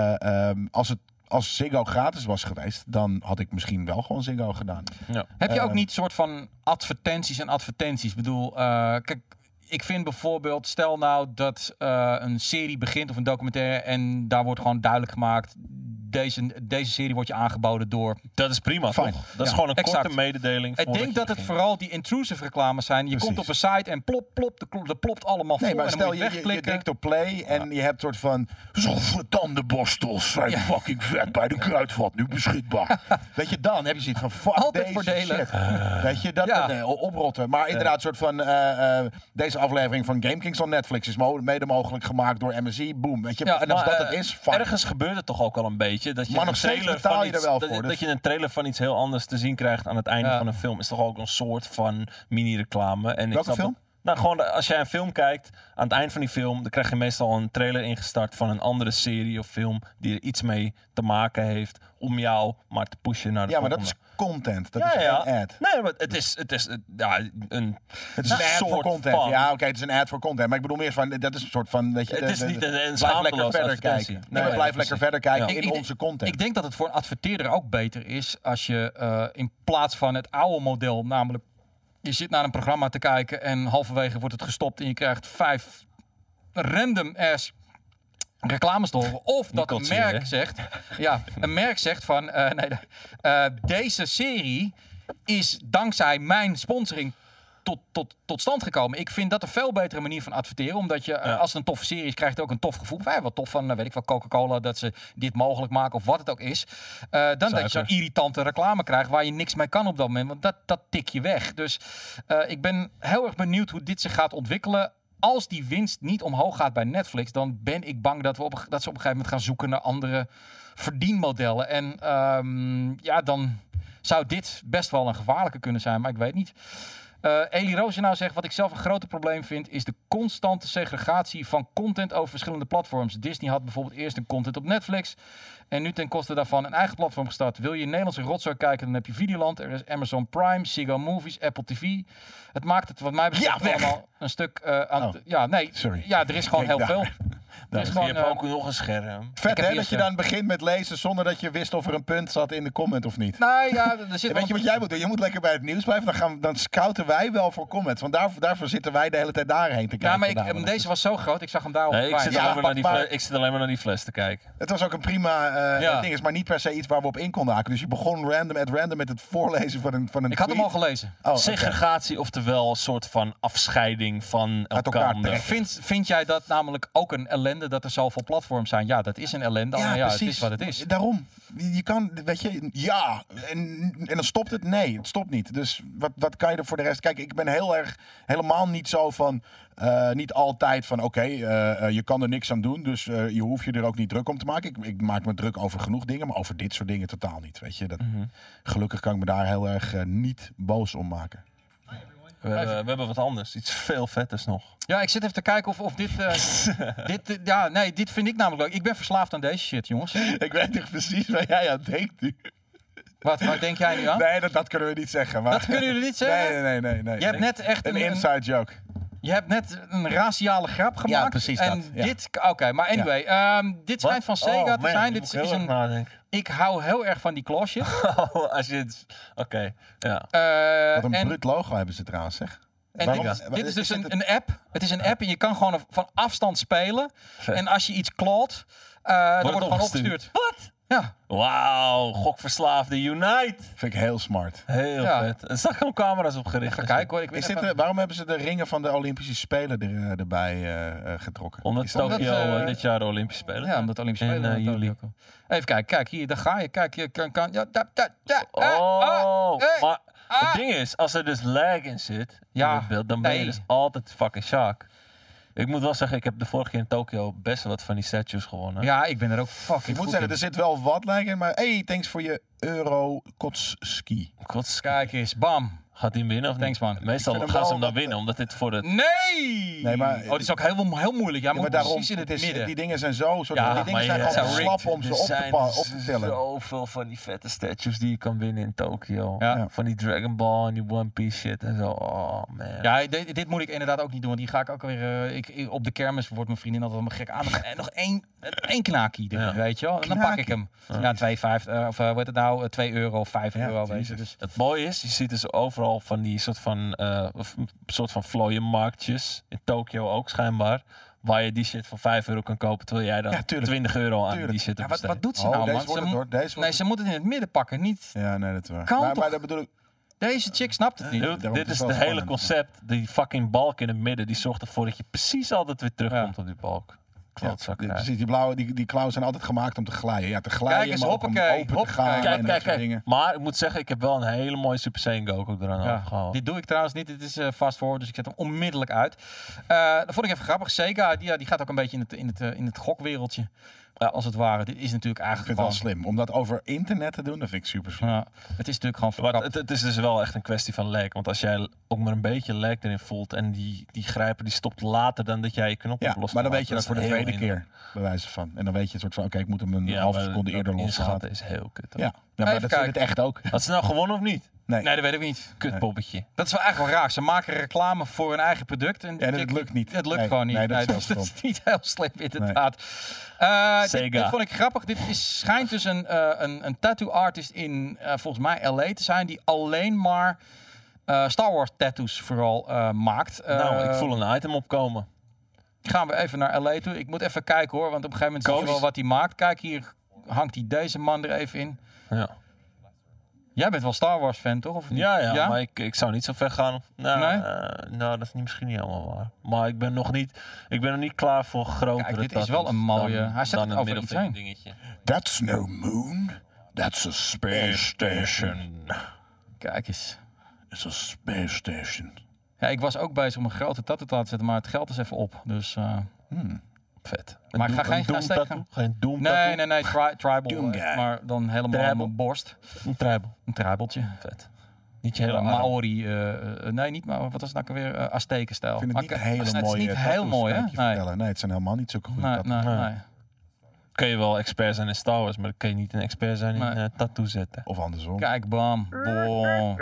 als Ziggo gratis was geweest, dan had ik misschien wel gewoon Ziggo gedaan. Ja. Heb je ook niet soort van advertenties en advertenties? Ik bedoel, kijk, ik vind bijvoorbeeld, stel nou dat een serie begint of een documentaire en daar wordt gewoon duidelijk gemaakt, deze serie wordt je aangeboden door... Dat is prima, Fine. toch? Dat is gewoon een korte mededeling. Ik denk dat het vooral die intrusive reclames zijn. Je komt op een site en er plopt allemaal voor. Nee, maar en stel dan moet je drukt op play en je hebt soort van, zoveel tandenborstels zijn fucking vet bij de Kruidvat, nu beschikbaar. Weet je, dan heb je zoiets van, fuck altijd deze voordelig. shit. Weet je, dat oprotten. Maar inderdaad, soort van, deze aflevering van GameKings on Netflix is mede mogelijk gemaakt door MSI. Boom, weet je. Ja, en als dat het is, fine. Ergens gebeurt het toch ook al een beetje. Dat je Maar nog een steeds trailer betaal van je iets, er wel voor. dat je een trailer van iets heel anders te zien krijgt aan het einde van een film. Is toch ook een soort van mini-reclame. En Welke film? Nou, gewoon als jij een film kijkt, aan het eind van die film, dan krijg je meestal een trailer ingestart van een andere serie of film die er iets mee te maken heeft om jou maar te pushen naar de Ja, maar volgende. dat is content. Dat is geen ad. Nee, maar het is een ad voor content. van. Ja, oké, het is een ad voor content. Maar ik bedoel meer van, dat is een soort van, weet je... Het is niet een blijf lekker schaamteloze verder advertentie. kijken. Nee, maar blijf lekker verder kijken in onze content. Ik denk dat het voor een adverteerder ook beter is als je in plaats van het oude model, namelijk je zit naar een programma te kijken en halverwege wordt het gestopt en je krijgt 5 random ass reclames te horen. Of dat een merk zegt, een merk zegt van deze serie is dankzij mijn sponsoring tot stand gekomen. Ik vind dat een veel betere manier van adverteren. Omdat je, als het een toffe serie is, krijg je ook een tof gevoel. Wat tof van, weet ik wel, Coca-Cola, dat ze dit mogelijk maken of wat het ook is. Dan dat je zo'n irritante reclame krijgt waar je niks mee kan op dat moment. Want dat tik je weg. Dus ik ben heel erg benieuwd hoe dit zich gaat ontwikkelen. Als die winst niet omhoog gaat bij Netflix, dan ben ik bang dat ze op een gegeven moment gaan zoeken naar andere verdienmodellen. En dan zou dit best wel een gevaarlijke kunnen zijn, maar ik weet niet. Eli Rozenau zegt, wat ik zelf een groot probleem vind, is de constante segregatie van content over verschillende platforms. Disney had bijvoorbeeld eerst een content op Netflix en nu ten koste daarvan een eigen platform gestart. Wil je Nederlandse rotzooi kijken, dan heb je Videoland, er is Amazon Prime, Ziggo Movies, Apple TV. Het maakt het wat mij betreft allemaal een stuk Sorry. Ja, er is gewoon heel veel. Je hebt ook nog een scherm. Vet hè, dat je dan begint met lezen zonder dat je wist of er een punt zat in de comment of niet. Nou ja, er zit weet je wat jij moet doen? Je moet lekker bij het nieuws blijven. Dan scouten wij wel voor comments. Want daarvoor zitten wij de hele tijd daarheen te kijken. Ja, maar deze was zo groot. Ik zag hem daarop. Nee, ik zit alleen maar naar die fles te kijken. Het was ook een prima ding. Is maar niet per se iets waar we op in konden haken. Dus je begon random met het voorlezen van een Ik had hem al gelezen. Segregatie, oftewel een soort van afscheiding van elkaar. Vind jij dat namelijk ook een ellende dat er zoveel platforms zijn? Ja, dat is een ellende. Ja, het is wat het is. Daarom. Je kan, weet je, en dan stopt het? Nee, het stopt niet. Dus wat kan je er voor de rest... Kijk, ik ben helemaal niet zo van... niet altijd van, je kan er niks aan doen. Dus je hoeft je er ook niet druk om te maken. Ik maak me druk over genoeg dingen. Maar over dit soort dingen totaal niet. Weet je, gelukkig kan ik me daar heel erg niet boos om maken. We hebben wat anders. Iets veel vetters nog. Ja, ik zit even te kijken of dit... dit vind ik namelijk leuk. Ik ben verslaafd aan deze shit, jongens. Ik weet echt precies waar jij aan denkt nu. Waar denk jij nu aan? Nee, dat kunnen we niet zeggen. Maar... Dat kunnen jullie niet zeggen? Nee. Je hebt net echt een inside joke. Je hebt net een raciale grap gemaakt. Ja, precies en dat. Dit... Oké, maar anyway. Dit schijnt van Sega te zijn. Dit is ik hou heel erg van die klosje. Als je het... Oké, ja. Wat een bruut logo hebben ze trouwens, zeg. En dit is dus een app. Het is een app en je kan gewoon van afstand spelen. En als je iets clawt, dan wordt het gewoon opgestuurd. Wat? Ja. Wauw, gokverslaafde Unite. Vind ik heel smart. Heel vet. Er staan gewoon camera's op gericht. Kijk hoor. Waarom hebben ze de ringen van de Olympische Spelen erbij getrokken? Omdat Tokio dit jaar de Olympische Spelen. Ja, omdat de Olympische Spelen in juli. Even kijken. Kijk, hier, daar ga je. Kijk, je kan... Maar het ding is, als er dus lag in zit, in het beeld, dan ben je dus altijd fucking shock. Ik moet wel zeggen, ik heb de vorige keer in Tokio best wel wat van die statues gewonnen. Ja, ik ben er ook fucking goed Ik moet zeggen, er zit wel wat lag in, maar thanks voor je euro kotski. Kijk eens, bam. Gaat hij winnen of Thanks, man. Meestal gaan ze hem dan winnen, omdat dit voor het... Nee, maar... dit is ook heel moeilijk. Ja, maar daarom, precies in het midden. Die dingen zijn zo... die dingen zijn gewoon slap om ze op te tellen. Er zijn zoveel van die vette statues die je kan winnen in Tokio. Ja. Van die Dragon Ball en die One Piece shit en zo. Oh, man. Ja, dit moet ik inderdaad ook niet doen. Want die ga ik ook weer... op de kermis wordt mijn vriendin altijd helemaal gek aan. Nog één knaakie, weet je wel. En dan pak ik hem. Ja, 2,5 of wat het nou? €2, €5, weet je. Dus. Het mooie is, je ziet dus overal van die soort van vlooienmarktjes in Tokio ook schijnbaar, waar je die shit voor €5 kan kopen, terwijl jij dan €20 aan die shit op besteedt. Wat doet ze nou, man? Ze moet het in het midden pakken, niet... Ja, nee, dat is waar. Maar dat bedoel ik... Deze chick snapt het niet. Dit is het hele concept. Die fucking balk in het midden, die zorgt ervoor dat je precies altijd weer terugkomt op die balk. Precies, die blauwe, die klauwen zijn altijd gemaakt om te glijden. Ja, te glijden, kijk eens, maar ook om open te gaan. Kijk. Maar ik moet zeggen, ik heb wel een hele mooie Super Saiyan Goku eraan afgehaald. Dit doe ik trouwens niet. Dit is fast forward, dus ik zet hem onmiddellijk uit. Dat vond ik even grappig. Sega, die gaat ook een beetje in het gokwereldje. als het ware. Dit is natuurlijk Ik eigenlijk vind het wel slim. Om dat over internet te doen, dat vind ik super slim. Ja, het is natuurlijk gewoon Maar het is dus wel echt een kwestie van lag. Want als jij ook maar een beetje lag erin voelt en die grijper die stopt later dan dat jij je knop Ja, hebt los. maar dan weet je dat voor de is heel tweede keer, bij wijze van. En dan weet je het soort van, oké, ik moet hem een halve seconde eerder loslaten. Inschatten is heel kut. Ja, maar Even dat is het kijken. echt ook. Had ze nou gewonnen of niet? Nee, Nee, dat weet ik niet. Kutpoppetje. Dat is wel eigenlijk wel raar. Ze maken reclame voor hun eigen product. En Ja, dat lukt niet. Het lukt Nee, gewoon niet. nee, dat is heel dus stom. dat is niet heel slim, inderdaad. Dit vond ik grappig. Dit schijnt dus een tattoo artist in, volgens mij, LA te zijn. Die alleen maar Star Wars tattoos vooral maakt. Nou, ik voel een item opkomen. Gaan we even naar LA toe. Ik moet even kijken hoor. Want op een gegeven moment zie je wel wat hij maakt. Kijk, hier hangt hij deze man er even in. Ja. Jij bent wel Star Wars fan, toch? Of niet? Ja, maar ik zou niet zo ver gaan. Nou, Nee? Nou, dat is misschien niet helemaal waar. Maar ik ben nog niet klaar voor grotere Kijk, dit is tattoos wel een mooie... dan- Hij zet dan het een over iets heen. dingetje. That's no moon. That's a space station. Kijk eens. It's a space station. Ja, ik was ook bezig om een grote tattoo te laten zetten, maar het geld is even op. Dus... Vet. Maar ik ga geen Doom steek tattoo? gaan. Geen Doom Nee, tattoo? tribal. Doom guy. Maar dan helemaal Tribal? aan mijn borst. Een tribal. Een tribeltje. Vet. Niet je hele arm. Maori. Nee, niet maar wat was het nou weer? Azteken-stijl. Ik vind het niet Maar hele het is mooie niet heel tattoos, mooi, kan hè? ik je Nee. vertellen. Nee, het zijn helemaal niet zulke goede Nee, tattoos. nee, Nee. nee. Kun je wel expert zijn in Star Wars, maar dan kun je niet een expert zijn in Nee. tattoo zetten. Of andersom. Kijk, bam. Boom.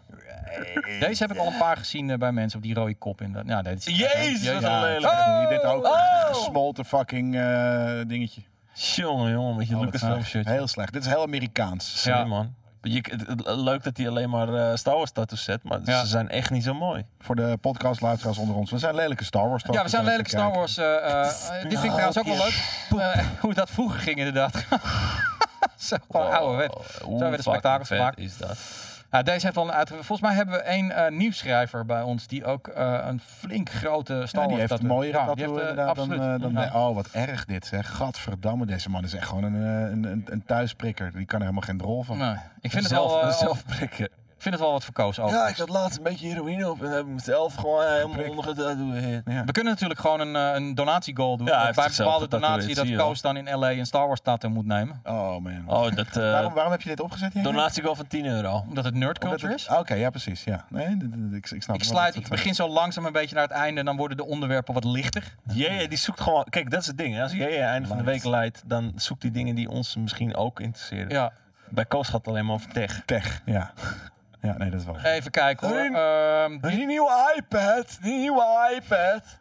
Deze heb ik al een paar gezien bij mensen op die rode kop. In ja, nee, dit is Jezus, wat een lelijk. Echt, dit ook. Gesmolten fucking dingetje. Jongen, met je Oh, Lucasfilm wat shirt. Heel slecht. Dit is heel Amerikaans. Sorry, Ja. man. Leuk dat hij alleen maar Star Wars tattoos zet, maar Ja. ze zijn echt niet zo mooi. Voor de podcastluisteraars onder ons. We zijn lelijke Star Wars. Ja, we zijn lelijke Star Wars. Dit vind ik trouwens ook wel leuk. Hoe dat vroeger ging, inderdaad. Zo, gewoon ouderwet. Zo werden spektakels gemaakt. Is dat? Ja, deze heeft al een uitge... Volgens mij hebben we één nieuwsschrijver bij ons die ook een flink grote Star Ja, Wars die heeft een tattoo. mooiere Ja, tattoo die heeft, inderdaad absoluut. dan Ja. oh, wat erg dit zeg. Gadverdamme, deze man is echt gewoon een thuisprikker. Die kan er helemaal geen drol van. Nee, ik vind het wel... zelf prikken. Ik vind het wel wat verkoos over. Ja, ik had laatst een beetje heroïne op en heb ik mezelf gewoon helemaal onder het tattooen. Ja. We kunnen natuurlijk gewoon een donatiegoal doen. Ja, hij Dat heeft bij zichzelf bepaalde donatie getatoeëerd, dat zie je wel. Koos dan in LA een Star Wars tattoo moet nemen. Oh man. Oh, dat Waarom heb je dit opgezet? Henk? donatiegoal van €10. Omdat het nerd Omdat culture het- is. Oké, ja precies. Ja. Nee, ik snap het. Ik begin zo langzaam een beetje naar het einde en dan worden de onderwerpen wat lichter. Jee, die zoekt gewoon... Kijk, dat is het ding. Hè. Als jij einde van de week leidt, dan zoekt die dingen die ons misschien ook interesseren. Ja, Bij Koos gaat het alleen maar over tech. Tech, ja. Ja, nee, dat is wel. even kijken hoor. Die nieuwe iPad! Die nieuwe iPad!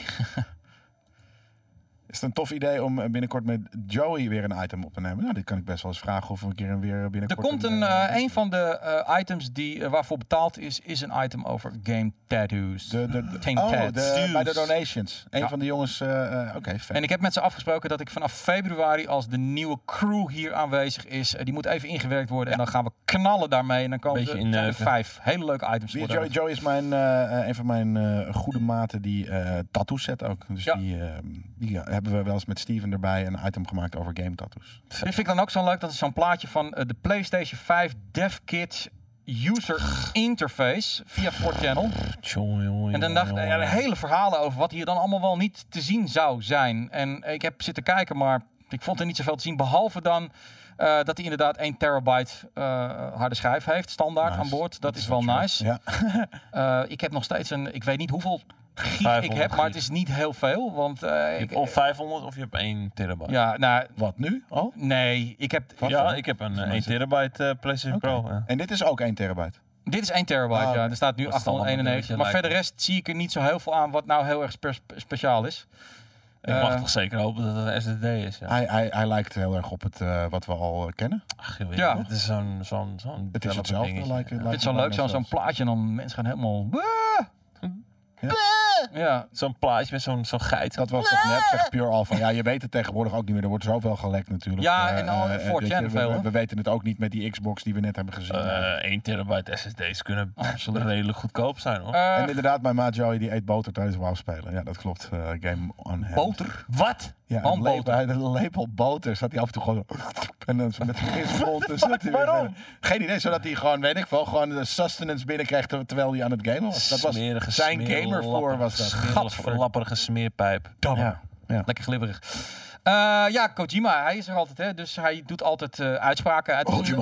Is het een tof idee om binnenkort met Joey weer een item op te nemen? Nou, dit kan ik best wel eens vragen of we een keer weer Er binnenkort... komt een van de items die, waarvoor betaald is een item over game tattoos. Game tats. bij de donations. Een Ja. van de jongens... Oké, vet. En ik heb met ze afgesproken dat ik vanaf februari, als de nieuwe crew hier aanwezig is, die moet even ingewerkt worden. En dan gaan we knallen daarmee. En dan komen Beetje er zijn er inneuken. 5 hele leuke items. Die worden Joey is een van mijn goede maten die tattoos zet ook. Dus Ja. die hebben we wel eens met Steven erbij een item gemaakt over game tattoos. Dit vind ik dan ook zo leuk. Dat is zo'n plaatje van de PlayStation 5 DevKit User Interface via 4channel. Jongen. En dan dacht ik, ja, hele verhalen over wat hier dan allemaal wel niet te zien zou zijn. En ik heb zitten kijken, maar ik vond er niet zoveel te zien. Behalve dan dat hij inderdaad 1 terabyte harde schijf heeft, standaard Nice. aan boord. Dat is wel nice. Ja. Ik heb nog steeds ik weet niet hoeveel gig ik 500 heb, maar het gig. is niet heel veel. Want Je hebt of 500 of je hebt 1 terabyte. ja, nou, Wat nu? Oh? nee, ik heb... Ja, ik heb een 1 terabyte PlayStation Pro. Ja. En dit is ook 1 terabyte. Dit is 1 terabyte, Ah, ja. oké. Er staat nu Dat is dan 891. allemaal Maar een verder beetje rest zie ik er niet zo heel veel aan wat nou heel erg speciaal is. Ik mag toch zeker hopen dat het een SSD is. Ja. Hij lijkt heel erg op het wat we al kennen. Ach, joh, Ja. Het is zo'n Het is hetzelfde. dingetje. Lijkt Ik vind het zo leuk, zo'n plaatje en dan mensen gaan helemaal... Ja. Zo'n plaatje met zo'n geit. Dat was toch net, zegt Pure al van, ja, je weet het tegenwoordig ook niet meer. Er wordt zoveel gelekt natuurlijk. Ja, en al 4chan weet je, veel, hè? we weten het ook niet met die Xbox die we net hebben gezien. 1 terabyte SSD's kunnen redelijk goedkoop zijn, hoor. En inderdaad, mijn maat Joey die eet boter tijdens wou spelen. Ja, dat klopt. Game on hand. Boter? Wat? Ja, Gewoon boter. een lepel boter zat hij af en toe gewoon... En dan met zijn mond zat hij weer Waarom? verder. Geen idee, zodat hij gewoon, weet ik wel, gewoon de sustenance binnenkreeg terwijl hij aan het gamen was. Dat was Smerige, zijn gamer voor was dat. Gadverlapperige smeerpijp. Ja, ja. Lekker glibberig. Ja, Kojima, hij is er altijd, hè? Dus hij doet altijd uitspraken.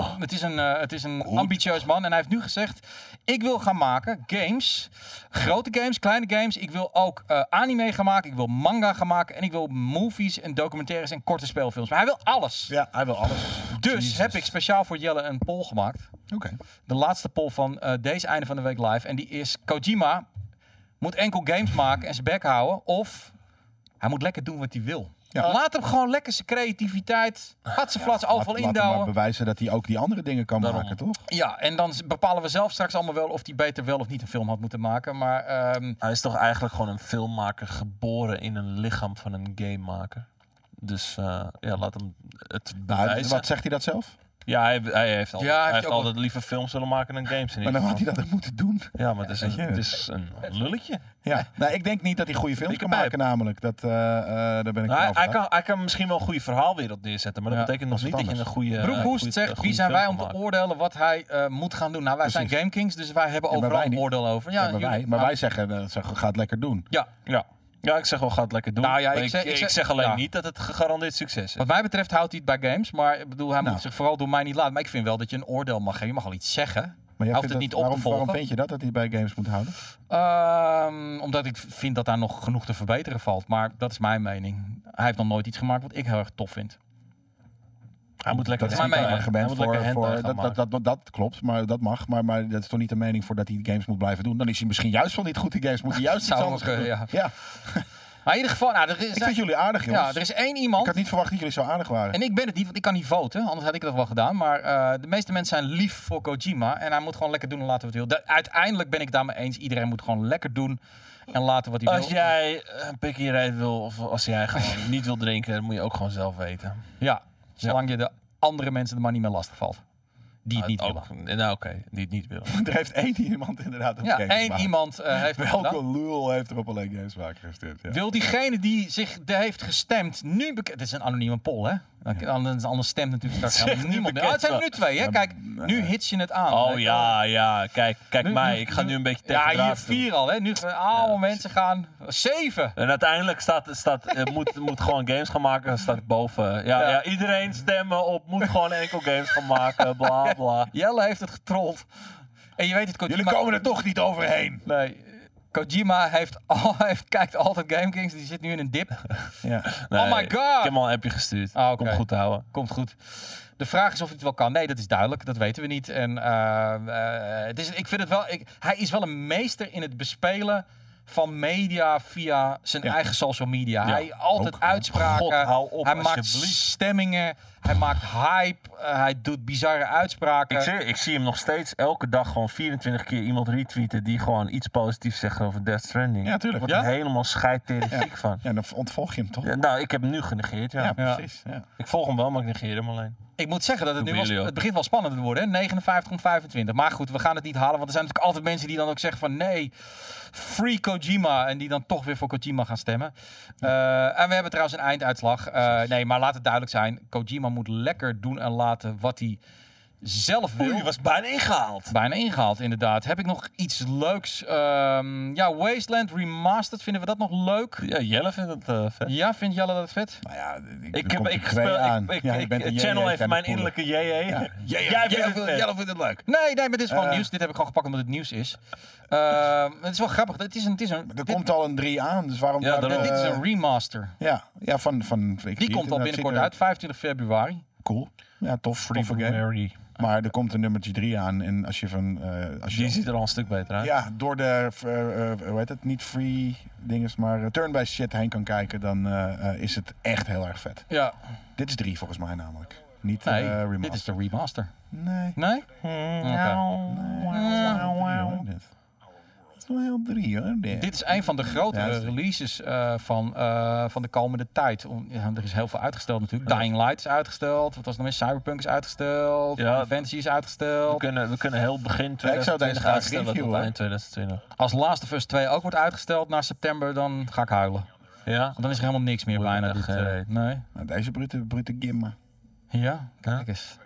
Het is een ambitieus man en hij heeft nu gezegd, ik wil gaan maken games, grote games, kleine games. Ik wil ook anime gaan maken, ik wil manga gaan maken en ik wil movies en documentaires en korte speelfilms. Maar hij wil alles. Ja, hij wil alles. Dus heb ik speciaal voor Jelle een poll gemaakt. Oké. De laatste poll van deze einde van de week live en die is, Kojima moet enkel games maken en zijn bek houden of hij moet lekker doen wat hij wil. Ja. Laat hem gewoon lekker zijn creativiteit, flats overal Laat hem indouwen. maar bewijzen dat hij ook die andere dingen kan maken, toch? Ja, en dan bepalen we zelf straks allemaal wel of hij beter wel of niet een film had moeten maken. Maar Hij is toch eigenlijk gewoon een filmmaker geboren in een lichaam van een gamemaker. Dus laat hem het bewijzen. Wat zegt hij dat zelf? Ja, hij heeft ook altijd liever films willen maken dan games. Maar dan had hij dat ook moeten doen. Ja, maar het is een lulletje. Ja, nou, ik denk niet dat hij goede films kan maken, namelijk. Daar ben ik Hij kan misschien wel een goede verhaalwereld neerzetten, maar dat betekent nog niet dat je een goede. Broek Hoest zegt, wie zijn wij om te oordelen wat hij moet gaan doen? Nou, wij zijn Game Kings, dus wij hebben overal een oordeel over. Maar wij zeggen, ga het lekker doen. Ja, ik zeg wel, ga het lekker doen. Nou ja, ik zeg alleen niet dat het gegarandeerd succes is. Wat mij betreft houdt hij het bij games, maar ik bedoel, hij moet zich vooral door mij niet laten. Maar ik vind wel dat je een oordeel mag geven. Je mag wel iets zeggen. Maar hoeft het niet op te volgen. Waarom vind je dat hij bij games moet houden? Omdat ik vind dat daar nog genoeg te verbeteren valt. Maar dat is mijn mening. Hij heeft nog nooit iets gemaakt wat ik heel erg tof vind. Hij moet lekker dat is mijn argument voor dat klopt, maar dat mag. Maar dat is toch niet de mening voor dat hij games moet blijven doen. Dan is hij misschien juist wel niet goed in games. Moet hij juist iets anders doen. Ja. Maar in ieder geval, ik vind jullie aardig, jongens. Ja, er is één iemand. Ik had niet verwacht dat jullie zo aardig waren. En ik ben het niet, want ik kan niet voten. Anders had ik dat wel gedaan. Maar de meeste mensen zijn lief voor Kojima. En hij moet gewoon lekker doen en laten wat hij wil. Uiteindelijk ben ik het daarmee eens. Iedereen moet gewoon lekker doen en laten wat hij wil. Als jij een pikkie rijdt wil, of als jij gewoon niet wil drinken, dan moet je ook gewoon zelf weten. Ja, zolang je de andere mensen er maar niet meer lastig valt. Die het niet willen. Nou oké, die het niet willen. Er heeft één iemand inderdaad op games één iemand heeft het Welke lul heeft er op alleen gamesmaker gestemd? Ja. Wil diegene die zich heeft gestemd nu het is een anonieme poll, hè? Anders stemt natuurlijk straks niemand meer. Het zijn er nu 2, hè? Kijk, nu hits je het aan. Oh ja. Kijk mij. Ik ga nu een beetje tegen Ja, hier 4 al, hè? Nu allemaal mensen gaan 7. En uiteindelijk moet gewoon games gaan maken. Staat boven. Ja, iedereen stemmen op. Moet gewoon enkel games gaan maken. Bla bla. Jelle heeft het getrold. En je weet het, Kojima... Jullie komen er toch niet overheen. Nee. Kojima kijkt altijd Game Kings. Die zit nu in een dip. Ja. Nee, oh my god. Ik heb hem al een appje gestuurd. Komt goed te houden. Komt goed. De vraag is of hij het wel kan. Nee, dat is duidelijk. Dat weten we niet. En ik vind het wel... Hij is wel een meester in het bespelen van media via zijn eigen social media. Hij altijd uitspraken. Hij maakt stemmingen. Hij maakt hype. Hij doet bizarre uitspraken. Ik zie hem nog steeds elke dag gewoon 24 keer iemand retweeten die gewoon iets positiefs zegt over Death Stranding. Ja, tuurlijk. Ik word er helemaal scheidteriek van. Ja, dan ontvolg je hem toch? Ja, nou, ik heb hem nu genegeerd, ja. Precies. Ja. Ik volg hem wel, maar ik negeer hem alleen. Ik moet zeggen dat het begint wel spannend te worden. Hè? 59 om 25. Maar goed, we gaan het niet halen. Want er zijn natuurlijk altijd mensen die dan ook zeggen van nee, free Kojima. En die dan toch weer voor Kojima gaan stemmen. En we hebben trouwens een einduitslag. Nee, maar laat het duidelijk zijn. Kojima moet lekker doen en laten wat hij zelf wil. Oei, was bijna ingehaald. Bijna ingehaald, inderdaad. Heb ik nog iets leuks? Wasteland Remastered, vinden we dat nog leuk? Ja, Jelle vindt het vet. Ja, vindt Jelle dat vet? Nou ja, Channel heeft mijn innerlijke JJ. Ja. Jelle vindt het leuk. Nee, maar dit is gewoon nieuws. Dit heb ik gewoon gepakt omdat het nieuws is. Het is wel grappig. Er komt al een 3 aan, dus waarom... dit is een remaster. Ja, van die komt al binnenkort uit, 25 februari. Cool. Ja, tof. Free for game. Maar er komt een nummertje 3 aan. En als je van... die ziet er al een stuk beter uit. Ja, door de... hoe heet het? Niet free dinges, maar turn-based shit heen kan kijken. Dan is het echt heel erg vet. Ja. Dit is 3 volgens mij namelijk. Niet remaster. Dit is de remaster. Nee. Nee? Het is wel heel 3 hoor. Dit is een van de grotere releases van de komende tijd. Er is heel veel uitgesteld natuurlijk. Dying Light is uitgesteld. Wat was nog meer? Cyberpunk is uitgesteld. Fantasy is uitgesteld. We kunnen heel begin 2020 uitstellen tot eind 2020. Als Last of Us 2 ook wordt uitgesteld naar september, dan ga ik huilen. Ja? Want dan is er helemaal niks meer bijna. Nee. Nou, deze brute gimma. Ja, kijk eens.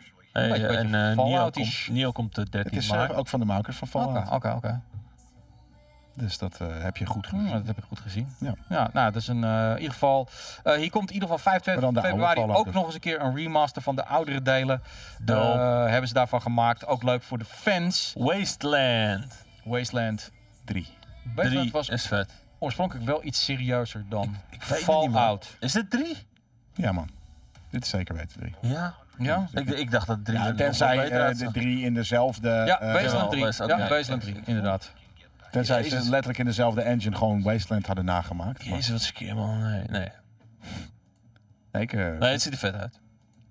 En Nio komt de 13 maart. Het is ook van de makers van Fallout. Oké. Dus dat heb je goed gezien. Dat heb ik goed gezien. Ja. Nou, dat is in ieder geval... hier komt in ieder geval 5 februari ook dus. nog eens een keer een remaster van de oudere delen. Hebben ze daarvan gemaakt. Ook leuk voor de fans. Wasteland 3. Wasteland was is vet. oorspronkelijk wel iets serieuzer dan Ik weet Fallout. Het niet, is dit 3? Ja, man. Dit is zeker weten 3. Ja. Ja? Ik dacht dat 3 Ja, tenzij de 3 in dezelfde... Ja, Wasteland 3. Okay. Ja, Wasteland 3, inderdaad. Tenzij ze letterlijk in dezelfde engine gewoon Wasteland hadden nagemaakt. Jezus, wat skeer, man. Nee. Het ziet er vet uit.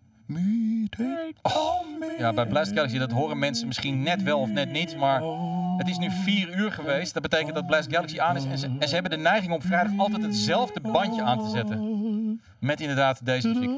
Ja, bij Blast Galaxy, dat horen mensen misschien net wel of net niet, maar het is nu 4 uur geweest. Dat betekent dat Blast Galaxy aan is en ze hebben de neiging om vrijdag altijd hetzelfde bandje aan te zetten. Met inderdaad deze muziek.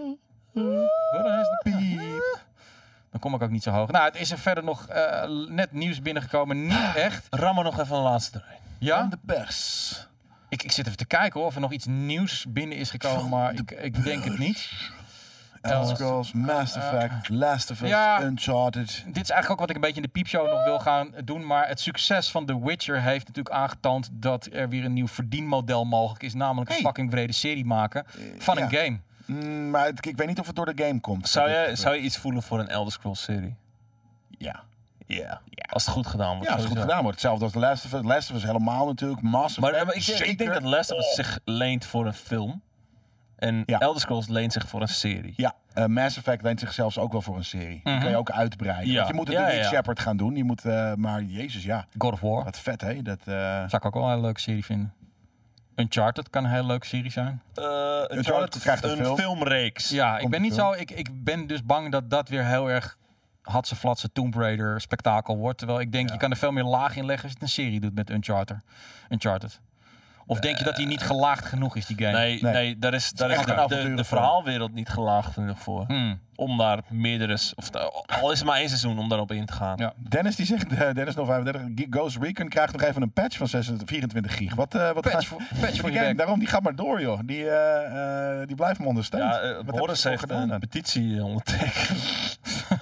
Dan kom ik ook niet zo hoog. Nou, het is er verder nog net nieuws binnengekomen. Niet echt. Ram er nog even een laatste erin. Ja? Van de pers. Ik zit even te kijken hoor, of er nog iets nieuws binnen is gekomen, maar ik denk het niet. Elder Scrolls, Mass Effect, Last of Us, Uncharted. Dit is eigenlijk ook wat ik een beetje in de piepshow nog wil gaan doen. Maar het succes van The Witcher heeft natuurlijk aangetoond dat er weer een nieuw verdienmodel mogelijk is. Namelijk een fucking brede serie maken van een game. Maar ik weet niet of het door de game komt. Zou je iets voelen voor een Elder Scrolls serie? Ja. Ja. Als het goed gedaan wordt. Ja, als het goed gedaan wordt. Hetzelfde als The Last of Us. Last of Us helemaal natuurlijk. Mass Effect. Maar ik denk dat Last of Us zich leent voor een film. En Elder Scrolls leent zich voor een serie. Ja, Mass Effect leent zich zelfs ook wel voor een serie. Die kan je ook uitbreiden. Ja. Want je moet het niet Shepard gaan doen. Je moet, maar jezus, ja. God of War. Wat vet, hè? Dat, zou ik ook wel een hele leuke serie vinden. Uncharted kan een hele leuke serie zijn. Uncharted krijgt een filmreeks. Ja, ik ben niet zo... Ik ben dus bang dat dat weer heel erg Hadse Flatse Tomb Raider spektakel wordt. Terwijl ik denk, je kan er veel meer laag in leggen als je het een serie doet met Uncharted. Of denk je dat die niet gelaagd genoeg is, die game? Nee, daar is de verhaalwereld niet gelaagd genoeg voor. Om daar meerdere... al is het maar 1 seizoen om daarop in te gaan. Ja. Dennis die zegt, Dennis 035, Ghost Recon krijgt nog even een patch van 24 gig. Wat patch voor die game, daarom, die gaat maar door, joh. Die blijft me ondersteunen. Ja, Boris heeft een petitie ondertekend.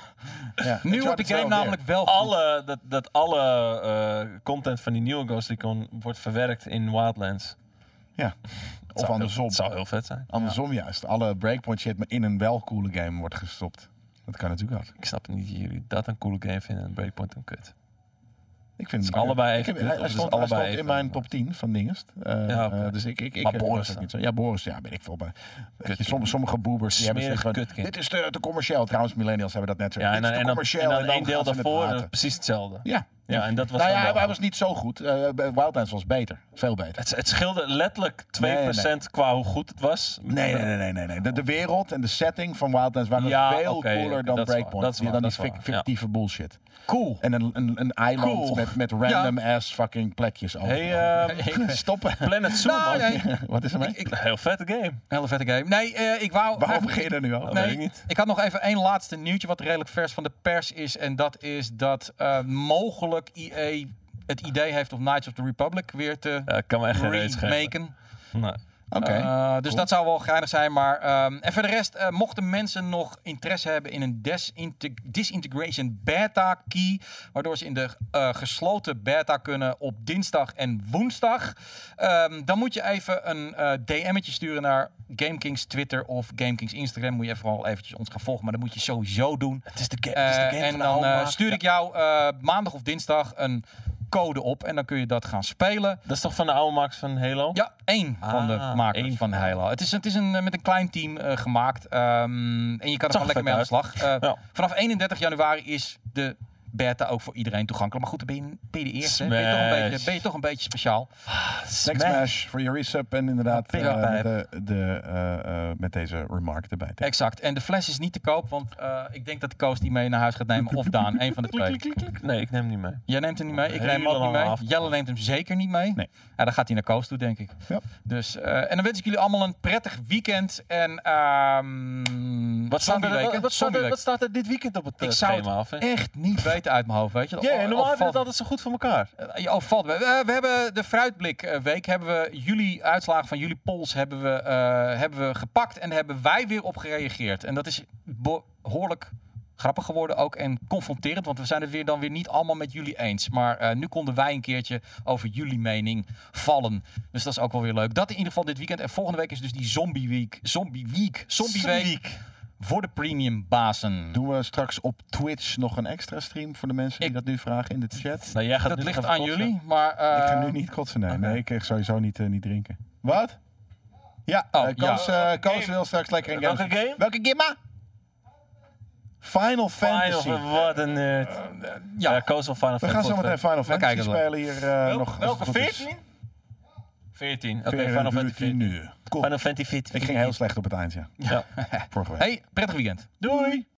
Ja. Nu wordt de game namelijk wel goed. Alle content van die nieuwe Ghost Recon wordt verwerkt in Wildlands. Ja. Of andersom. Het zou heel vet zijn. Andersom juist. Alle breakpoint shit maar in een wel coole game wordt gestopt. Dat kan natuurlijk ook. Ik snap niet dat jullie dat een coole game vinden en breakpoint een kut. Ik vind het allebei even kut. Hij stond in mijn top 10 van Dingest. Dus ik maar Boris niet zo. Ja, Boris, ja, ben ik veel bij. Sommige boobers die hebben zich van, dit is te commercieel. Trouwens, millennials hebben dat net zo. Ja, en dan één deel daarvoor precies hetzelfde. Ja, en dat was hij was niet zo goed. Wildlands was beter. Veel beter. Het scheelde letterlijk 2% qua hoe goed het was. Nee. De wereld en de setting van Wildlands waren veel cooler dan Breakpoint. Dan die fictieve bullshit. Cool. En een eiland met random ass fucking plekjes over. Stoppen. Planet Zoo, man. Wat is er mee? Heel vette game. Hele vette game. Nee, ik wou... Waarom begin je er nu al? Nee, weet ik niet. Ik had nog even één laatste nieuwtje wat redelijk vers van de pers is. En dat is dat mogelijk EA het idee heeft om Knights of the Republic weer te kan me echt geen reet schelen. remaken. Nee. Dus dat zou wel geinig zijn. Maar en voor de rest, mochten mensen nog interesse hebben in een disintegration beta key, waardoor ze in de gesloten beta kunnen op dinsdag en woensdag, dan moet je even een DM'tje sturen naar GameKings Twitter of GameKings Instagram. Moet je vooral eventjes ons gaan volgen, maar dat moet je sowieso doen. Het is de game en dan stuur ik jou maandag of dinsdag een code op en dan kun je dat gaan spelen. Dat is toch van de oude makers van Halo? Ja, één van de makers van Halo. Het is met een klein team gemaakt. En je kan er gewoon lekker mee aan de slag. Vanaf 31 januari is de beta ook voor iedereen toegankelijk. Maar goed, dan ben je de eerste. Ben je toch een beetje speciaal. Smash voor je resub en inderdaad met deze remark erbij. Exact. En de fles is niet te koop, want ik denk dat de Koos die mee naar huis gaat nemen of Daan. Een van de twee. Nee, ik neem hem niet mee. Jij neemt hem niet mee. Ik neem hem ook niet mee. Jelle neemt hem zeker niet mee. Nee. Ja, dan gaat hij naar Koos toe, denk ik. Ja. Dus, en dan wens ik jullie allemaal een prettig weekend. En wat staat er dit weekend op het schema? Ik zou het echt niet weten uit mijn hoofd, weet je. Normaal hebben we het altijd zo goed voor elkaar. Valt me. We hebben de fruitblik week. Hebben we jullie uitslagen van jullie polls hebben we gepakt. En daar hebben wij weer op gereageerd. En dat is behoorlijk grappig geworden ook en confronterend. Want we zijn het dan weer niet allemaal met jullie eens. Maar nu konden wij een keertje over jullie mening vallen. Dus dat is ook wel weer leuk. Dat in ieder geval dit weekend. En volgende week is dus die Zombie Week. Voor de premium bazen. Doen we straks op Twitch nog een extra stream voor de mensen die dat nu vragen in de chat? Nou, jij gaat dat nu ligt nog aan even jullie. Maar, ik ga nu niet kotsen, nee. Nee, ik kreeg sowieso niet drinken. Wat? Ja, Koos wil straks lekker een Welke game? Welke game? Final Fantasy. Wat een nerd. Koos wel Final Fantasy. We gaan zo meteen Final Fantasy spelen hier nog. Welke 14? 14. Oké, Final Fantasy 14. Cool. Final Fantasy 14. Ik ging heel slecht op het eind, ja. Ja. Vorige week. Hey, prettig weekend. Doei!